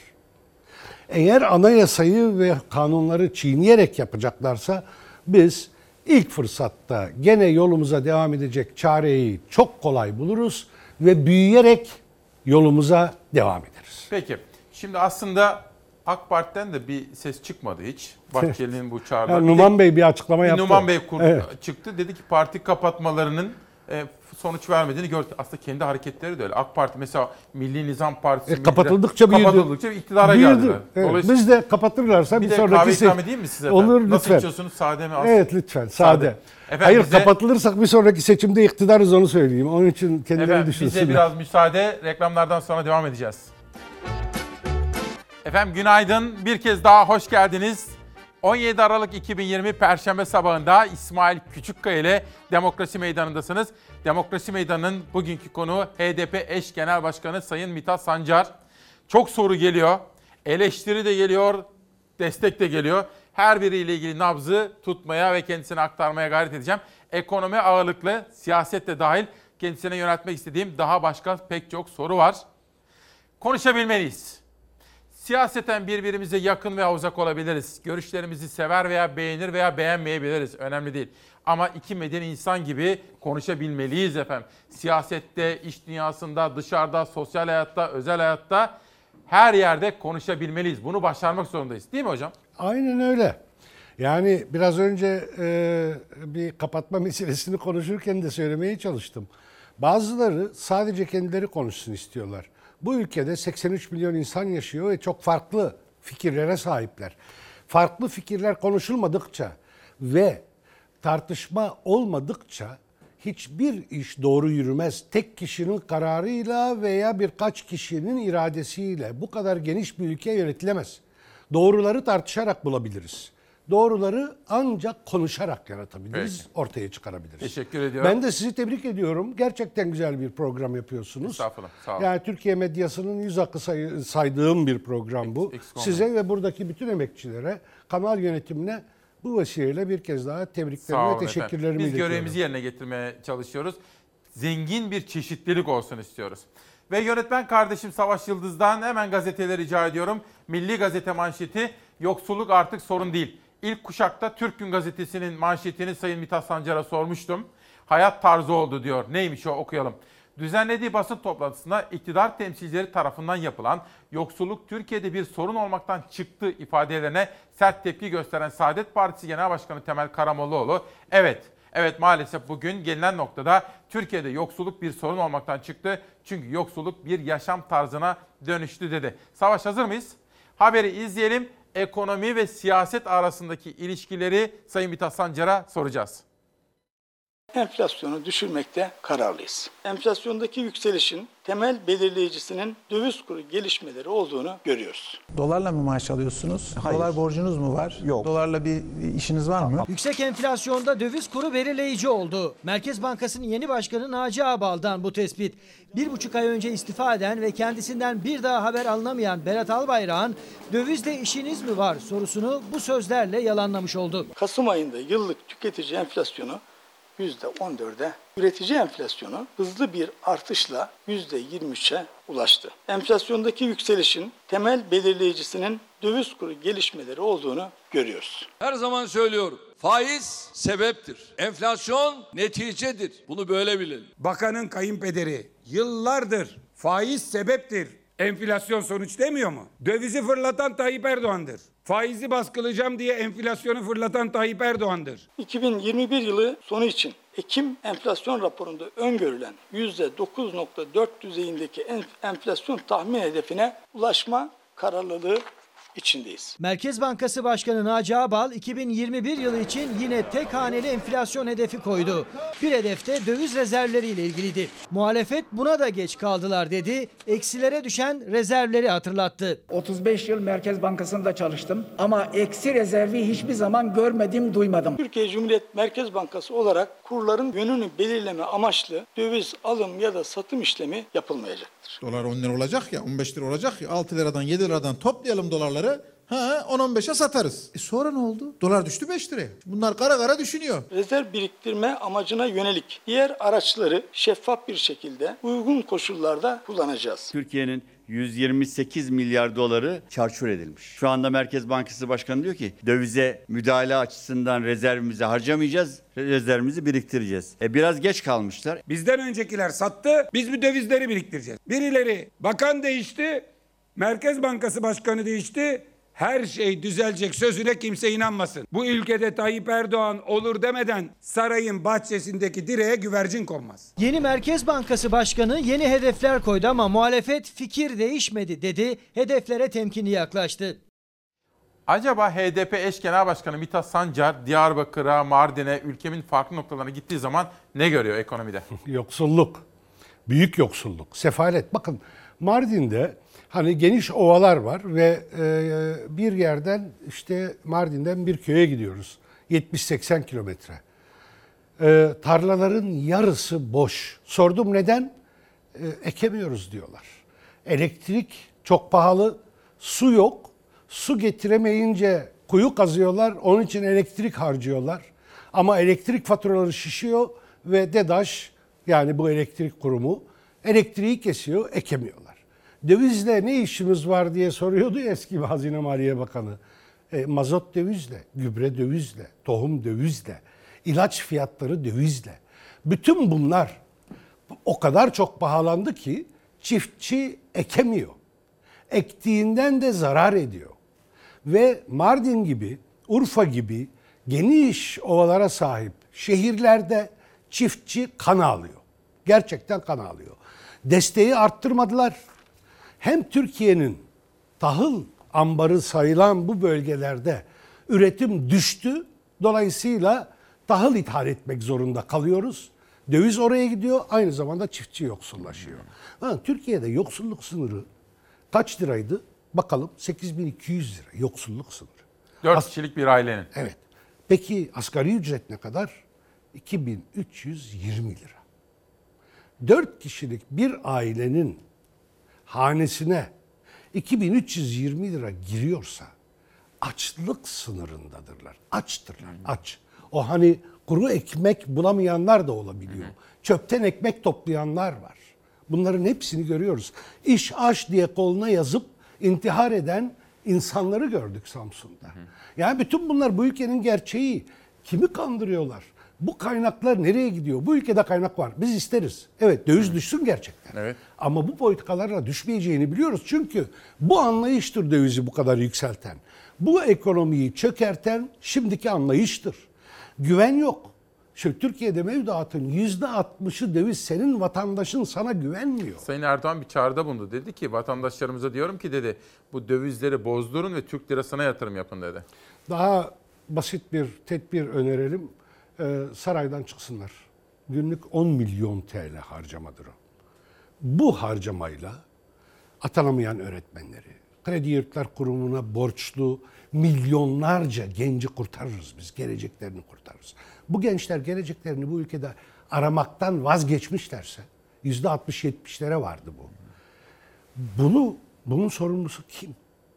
Eğer anayasayı ve kanunları çiğneyerek yapacaklarsa biz ilk fırsatta gene yolumuza devam edecek çareyi çok kolay buluruz ve büyüyerek yolumuza devam ederiz.
Peki. Şimdi aslında AK Parti'den de bir ses çıkmadı hiç. Bahçeli'nin bu çağrıda.
Yani
Bir de-
Numan Bey bir açıklama
bir
yaptı.
Numan Bey kur-
Evet.
çıktı. Dedi ki parti kapatmalarının e, sonuç vermediğini gördük. Aslında kendi hareketleri de öyle. AK Parti mesela Milli Nizam Partisi.
E,
Milli-
kapatıldıkça büyüdü.
Kapatıldıkça iktidara
Büyüdü.
geldiler.
Evet.
Dolayısıyla
Biz de kapatırlarsa
bir
bir,
de
sonraki
kahve
se-
ikram edeyim mi size?
Olur
efendim? Nasıl
lütfen.
içiyorsunuz? Sade mi? Az-
Evet lütfen sade.
Efendim,
Hayır
bize-
kapatılırsak bir sonraki seçimde iktidarız, onu söyleyeyim. Onun için kendileri
Efendim
düşünsünler.
bize biraz müsaade. Reklamlardan sonra devam edeceğiz. Efendim günaydın. Bir kez daha hoş geldiniz. on yedi Aralık iki bin yirmi Perşembe sabahında İsmail Küçükkaya ile Demokrasi Meydanı'ndasınız. Demokrasi Meydanı'nın bugünkü konuğu H D P eş genel başkanı Sayın Mithat Sancar. Çok soru geliyor. Eleştiri de geliyor, destek de geliyor. Her biriyle ilgili nabzı tutmaya ve kendisine aktarmaya gayret edeceğim. Ekonomi ağırlıklı, siyaset de dahil kendisine yöneltmek istediğim daha başka pek çok soru var. Konuşabilmeliyiz. Siyaseten birbirimize yakın veya uzak olabiliriz. Görüşlerimizi sever veya beğenir veya beğenmeyebiliriz. Önemli değil. Ama iki medeni insan gibi konuşabilmeliyiz efendim. Siyasette, iş dünyasında, dışarıda, sosyal hayatta, özel hayatta her yerde konuşabilmeliyiz. Bunu başarmak zorundayız. Değil mi hocam?
Aynen öyle. Yani biraz önce e, bir kapatma meselesini konuşurken de söylemeye çalıştım. Bazıları sadece kendileri konuşsun istiyorlar. Bu ülkede seksen üç milyon insan yaşıyor ve çok farklı fikirlere sahipler. Farklı fikirler konuşulmadıkça ve tartışma olmadıkça hiçbir iş doğru yürümez. Tek kişinin kararıyla veya birkaç kişinin iradesiyle bu kadar geniş bir ülke yönetilemez. Doğruları tartışarak bulabiliriz. Doğruları ancak konuşarak yaratabiliriz,
Peki.
ortaya çıkarabiliriz.
Teşekkür ediyorum.
Ben de sizi tebrik ediyorum. Gerçekten güzel bir program yapıyorsunuz.
Estağfurullah, sağ olun.
Yani Türkiye medyasının yüz akı say- saydığım bir program bu.
eksik olmayın.
Size ve buradaki bütün emekçilere, kanal yönetimine bu vesileyle bir kez daha
Sağ
tebriklerimi
olun
ve teşekkürlerimi
efendim. Biz
iletiyorum.
görevimizi yerine getirmeye çalışıyoruz. Zengin bir çeşitlilik olsun istiyoruz. Ve yönetmen kardeşim Savaş Yıldız'dan hemen gazeteleri rica ediyorum. Milli Gazete manşeti, yoksulluk artık sorun değil. İlk kuşakta Türk Gün Gazetesi'nin manşetini Sayın Mithat Sancar'a sormuştum. Hayat tarzı oldu diyor. Neymiş o, okuyalım. Düzenlediği basın toplantısında iktidar temsilcileri tarafından yapılan yoksulluk Türkiye'de bir sorun olmaktan çıktı ifadelerine sert tepki gösteren Saadet Partisi Genel Başkanı Temel Karamollaoğlu, evet, evet maalesef bugün gelinen noktada Türkiye'de yoksulluk bir sorun olmaktan çıktı. Çünkü yoksulluk bir yaşam tarzına dönüştü dedi. Savaş, hazır mıyız? Haberi izleyelim. Ekonomi ve siyaset arasındaki ilişkileri Sayın Mithat Sancar'a soracağız.
Enflasyonu düşürmekte kararlıyız. Enflasyondaki yükselişin temel belirleyicisinin döviz kuru gelişmeleri olduğunu görüyoruz.
Dolarla mı maaş alıyorsunuz?
Hayır.
Dolar borcunuz mu var?
Yok.
Dolarla bir işiniz var mı?
Yüksek enflasyonda döviz kuru belirleyici oldu. Merkez Bankası'nın yeni başkanı Naci Ağbal'dan bu tespit. Bir buçuk ay önce istifa eden ve kendisinden bir daha haber alınamayan Berat Albayrak'ın dövizle işiniz mi var sorusunu bu sözlerle yalanlamış oldu.
Kasım ayında yıllık tüketici enflasyonu yüzde on dörde, üretici enflasyonu hızlı bir artışla yüzde yirmi üçe ulaştı. Enflasyondaki yükselişin temel belirleyicisinin döviz kuru gelişmeleri olduğunu görüyoruz.
Her zaman söylüyorum. Faiz sebeptir. Enflasyon neticedir. Bunu böyle bilelim.
Bakanın kayınpederi yıllardır faiz sebeptir, enflasyon sonuç demiyor mu? Dövizi fırlatan Tayyip Erdoğan'dır. Faizi baskılayacağım diye enflasyonu fırlatan Tayyip Erdoğan'dır.
iki bin yirmi bir yılı sonu için Ekim enflasyon raporunda öngörülen yüzde dokuz nokta dört düzeyindeki enflasyon tahmin hedefine ulaşma kararlılığı içindeyiz.
Merkez Bankası Başkanı Naci Ağbal iki bin yirmi bir yılı için yine tek haneli enflasyon hedefi koydu. Bir hedef de döviz rezervleriyle ilgiliydi. Muhalefet buna da geç kaldılar dedi. Eksilere düşen rezervleri hatırlattı.
otuz beş yıl Merkez Bankası'nda çalıştım ama eksi rezervi hiçbir zaman görmedim, duymadım.
Türkiye Cumhuriyet Merkez Bankası olarak kurların yönünü belirleme amaçlı döviz alım ya da satım işlemi yapılmayacaktır.
Dolar on lira olacak ya, on beş lira olacak ya, altı liradan yedi liradan toplayalım dolarları. Ha, on on beşe satarız. E sonra ne oldu? Dolar düştü beş liraya. Bunlar kara kara düşünüyor.
Rezerv biriktirme amacına yönelik diğer araçları şeffaf bir şekilde uygun koşullarda kullanacağız.
Türkiye'nin yüz yirmi sekiz milyar doları çarçur edilmiş. Şu anda Merkez Bankası Başkanı diyor ki dövize müdahale açısından rezervimizi harcamayacağız, rezervimizi biriktireceğiz. E biraz geç kalmışlar.
Bizden öncekiler sattı, biz bu dövizleri biriktireceğiz. Birileri bakan değişti, Merkez Bankası Başkanı değişti. Her şey düzelecek sözüne kimse inanmasın. Bu ülkede Tayyip Erdoğan olur demeden sarayın bahçesindeki direğe güvercin konmaz.
Yeni Merkez Bankası Başkanı yeni hedefler koydu ama muhalefet fikir değişmedi dedi. Hedeflere temkinli yaklaştı.
Acaba H D P eş genel başkanı Mithat Sancar Diyarbakır'a, Mardin'e, ülkemin farklı noktalarına gittiği zaman ne görüyor ekonomide?
Yoksulluk, büyük yoksulluk, sefalet. Bakın Mardin'de hani geniş ovalar var ve e, bir yerden işte Mardin'den bir köye gidiyoruz. yetmiş seksen kilometre. E, tarlaların yarısı boş. Sordum neden? E, ekemiyoruz diyorlar. Elektrik çok pahalı, su yok. Su getiremeyince kuyu kazıyorlar, onun için elektrik harcıyorlar. Ama elektrik faturaları şişiyor ve DEDAŞ, yani bu elektrik kurumu elektriği kesiyor, ekemiyorlar. Dövizle ne işimiz var diye soruyordu ya eski Hazine Maliye Bakanı. E, mazot dövizle, gübre dövizle, tohum dövizle, ilaç fiyatları dövizle. Bütün bunlar o kadar çok pahalandı ki çiftçi ekemiyor. Ektiğinden de zarar ediyor. Ve Mardin gibi, Urfa gibi geniş ovalara sahip şehirlerde çiftçi kan ağlıyor. Gerçekten kan ağlıyor. Desteği arttırmadılar. Hem Türkiye'nin tahıl ambarı sayılan bu bölgelerde üretim düştü. Dolayısıyla tahıl ithal etmek zorunda kalıyoruz. Döviz oraya gidiyor. Aynı zamanda çiftçi yoksullaşıyor. Ha, Türkiye'de yoksulluk sınırı kaç liraydı? Bakalım sekiz bin iki yüz lira yoksulluk sınırı.
dört kişilik bir ailenin.
Evet. Peki asgari ücret ne kadar? iki bin üç yüz yirmi lira. dört kişilik bir ailenin hanesine iki bin üç yüz yirmi lira giriyorsa açlık sınırındadırlar. Açtırlar, aç. O hani kuru ekmek bulamayanlar da olabiliyor. Hı hı. Çöpten ekmek toplayanlar var. Bunların hepsini görüyoruz. İş aş diye koluna yazıp intihar eden insanları gördük Samsun'da. Hı hı. Yani bütün bunlar bu ülkenin gerçeği. Kimi kandırıyorlar? Bu kaynaklar nereye gidiyor? Bu ülkede kaynak var. Biz isteriz. Evet, döviz düşsün gerçekten.
Evet.
Ama bu politikalarla düşmeyeceğini biliyoruz. Çünkü bu anlayıştır dövizi bu kadar yükselten. Bu ekonomiyi çökerten şimdiki anlayıştır. Güven yok. Şu Türkiye'de mevduatın yüzde altmışı döviz, senin vatandaşın sana güvenmiyor.
Sayın Erdoğan bir çağrıda bulundu. Dedi ki vatandaşlarımıza diyorum ki dedi bu dövizleri bozdurun ve Türk lirasına yatırım yapın dedi.
Daha basit bir tedbir önerelim. Ee, saraydan çıksınlar. Günlük on milyon T L harcamadır o. Bu harcamayla atanamayan öğretmenleri, Kredi Yurtlar Kurumu'na borçlu milyonlarca genci kurtarırız biz. Geleceklerini kurtarırız. Bu gençler geleceklerini bu ülkede aramaktan vazgeçmişlerse yüzde altmış yetmişlere vardı bu. Bunu, bunun sorumlusu kim?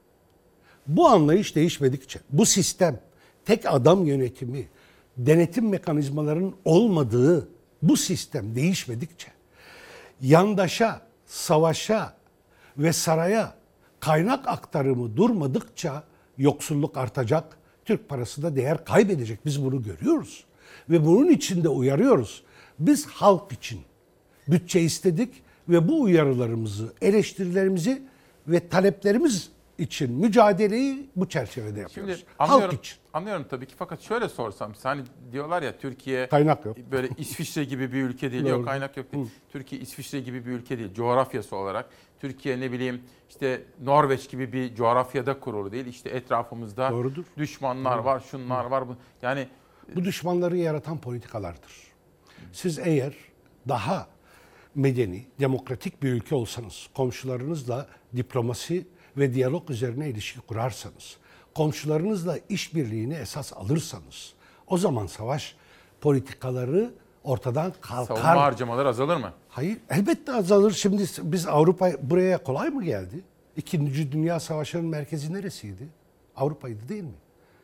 Bu anlayış değişmedikçe, bu sistem, tek adam yönetimi, denetim mekanizmalarının olmadığı bu sistem değişmedikçe, yandaşa, savaşa ve saraya kaynak aktarımı durmadıkça yoksulluk artacak, Türk parası da değer kaybedecek. Biz bunu görüyoruz ve bunun için de uyarıyoruz. Biz halk için bütçe istedik ve bu uyarılarımızı, eleştirilerimizi ve taleplerimiz için mücadeleyi bu çerçevede yapıyoruz.
Şimdi anlıyorum,
halk için.
Anlıyorum tabii ki, fakat şöyle sorsam, hani diyorlar ya Türkiye
kaynak yok.
Böyle İsviçre gibi bir ülke değil. Yok, kaynak yok değil. Hı. Türkiye İsviçre gibi bir ülke değil coğrafyası olarak. Türkiye ne bileyim işte Norveç gibi bir coğrafyada kurulu değil. İşte etrafımızda Doğrudur. düşmanlar Doğru. var, şunlar Hı. var. Bu, yani
bu düşmanları yaratan politikalardır. Siz eğer daha medeni, demokratik bir ülke olsanız, komşularınızla diplomasi ve diyalog üzerine ilişki kurarsanız, komşularınızla işbirliğini esas alırsanız, o zaman savaş politikaları ortadan kalkar.
Savunma harcamaları azalır mı?
Hayır, elbette azalır. Şimdi biz Avrupa buraya kolay mı geldi? İkinci Dünya Savaşı'nın merkezi neresiydi? Avrupa'ydı değil mi?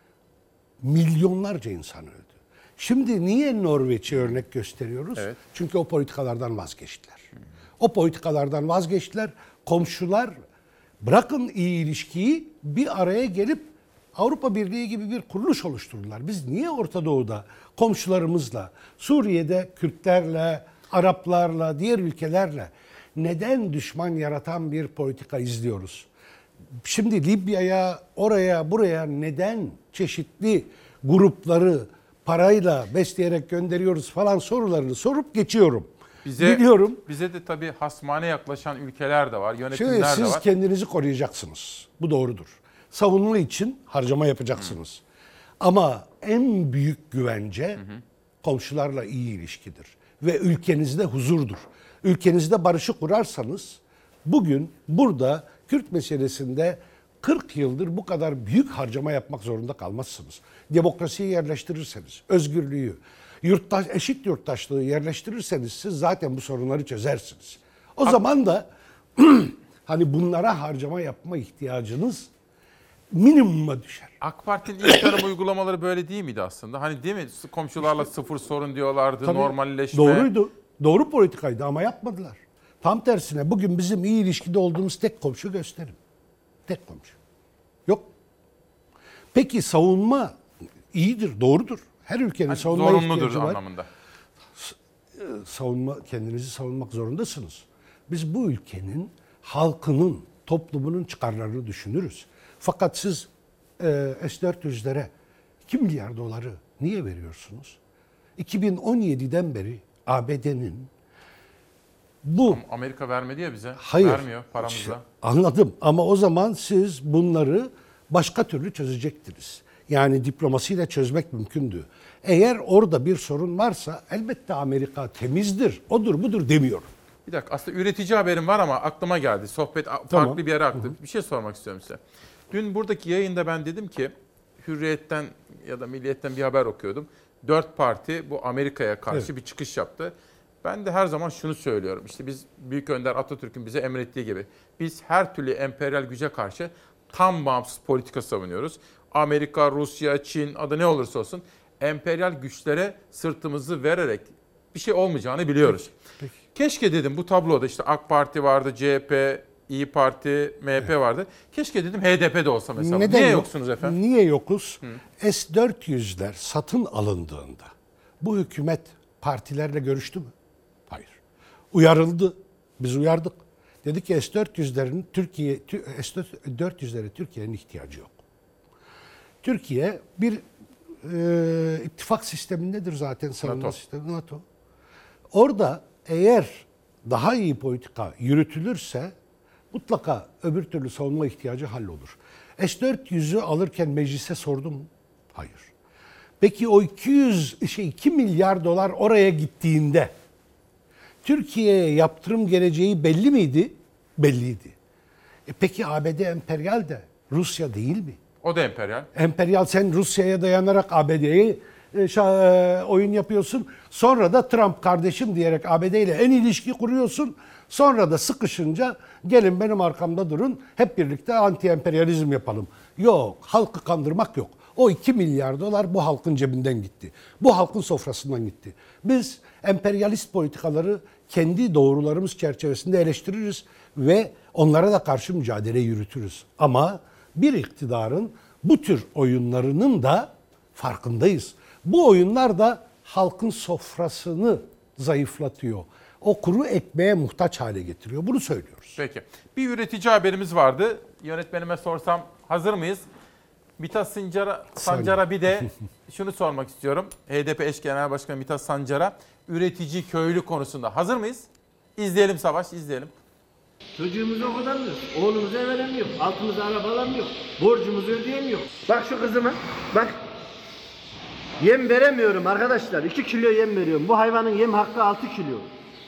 Milyonlarca insan öldü. Şimdi niye Norveç'i örnek gösteriyoruz? Evet. Çünkü o politikalardan vazgeçtiler. Hmm. O politikalardan vazgeçtiler. Komşular bırakın iyi ilişkiyi, bir araya gelip Avrupa Birliği gibi bir kuruluş oluşturdular. Biz niye Orta Doğu'da komşularımızla, Suriye'de Kürtlerle, Araplarla, diğer ülkelerle neden düşman yaratan bir politika izliyoruz? Şimdi Libya'ya, oraya, buraya neden çeşitli grupları parayla besleyerek gönderiyoruz falan sorularını sorup geçiyorum.
Bize,
Biliyorum.
Bize de tabii hasmane yaklaşan ülkeler de var, yönetimler
Şimdi
de var.
siz kendinizi koruyacaksınız. Bu doğrudur. Savunma için harcama yapacaksınız. Hı. Ama en büyük güvence hı hı. komşularla iyi ilişkidir. Ve ülkenizde huzurdur. Ülkenizde barışı kurarsanız bugün burada Kürt meselesinde kırk yıldır bu kadar büyük harcama yapmak zorunda kalmazsınız. Demokrasiyi yerleştirirseniz, özgürlüğü, yurttaş, eşit yurttaşlığı yerleştirirseniz siz zaten bu sorunları çözersiniz. O Ak- zaman da hani bunlara harcama yapma ihtiyacınız minimuma düşer.
AK Parti'nin ilk dönem uygulamaları böyle değil miydi aslında? Hani değil mi? Komşularla işte, sıfır sorun diyorlardı, tabii, normalleşme.
Doğruydu. Doğru politikaydı ama yapmadılar. Tam tersine bugün bizim iyi ilişkide olduğumuz tek komşu gösterin. Tek komşu. Yok. Peki savunma iyidir, doğrudur. Her ülkenin yani savunma ihtiyacı var.
Anlamında.
Savunma, kendinizi savunmak zorundasınız. Biz bu ülkenin halkının, toplumunun çıkarlarını düşünürüz. Fakat siz e, S dört yüzlere iki milyar doları niye veriyorsunuz? iki bin on yediden beri A B D'nin bu...
Amerika vermedi ya bize.
Hayır.
Vermiyor paramızla.
Anladım ama o zaman siz bunları başka türlü çözecektiniz. Yani diplomasiyle çözmek mümkündü. Eğer orada bir sorun varsa elbette Amerika temizdir, odur budur demiyorum.
Bir dakika, aslında üretici haberim var ama aklıma geldi. Sohbet farklı tamam. bir yere aktı. Hı hı. Bir şey sormak istiyorum size. Dün buradaki yayında ben dedim ki Hürriyet'ten ya da Milliyet'ten bir haber okuyordum. Dört parti bu Amerika'ya karşı evet. bir çıkış yaptı. Ben de her zaman şunu söylüyorum. İşte biz Büyük Önder Atatürk'ün bize emrettiği gibi biz her türlü emperyal güce karşı tam bağımsız politika savunuyoruz. Amerika, Rusya, Çin adı ne olursa olsun emperyal güçlere sırtımızı vererek bir şey olmayacağını biliyoruz. Peki, peki. Keşke dedim bu tabloda işte AK Parti vardı, C H P, İyi Parti, M H P evet. vardı. Keşke dedim H D P de olsa mesela.
Neden
Niye
yok?
yoksunuz efendim?
Niye yokuz? Hı. S dört yüzler satın alındığında Bu hükümet partilerle görüştü mü? Hayır. Uyarıldı. Biz uyardık. Dedi ki S dört yüzlerin Türkiye S dört yüzlere Türkiye'nin ihtiyacı yok. Türkiye bir e, ittifak sistemindedir zaten, savunma sistemi NATO. Orada eğer daha iyi politika yürütülürse mutlaka öbür türlü savunma ihtiyacı hallolur. S dört yüzü alırken meclise sordu mu? Hayır. Peki o iki yüz şey iki milyar dolar oraya gittiğinde Türkiye'ye yaptırım geleceği belli miydi? Belliydi. E peki A B D emperyal de Rusya değil mi?
O da emperyal.
Emperyal, sen Rusya'ya dayanarak A B D'yi e, e, oyun yapıyorsun. Sonra da Trump kardeşim diyerek A B D ile en ilişki kuruyorsun. Sonra da sıkışınca gelin benim arkamda durun, hep birlikte anti-emperyalizm yapalım. Yok, halkı kandırmak yok. O iki milyar dolar bu halkın cebinden gitti. Bu halkın sofrasından gitti. Biz emperyalist politikaları kendi doğrularımız çerçevesinde eleştiririz ve onlara da karşı mücadele yürütürüz. Ama bir iktidarın bu tür oyunlarının da farkındayız. Bu oyunlar da halkın sofrasını zayıflatıyor. O kuru ekmeğe muhtaç hale getiriyor. Bunu söylüyoruz.
Peki. Bir üretici haberimiz vardı. Yönetmenime sorsam hazır mıyız? Mithat Sancar'a, Sancar'a bir de şunu sormak istiyorum. H D P eş genel başkanı Mithat Sancar'a üretici köylü konusunda hazır mıyız? İzleyelim Savaş, izleyelim.
Çocuğumuzu okutamıyoruz. Oğlumuzu eve veremiyor. Altımıza araba alamıyor. Borcumuzu ödeyemiyor. Bak şu kızıma. Bak. Yem veremiyorum arkadaşlar. iki kilo yem veriyorum. Bu hayvanın yem hakkı altı kilo.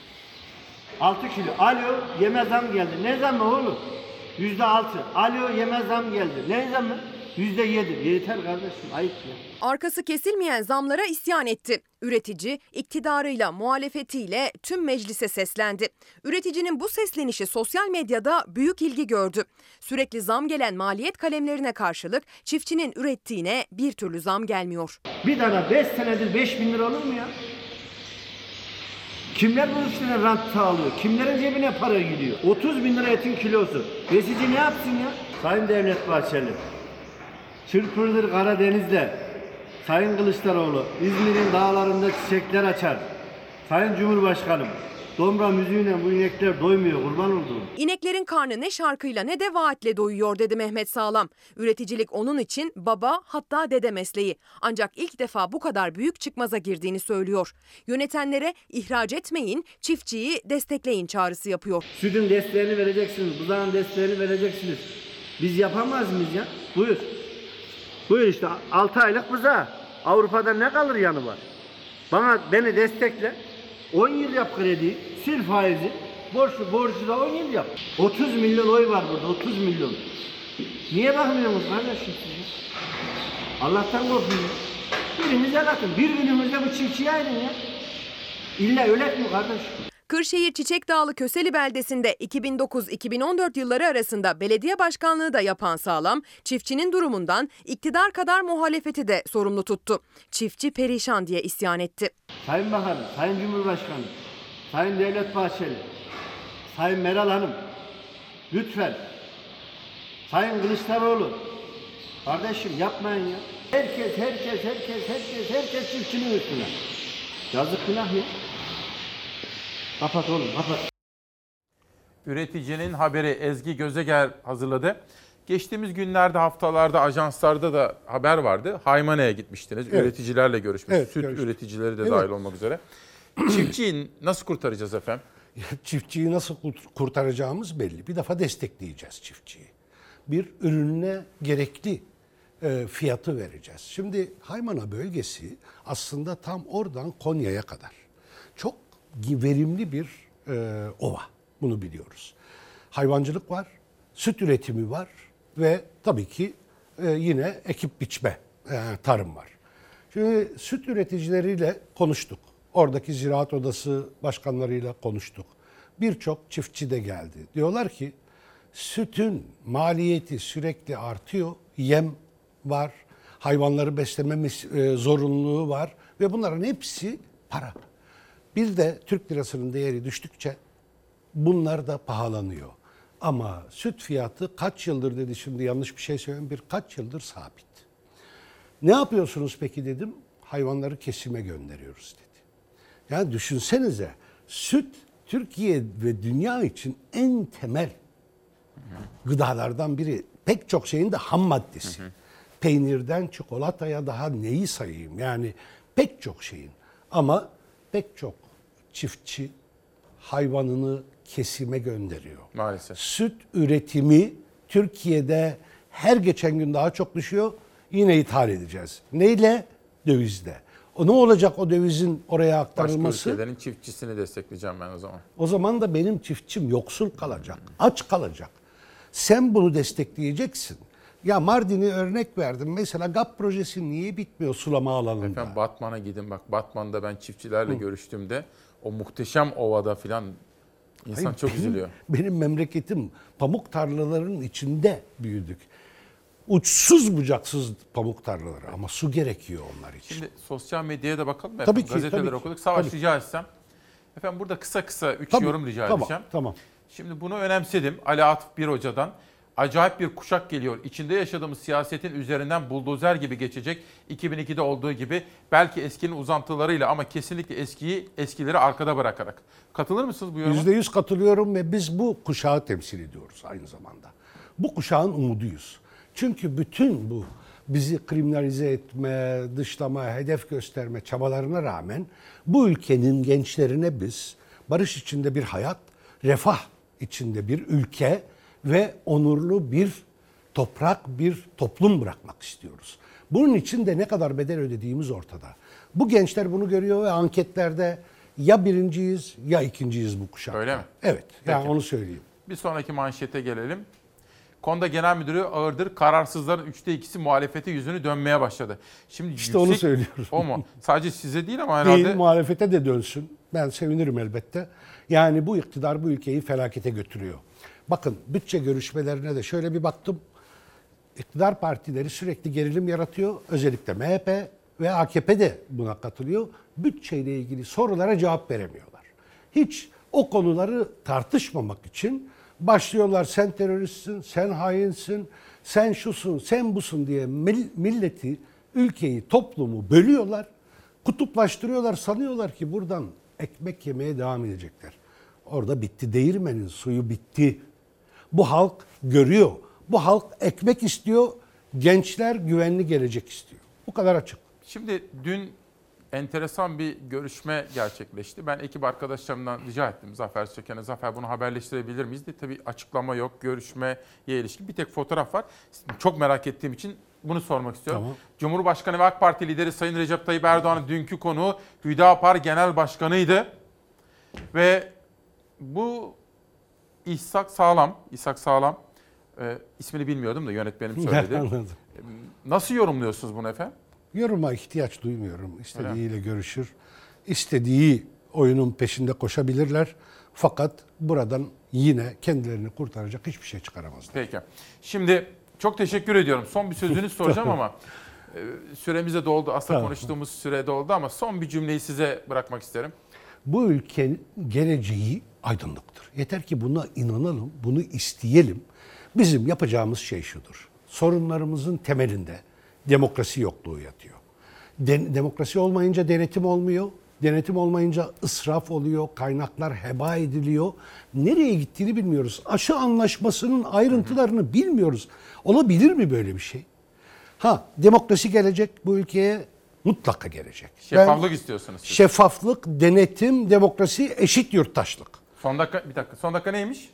altı kilo. Alo, yeme zam geldi. Ne zammı oğlum? yüzde altı. Alo, yeme zam geldi. Ne zammı? yüzde yedi. Yeter kardeşim. Ayıp ya.
Arkası kesilmeyen zamlara isyan etti. Üretici iktidarıyla muhalefetiyle tüm meclise seslendi. Üreticinin bu seslenişi sosyal medyada büyük ilgi gördü. Sürekli zam gelen maliyet kalemlerine karşılık çiftçinin ürettiğine bir türlü zam gelmiyor.
Bir tane beş senedir beş bin lira olur mu ya? Kimler bu üstüne rant sağlıyor? Kimlerin cebine para gidiyor? otuz bin lira etin kilosu. Besici ne yapsın ya? Sayın Devlet Bahçeli, çırpırdır Karadeniz'de. Sayın Kılıçdaroğlu, İzmir'in dağlarında çiçekler açar. Sayın Cumhurbaşkanım, Domra müziğine bu inekler doymuyor, kurban olduğum.
İneklerin karnı ne şarkıyla ne de vaatle doyuyor dedi Mehmet Sağlam. Üreticilik onun için baba, hatta dede mesleği. Ancak ilk defa bu kadar büyük çıkmaza girdiğini söylüyor. Yönetenlere ihraç etmeyin, çiftçiyi destekleyin çağrısı yapıyor.
Sütün desteğini vereceksiniz, buzağın desteğini vereceksiniz. Biz yapamaz mıyız ya? Buyur. Buyur işte altı aylık buzağı. Avrupa'da ne kalır yanı var? Bana beni destekle. on yıl yap kredi, sil faizi. Borçlu borcu da on yıl yap. otuz milyon oy var burada, otuz milyon. Niye bakmıyorsunuz kardeşim siz? Allah'tan korkun ya. Birimize bakın, bir günümüzde bu çiftçiyi ayırın ya. İlla ölek mi kardeşim?
Kırşehir Çiçekdağlı Köseli beldesinde iki bin dokuz iki bin on dört yılları arasında belediye başkanlığı da yapan Sağlam, çiftçinin durumundan iktidar kadar muhalefeti de sorumlu tuttu. Çiftçi perişan diye isyan etti.
Sayın Bakanım, Sayın Cumhurbaşkanı, Sayın Devlet Bahçeli, Sayın Meral Hanım, lütfen, Sayın Kılıçdaroğlu, kardeşim yapmayın ya. Herkes, herkes, herkes, herkes, herkes çiftçinin üstüne. Yazık günah ya. Kapat oğlum, kapat.
Üreticinin haberi Ezgi Gözeger hazırladı. Geçtiğimiz günlerde, haftalarda, ajanslarda da haber vardı. Haymana'ya gitmiştiniz. Evet. Üreticilerle görüşmüş. Evet, Süt görüştük. Üreticileri de evet. dahil olmak üzere. Çiftçiyi nasıl kurtaracağız efendim?
Çiftçiyi nasıl kurtaracağımız belli. Bir defa destekleyeceğiz çiftçiyi. Bir ürününe gerekli e, fiyatı vereceğiz. Şimdi Haymana bölgesi aslında tam oradan Konya'ya kadar çok verimli bir e, ova. Bunu biliyoruz. Hayvancılık var, süt üretimi var ve tabii ki e, yine ekip biçme, e, tarım var. Şimdi süt üreticileriyle konuştuk. Oradaki ziraat odası başkanlarıyla konuştuk. Birçok çiftçi de geldi. Diyorlar ki sütün maliyeti sürekli artıyor. Yem var, hayvanları beslememiz e, zorunluluğu var ve bunların hepsi para. Bir de Türk lirasının değeri düştükçe bunlar da pahalanıyor. Ama süt fiyatı kaç yıldır dedi, şimdi yanlış bir şey söyleyeyim, birkaç yıldır sabit. Ne yapıyorsunuz peki dedim. hayvanları kesime gönderiyoruz dedi. Yani düşünsenize, süt Türkiye ve dünya için en temel gıdalardan biri. Pek çok şeyin de ham maddesi. Hı hı. Peynirden çikolataya daha neyi sayayım? Yani pek çok şeyin. Ama pek çok çiftçi hayvanını kesime gönderiyor.
Maalesef.
Süt üretimi Türkiye'de her geçen gün daha çok düşüyor. Yine ithal edeceğiz. Neyle? Dövizle. O ne olacak o dövizin oraya aktarılması?
Başka ülkelerin çiftçisini destekleyeceğim ben o zaman.
O zaman da benim çiftçim yoksul kalacak, aç kalacak. Sen bunu destekleyeceksin. Ya Mardin'i örnek verdim. Mesela G A P projesi niye bitmiyor sulama alanında?
Efendim Batman'a gidin bak. Batman'da ben çiftçilerle Hı. görüştüğümde o muhteşem ovada filan insan Hayır, çok
benim,
üzülüyor.
Benim memleketim pamuk tarlalarının içinde büyüdük. Uçsuz bucaksız pamuk tarlaları ama su gerekiyor onlar için.
Şimdi sosyal medyaya da bakalım mı?
Tabii ki,
Gazeteleri
tabii ki,
okuduk. Savaş
tabii.
rica etsem. Efendim burada kısa kısa üç
Tabii,
yorum rica
tamam,
edeceğim.
Tamam.
Şimdi bunu önemsedim. Ali Atıf Bir Hoca'dan. Acayip bir kuşak geliyor. İçinde yaşadığımız siyasetin üzerinden buldozer gibi geçecek. iki bin ikide olduğu gibi belki eskinin uzantılarıyla ama kesinlikle eskiyi eskileri arkada bırakarak. Katılır mısınız bu yoruma?
yüzde yüz katılıyorum ve biz bu kuşağı temsil ediyoruz aynı zamanda. Bu kuşağın umuduyuz. Çünkü bütün bu bizi kriminalize etme, dışlama, hedef gösterme çabalarına rağmen bu ülkenin gençlerine biz barış içinde bir hayat, refah içinde bir ülke ve onurlu bir toprak, bir toplum bırakmak istiyoruz. Bunun için de ne kadar bedel ödediğimiz ortada. Bu gençler bunu görüyor ve anketlerde ya birinciyiz ya ikinciyiz bu kuşakta.
Öyle mi?
Evet, yani
Peki.
onu söyleyeyim.
Bir sonraki manşete gelelim. Konda Genel Müdürü Ağırdır, kararsızların üçte ikisi muhalefete yüzünü dönmeye başladı. Şimdi
İşte
yüksek,
onu söylüyorum.
O mu? Sadece size değil ama herhalde...
Değil, muhalefete de dönsün. Ben sevinirim elbette. Yani bu iktidar bu ülkeyi felakete götürüyor. Bakın bütçe görüşmelerine de şöyle bir baktım. İktidar partileri sürekli gerilim yaratıyor. Özellikle M H P ve A K P de buna katılıyor. Bütçeyle ilgili sorulara cevap veremiyorlar. Hiç o konuları tartışmamak için başlıyorlar sen teröristsin, sen hainsin, sen şusun, sen busun diye milleti, ülkeyi, toplumu bölüyorlar. Kutuplaştırıyorlar, sanıyorlar ki buradan ekmek yemeye devam edecekler. Orada bitti, değirmenin suyu bitti. Bu halk görüyor. Bu halk ekmek istiyor, gençler güvenli gelecek istiyor. Bu kadar açık.
Şimdi dün enteresan bir görüşme gerçekleşti. Ben ekip arkadaşlarımdan rica ettim Zafer Söken'e. Zafer bunu haberleştirebilir miyiz diye. Tabii açıklama yok, görüşmeye ilişkin bir tek fotoğraf var. Çok merak ettiğim için bunu sormak istiyorum. Tamam. Cumhurbaşkanı ve AK Parti lideri Sayın Recep Tayyip Erdoğan'ın dünkü konuğu Hüdapar Genel Başkanı'ydı. Ve bu İshak Sağlam, İshak Sağlam, e, ismini bilmiyordum da yönetmenim söyledi.
Anladım.
Nasıl yorumluyorsunuz bunu efendim?
Yoruma ihtiyaç duymuyorum. İstediğiyle görüşür. İstediği oyunun peşinde koşabilirler. Fakat buradan yine kendilerini kurtaracak hiçbir şey çıkaramazlar.
Peki. Şimdi çok teşekkür ediyorum. Son bir sözünü soracağım ama e, süremiz de doldu. Aslında tamam. Konuştuğumuz süre doldu ama son bir cümleyi size bırakmak isterim.
Bu ülkenin geleceği aydınlıktır. Yeter ki buna inanalım, bunu isteyelim. Bizim yapacağımız şey şudur. Sorunlarımızın temelinde demokrasi yokluğu yatıyor. De- demokrasi olmayınca denetim olmuyor. Denetim olmayınca ısraf oluyor, kaynaklar heba ediliyor. Nereye gittiğini bilmiyoruz. Aşı anlaşmasının ayrıntılarını bilmiyoruz. Olabilir mi böyle bir şey? Ha, demokrasi gelecek bu ülkeye, mutlaka gelecek.
Şeffaflık ben, istiyorsunuz siz.
Şeffaflık, denetim, demokrasi, eşit yurttaşlık.
Son dakika, bir dakika. Son dakika neymiş?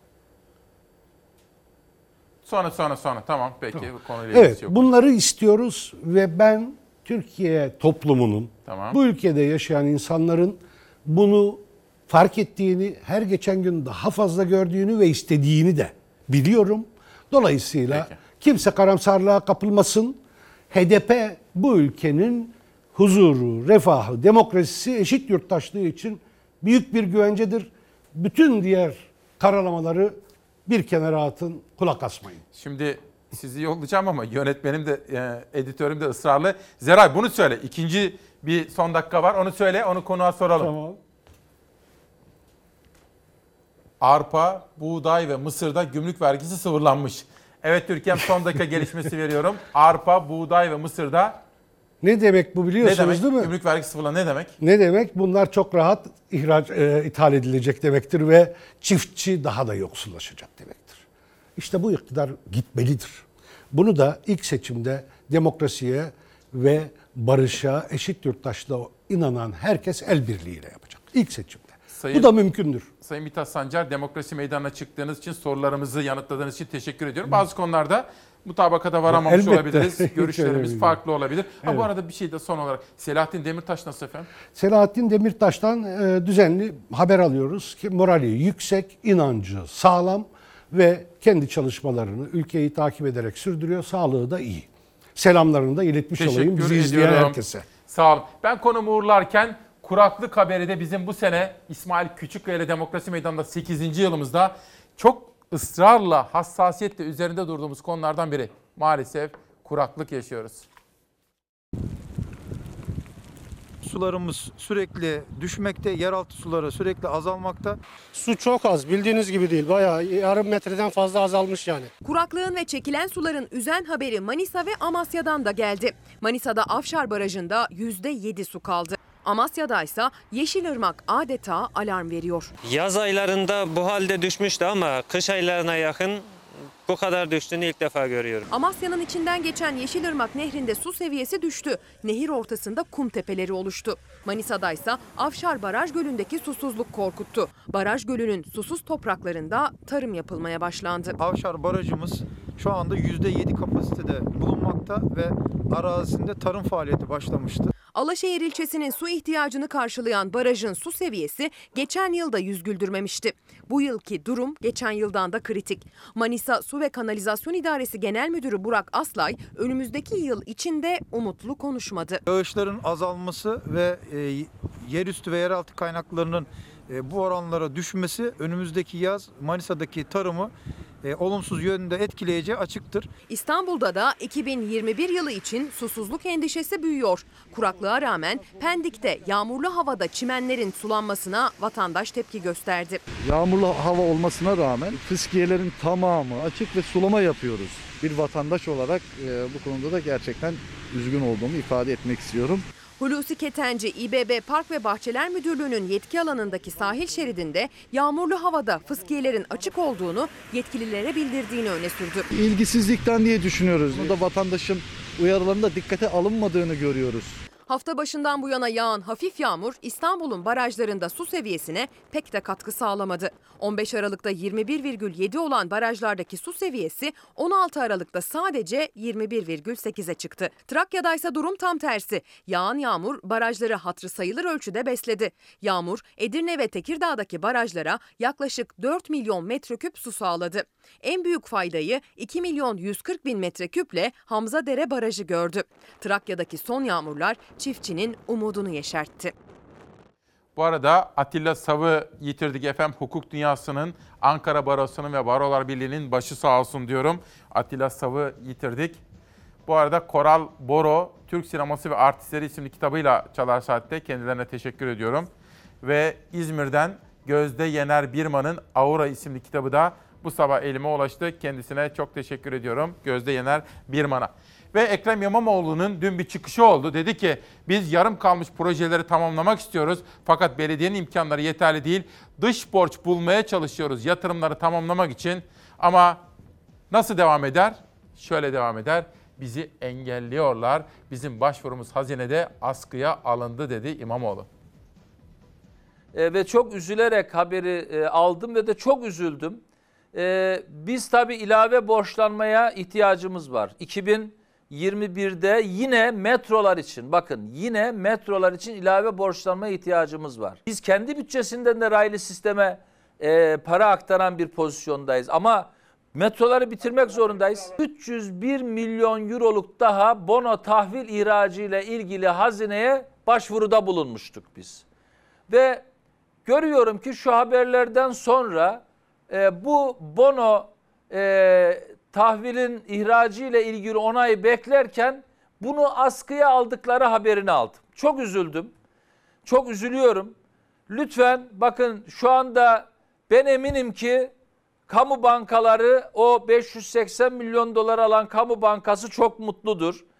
Sonra sonra sonra tamam peki tamam. Bu konuyla
evet, yok. Bunları istiyoruz ve ben Türkiye toplumunun, tamam. Bu ülkede yaşayan insanların bunu fark ettiğini, her geçen gün daha fazla gördüğünü ve istediğini de biliyorum. Dolayısıyla peki. Kimse karamsarlığa kapılmasın. H D P bu ülkenin huzuru, refahı, demokrasisi, eşit yurttaşlığı için büyük bir güvencedir. Bütün diğer karalamaları bir kenara atın, kulak asmayın.
Şimdi sizi yollayacağım ama yönetmenim de, e, editörüm de ısrarlı. Zeray bunu söyle. İkinci bir son dakika var. Onu söyle, onu konuğa soralım.
Tamam.
Arpa, buğday ve mısırda gümrük vergisi sıfırlanmış. Evet Türkiye'm son dakika gelişmesi veriyorum. Arpa, buğday ve mısırda
Ne demek bu
Ne
biliyorsunuz
demek?
değil mi?
Gümrük vergisi sıfırla ne demek?
Ne demek? Bunlar çok rahat ihraç, e, ithal edilecek demektir ve çiftçi daha da yoksullaşacak demektir. İşte bu iktidar gitmelidir. Bunu da ilk seçimde demokrasiye ve barışa, eşit yurttaşlığa inanan herkes el birliğiyle yapacak. İlk seçimde.
Sayın,
bu da mümkündür.
Sayın Mithat Sancar, demokrasi meydanına çıktığınız için, sorularımızı yanıtladığınız için teşekkür ediyorum. Bazı konularda mutabakata varamamış
Elbette.
olabiliriz. Görüşlerimiz
Hiç
farklı olabilir. Ha,
Evet.
bu arada bir şey de son olarak. Selahattin Demirtaş nasıl efendim?
Selahattin Demirtaş'tan e, düzenli haber alıyoruz ki morali yüksek, inancı sağlam ve kendi çalışmalarını ülkeyi takip ederek sürdürüyor. Sağlığı da iyi. Selamlarını da iletmiş olayım bizi izleyen herkese.
Sağ olun. Ben konumu uğurlarken kuraklık haberi de bizim bu sene İsmail Küçükkaya ile Demokrasi Meydanı'nda sekizinci yılımızda çok ısrarla, hassasiyetle üzerinde durduğumuz konulardan biri. Maalesef kuraklık yaşıyoruz.
Sularımız sürekli düşmekte, yeraltı suları sürekli azalmakta.
Su çok az, bildiğiniz gibi değil. Bayağı yarım metreden fazla azalmış yani.
Kuraklığın ve çekilen suların üzen haberi Manisa ve Amasya'dan da geldi. Manisa'da Afşar Barajı'nda yüzde yedi su kaldı. Amasya'da ise Yeşilırmak adeta alarm veriyor.
Yaz aylarında bu halde düşmüştü ama kış aylarına yakın bu kadar düştüğünü ilk defa görüyorum.
Amasya'nın içinden geçen Yeşilırmak Nehri'nde su seviyesi düştü. Nehir ortasında kum tepeleri oluştu. Manisa'da ise Afşar Baraj Gölü'ndeki susuzluk korkuttu. Baraj Gölü'nün susuz topraklarında tarım yapılmaya başlandı.
Avşar Barajımız şu anda yüzde yedi kapasitede bulunmakta ve arazisinde tarım faaliyeti başlamıştı.
Alaşehir ilçesinin su ihtiyacını karşılayan barajın su seviyesi geçen yılda yüz güldürmemişti. Bu yılki durum geçen yıldan da kritik. Manisa Su ve Kanalizasyon İdaresi Genel Müdürü Burak Aslay önümüzdeki yıl içinde umutlu konuşmadı.
Yağışların azalması ve e, yerüstü ve yeraltı kaynaklarının e, bu oranlara düşmesi önümüzdeki yaz Manisa'daki tarımı e, olumsuz yönde etkileyeceği açıktır.
İstanbul'da da iki bin yirmi bir yılı için susuzluk endişesi büyüyor. Kuraklığa rağmen Pendik'te yağmurlu havada çimenlerin sulanmasına vatandaş tepki gösterdi.
Yağmurlu hava olmasına rağmen fıskiyelerin tamamı açık ve sulama yapıyoruz. Bir vatandaş olarak e, bu konuda da gerçekten üzgün olduğumu ifade etmek istiyorum.
Hulusi Ketenci, İBB Park ve Bahçeler Müdürlüğü'nün yetki alanındaki sahil şeridinde yağmurlu havada fıskiyelerin açık olduğunu yetkililere bildirdiğini öne sürdü.
İlgisizlikten diye düşünüyoruz. Burada vatandaşın uyarılarında dikkate alınmadığını görüyoruz.
Hafta başından bu yana yağan hafif yağmur İstanbul'un barajlarında su seviyesine pek de katkı sağlamadı. on beş Aralık'ta yirmi bir virgül yedi olan barajlardaki su seviyesi on altı Aralık'ta sadece yirmi bir virgül sekize çıktı. Trakya'da ise durum tam tersi. Yağan yağmur barajları hatırı sayılır ölçüde besledi. Yağmur Edirne ve Tekirdağ'daki barajlara yaklaşık dört milyon metreküp su sağladı. En büyük faydayı iki milyon yüz kırk bin metreküple Hamzadere Barajı gördü. Trakya'daki son yağmurlar çiftçinin umudunu yeşertti.
Bu arada Atilla Sav'ı yitirdik efendim. Hukuk dünyasının, Ankara Barosu'nun ve Barolar Birliği'nin başı sağ olsun diyorum. Atilla Sav'ı yitirdik. Bu arada Koral Boro, Türk Sineması ve Artistleri isimli kitabıyla Çalar Saat'te kendilerine teşekkür ediyorum. Ve İzmir'den Gözde Yener Birman'ın Aura isimli kitabı da bu sabah elime ulaştı. Kendisine çok teşekkür ediyorum Gözde Yener Birman'a. Ve Ekrem İmamoğlu'nun dün bir çıkışı oldu. Dedi ki biz yarım kalmış projeleri tamamlamak istiyoruz. Fakat belediyenin imkanları yeterli değil. Dış borç bulmaya çalışıyoruz yatırımları tamamlamak için. Ama nasıl devam eder? Şöyle devam eder. Bizi engelliyorlar. Bizim başvurumuz hazinede askıya alındı dedi İmamoğlu.
E, ve çok üzülerek haberi e, aldım ve de çok üzüldüm. E, biz tabii ilave borçlanmaya ihtiyacımız var. iki bin yirmi birde yine metrolar için, bakın yine metrolar için ilave borçlanmaya ihtiyacımız var. Biz kendi bütçesinden de raylı sisteme e, para aktaran bir pozisyondayız ama metroları bitirmek zorundayız. üç yüz bir milyon euroluk daha bono tahvil ihracı ile ilgili hazineye başvuruda bulunmuştuk biz. Ve görüyorum ki şu haberlerden sonra e, bu bono e, tahvilin ihracı ile ilgili onayı beklerken bunu askıya aldıkları haberini aldım. Çok üzüldüm. Çok üzülüyorum. Lütfen bakın şu anda ben eminim ki kamu bankaları o beş yüz seksen milyon dolar alan kamu bankası çok mutludur.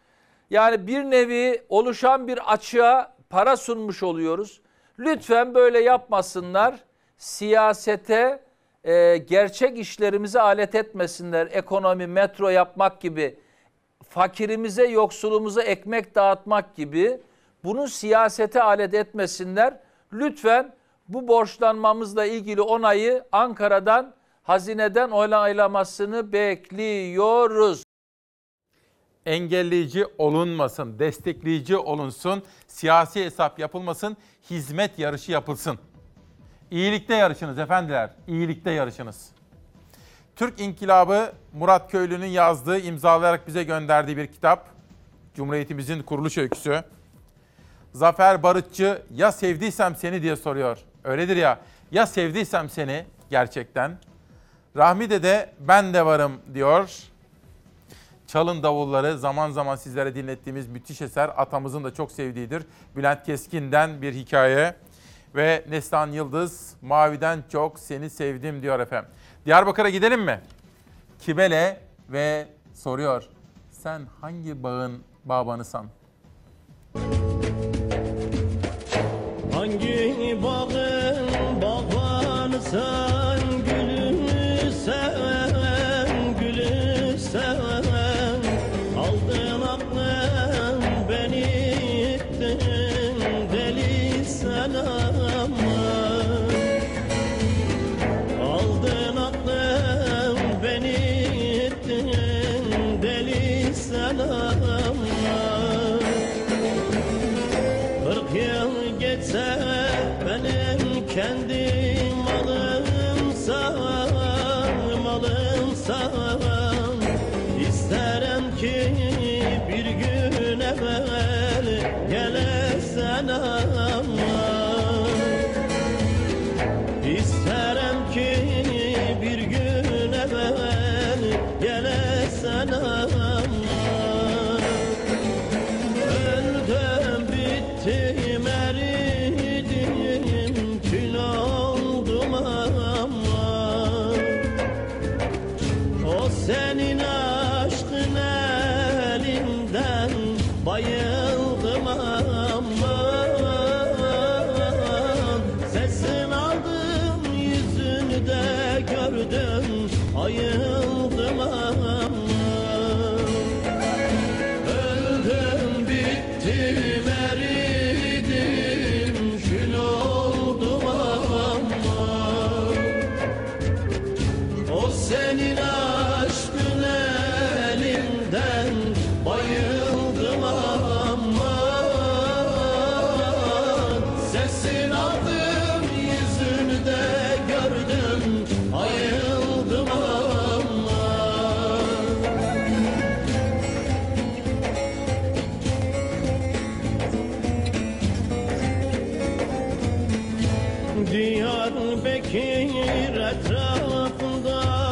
Yani bir nevi oluşan bir açığa para sunmuş oluyoruz. Lütfen böyle yapmasınlar. Siyasete, e, gerçek işlerimize alet etmesinler. Ekonomi, metro yapmak gibi, fakirimize, yoksulumuza ekmek dağıtmak gibi bunu siyasete alet etmesinler. Lütfen bu borçlanmamızla ilgili onayı Ankara'dan, hazineden onaylamasını bekliyoruz.
Engelleyici olunmasın, destekleyici olunsun, siyasi hesap yapılmasın, hizmet yarışı yapılsın. İyilikte yarışınız efendiler, iyilikte yarışınız. Türk İnkılabı Murat Köylü'nün yazdığı, imzalayarak bize gönderdiği bir kitap. Cumhuriyetimizin kuruluş öyküsü. Zafer Barutçu, ya sevdiysem seni diye soruyor. Öyledir ya, ya sevdiysem seni gerçekten. Rahmi Dede ben de varım diyor. Çalın Davulları, zaman zaman sizlere dinlettiğimiz müthiş eser, atamızın da çok sevdiğidir. Bülent Keskin'den bir hikaye ve Neslihan Yıldız, Maviden çok seni sevdim diyor efendim. Diyarbakır'a gidelim mi? Kibele ve soruyor, sen hangi bağın babanısan?
Hangi bağın babanısan, gülü seven, gülü seven. Aldın aklım beni ittin, deli sen ama. Aldın aklım beni ittin, deli sen ama. Kırk yıl geçse benim kendi malımsa, malımsa. İsterim ki bir gün evvel gelesen ama. İsterim ki bir gün evvel gelesen ama. Öldüm bittim eridim kül oldum ama. O senin aşkın elinden bayıldım ama. Sesin aldım yüzünü de gördüm ayıldım ama. Öldüm bittim eridim kül oldum ama. O senin aşkın elinden bayıldım ama. Sesin aldım yüzünü de gördüm ayıldım ama. Diyarbakır etrafında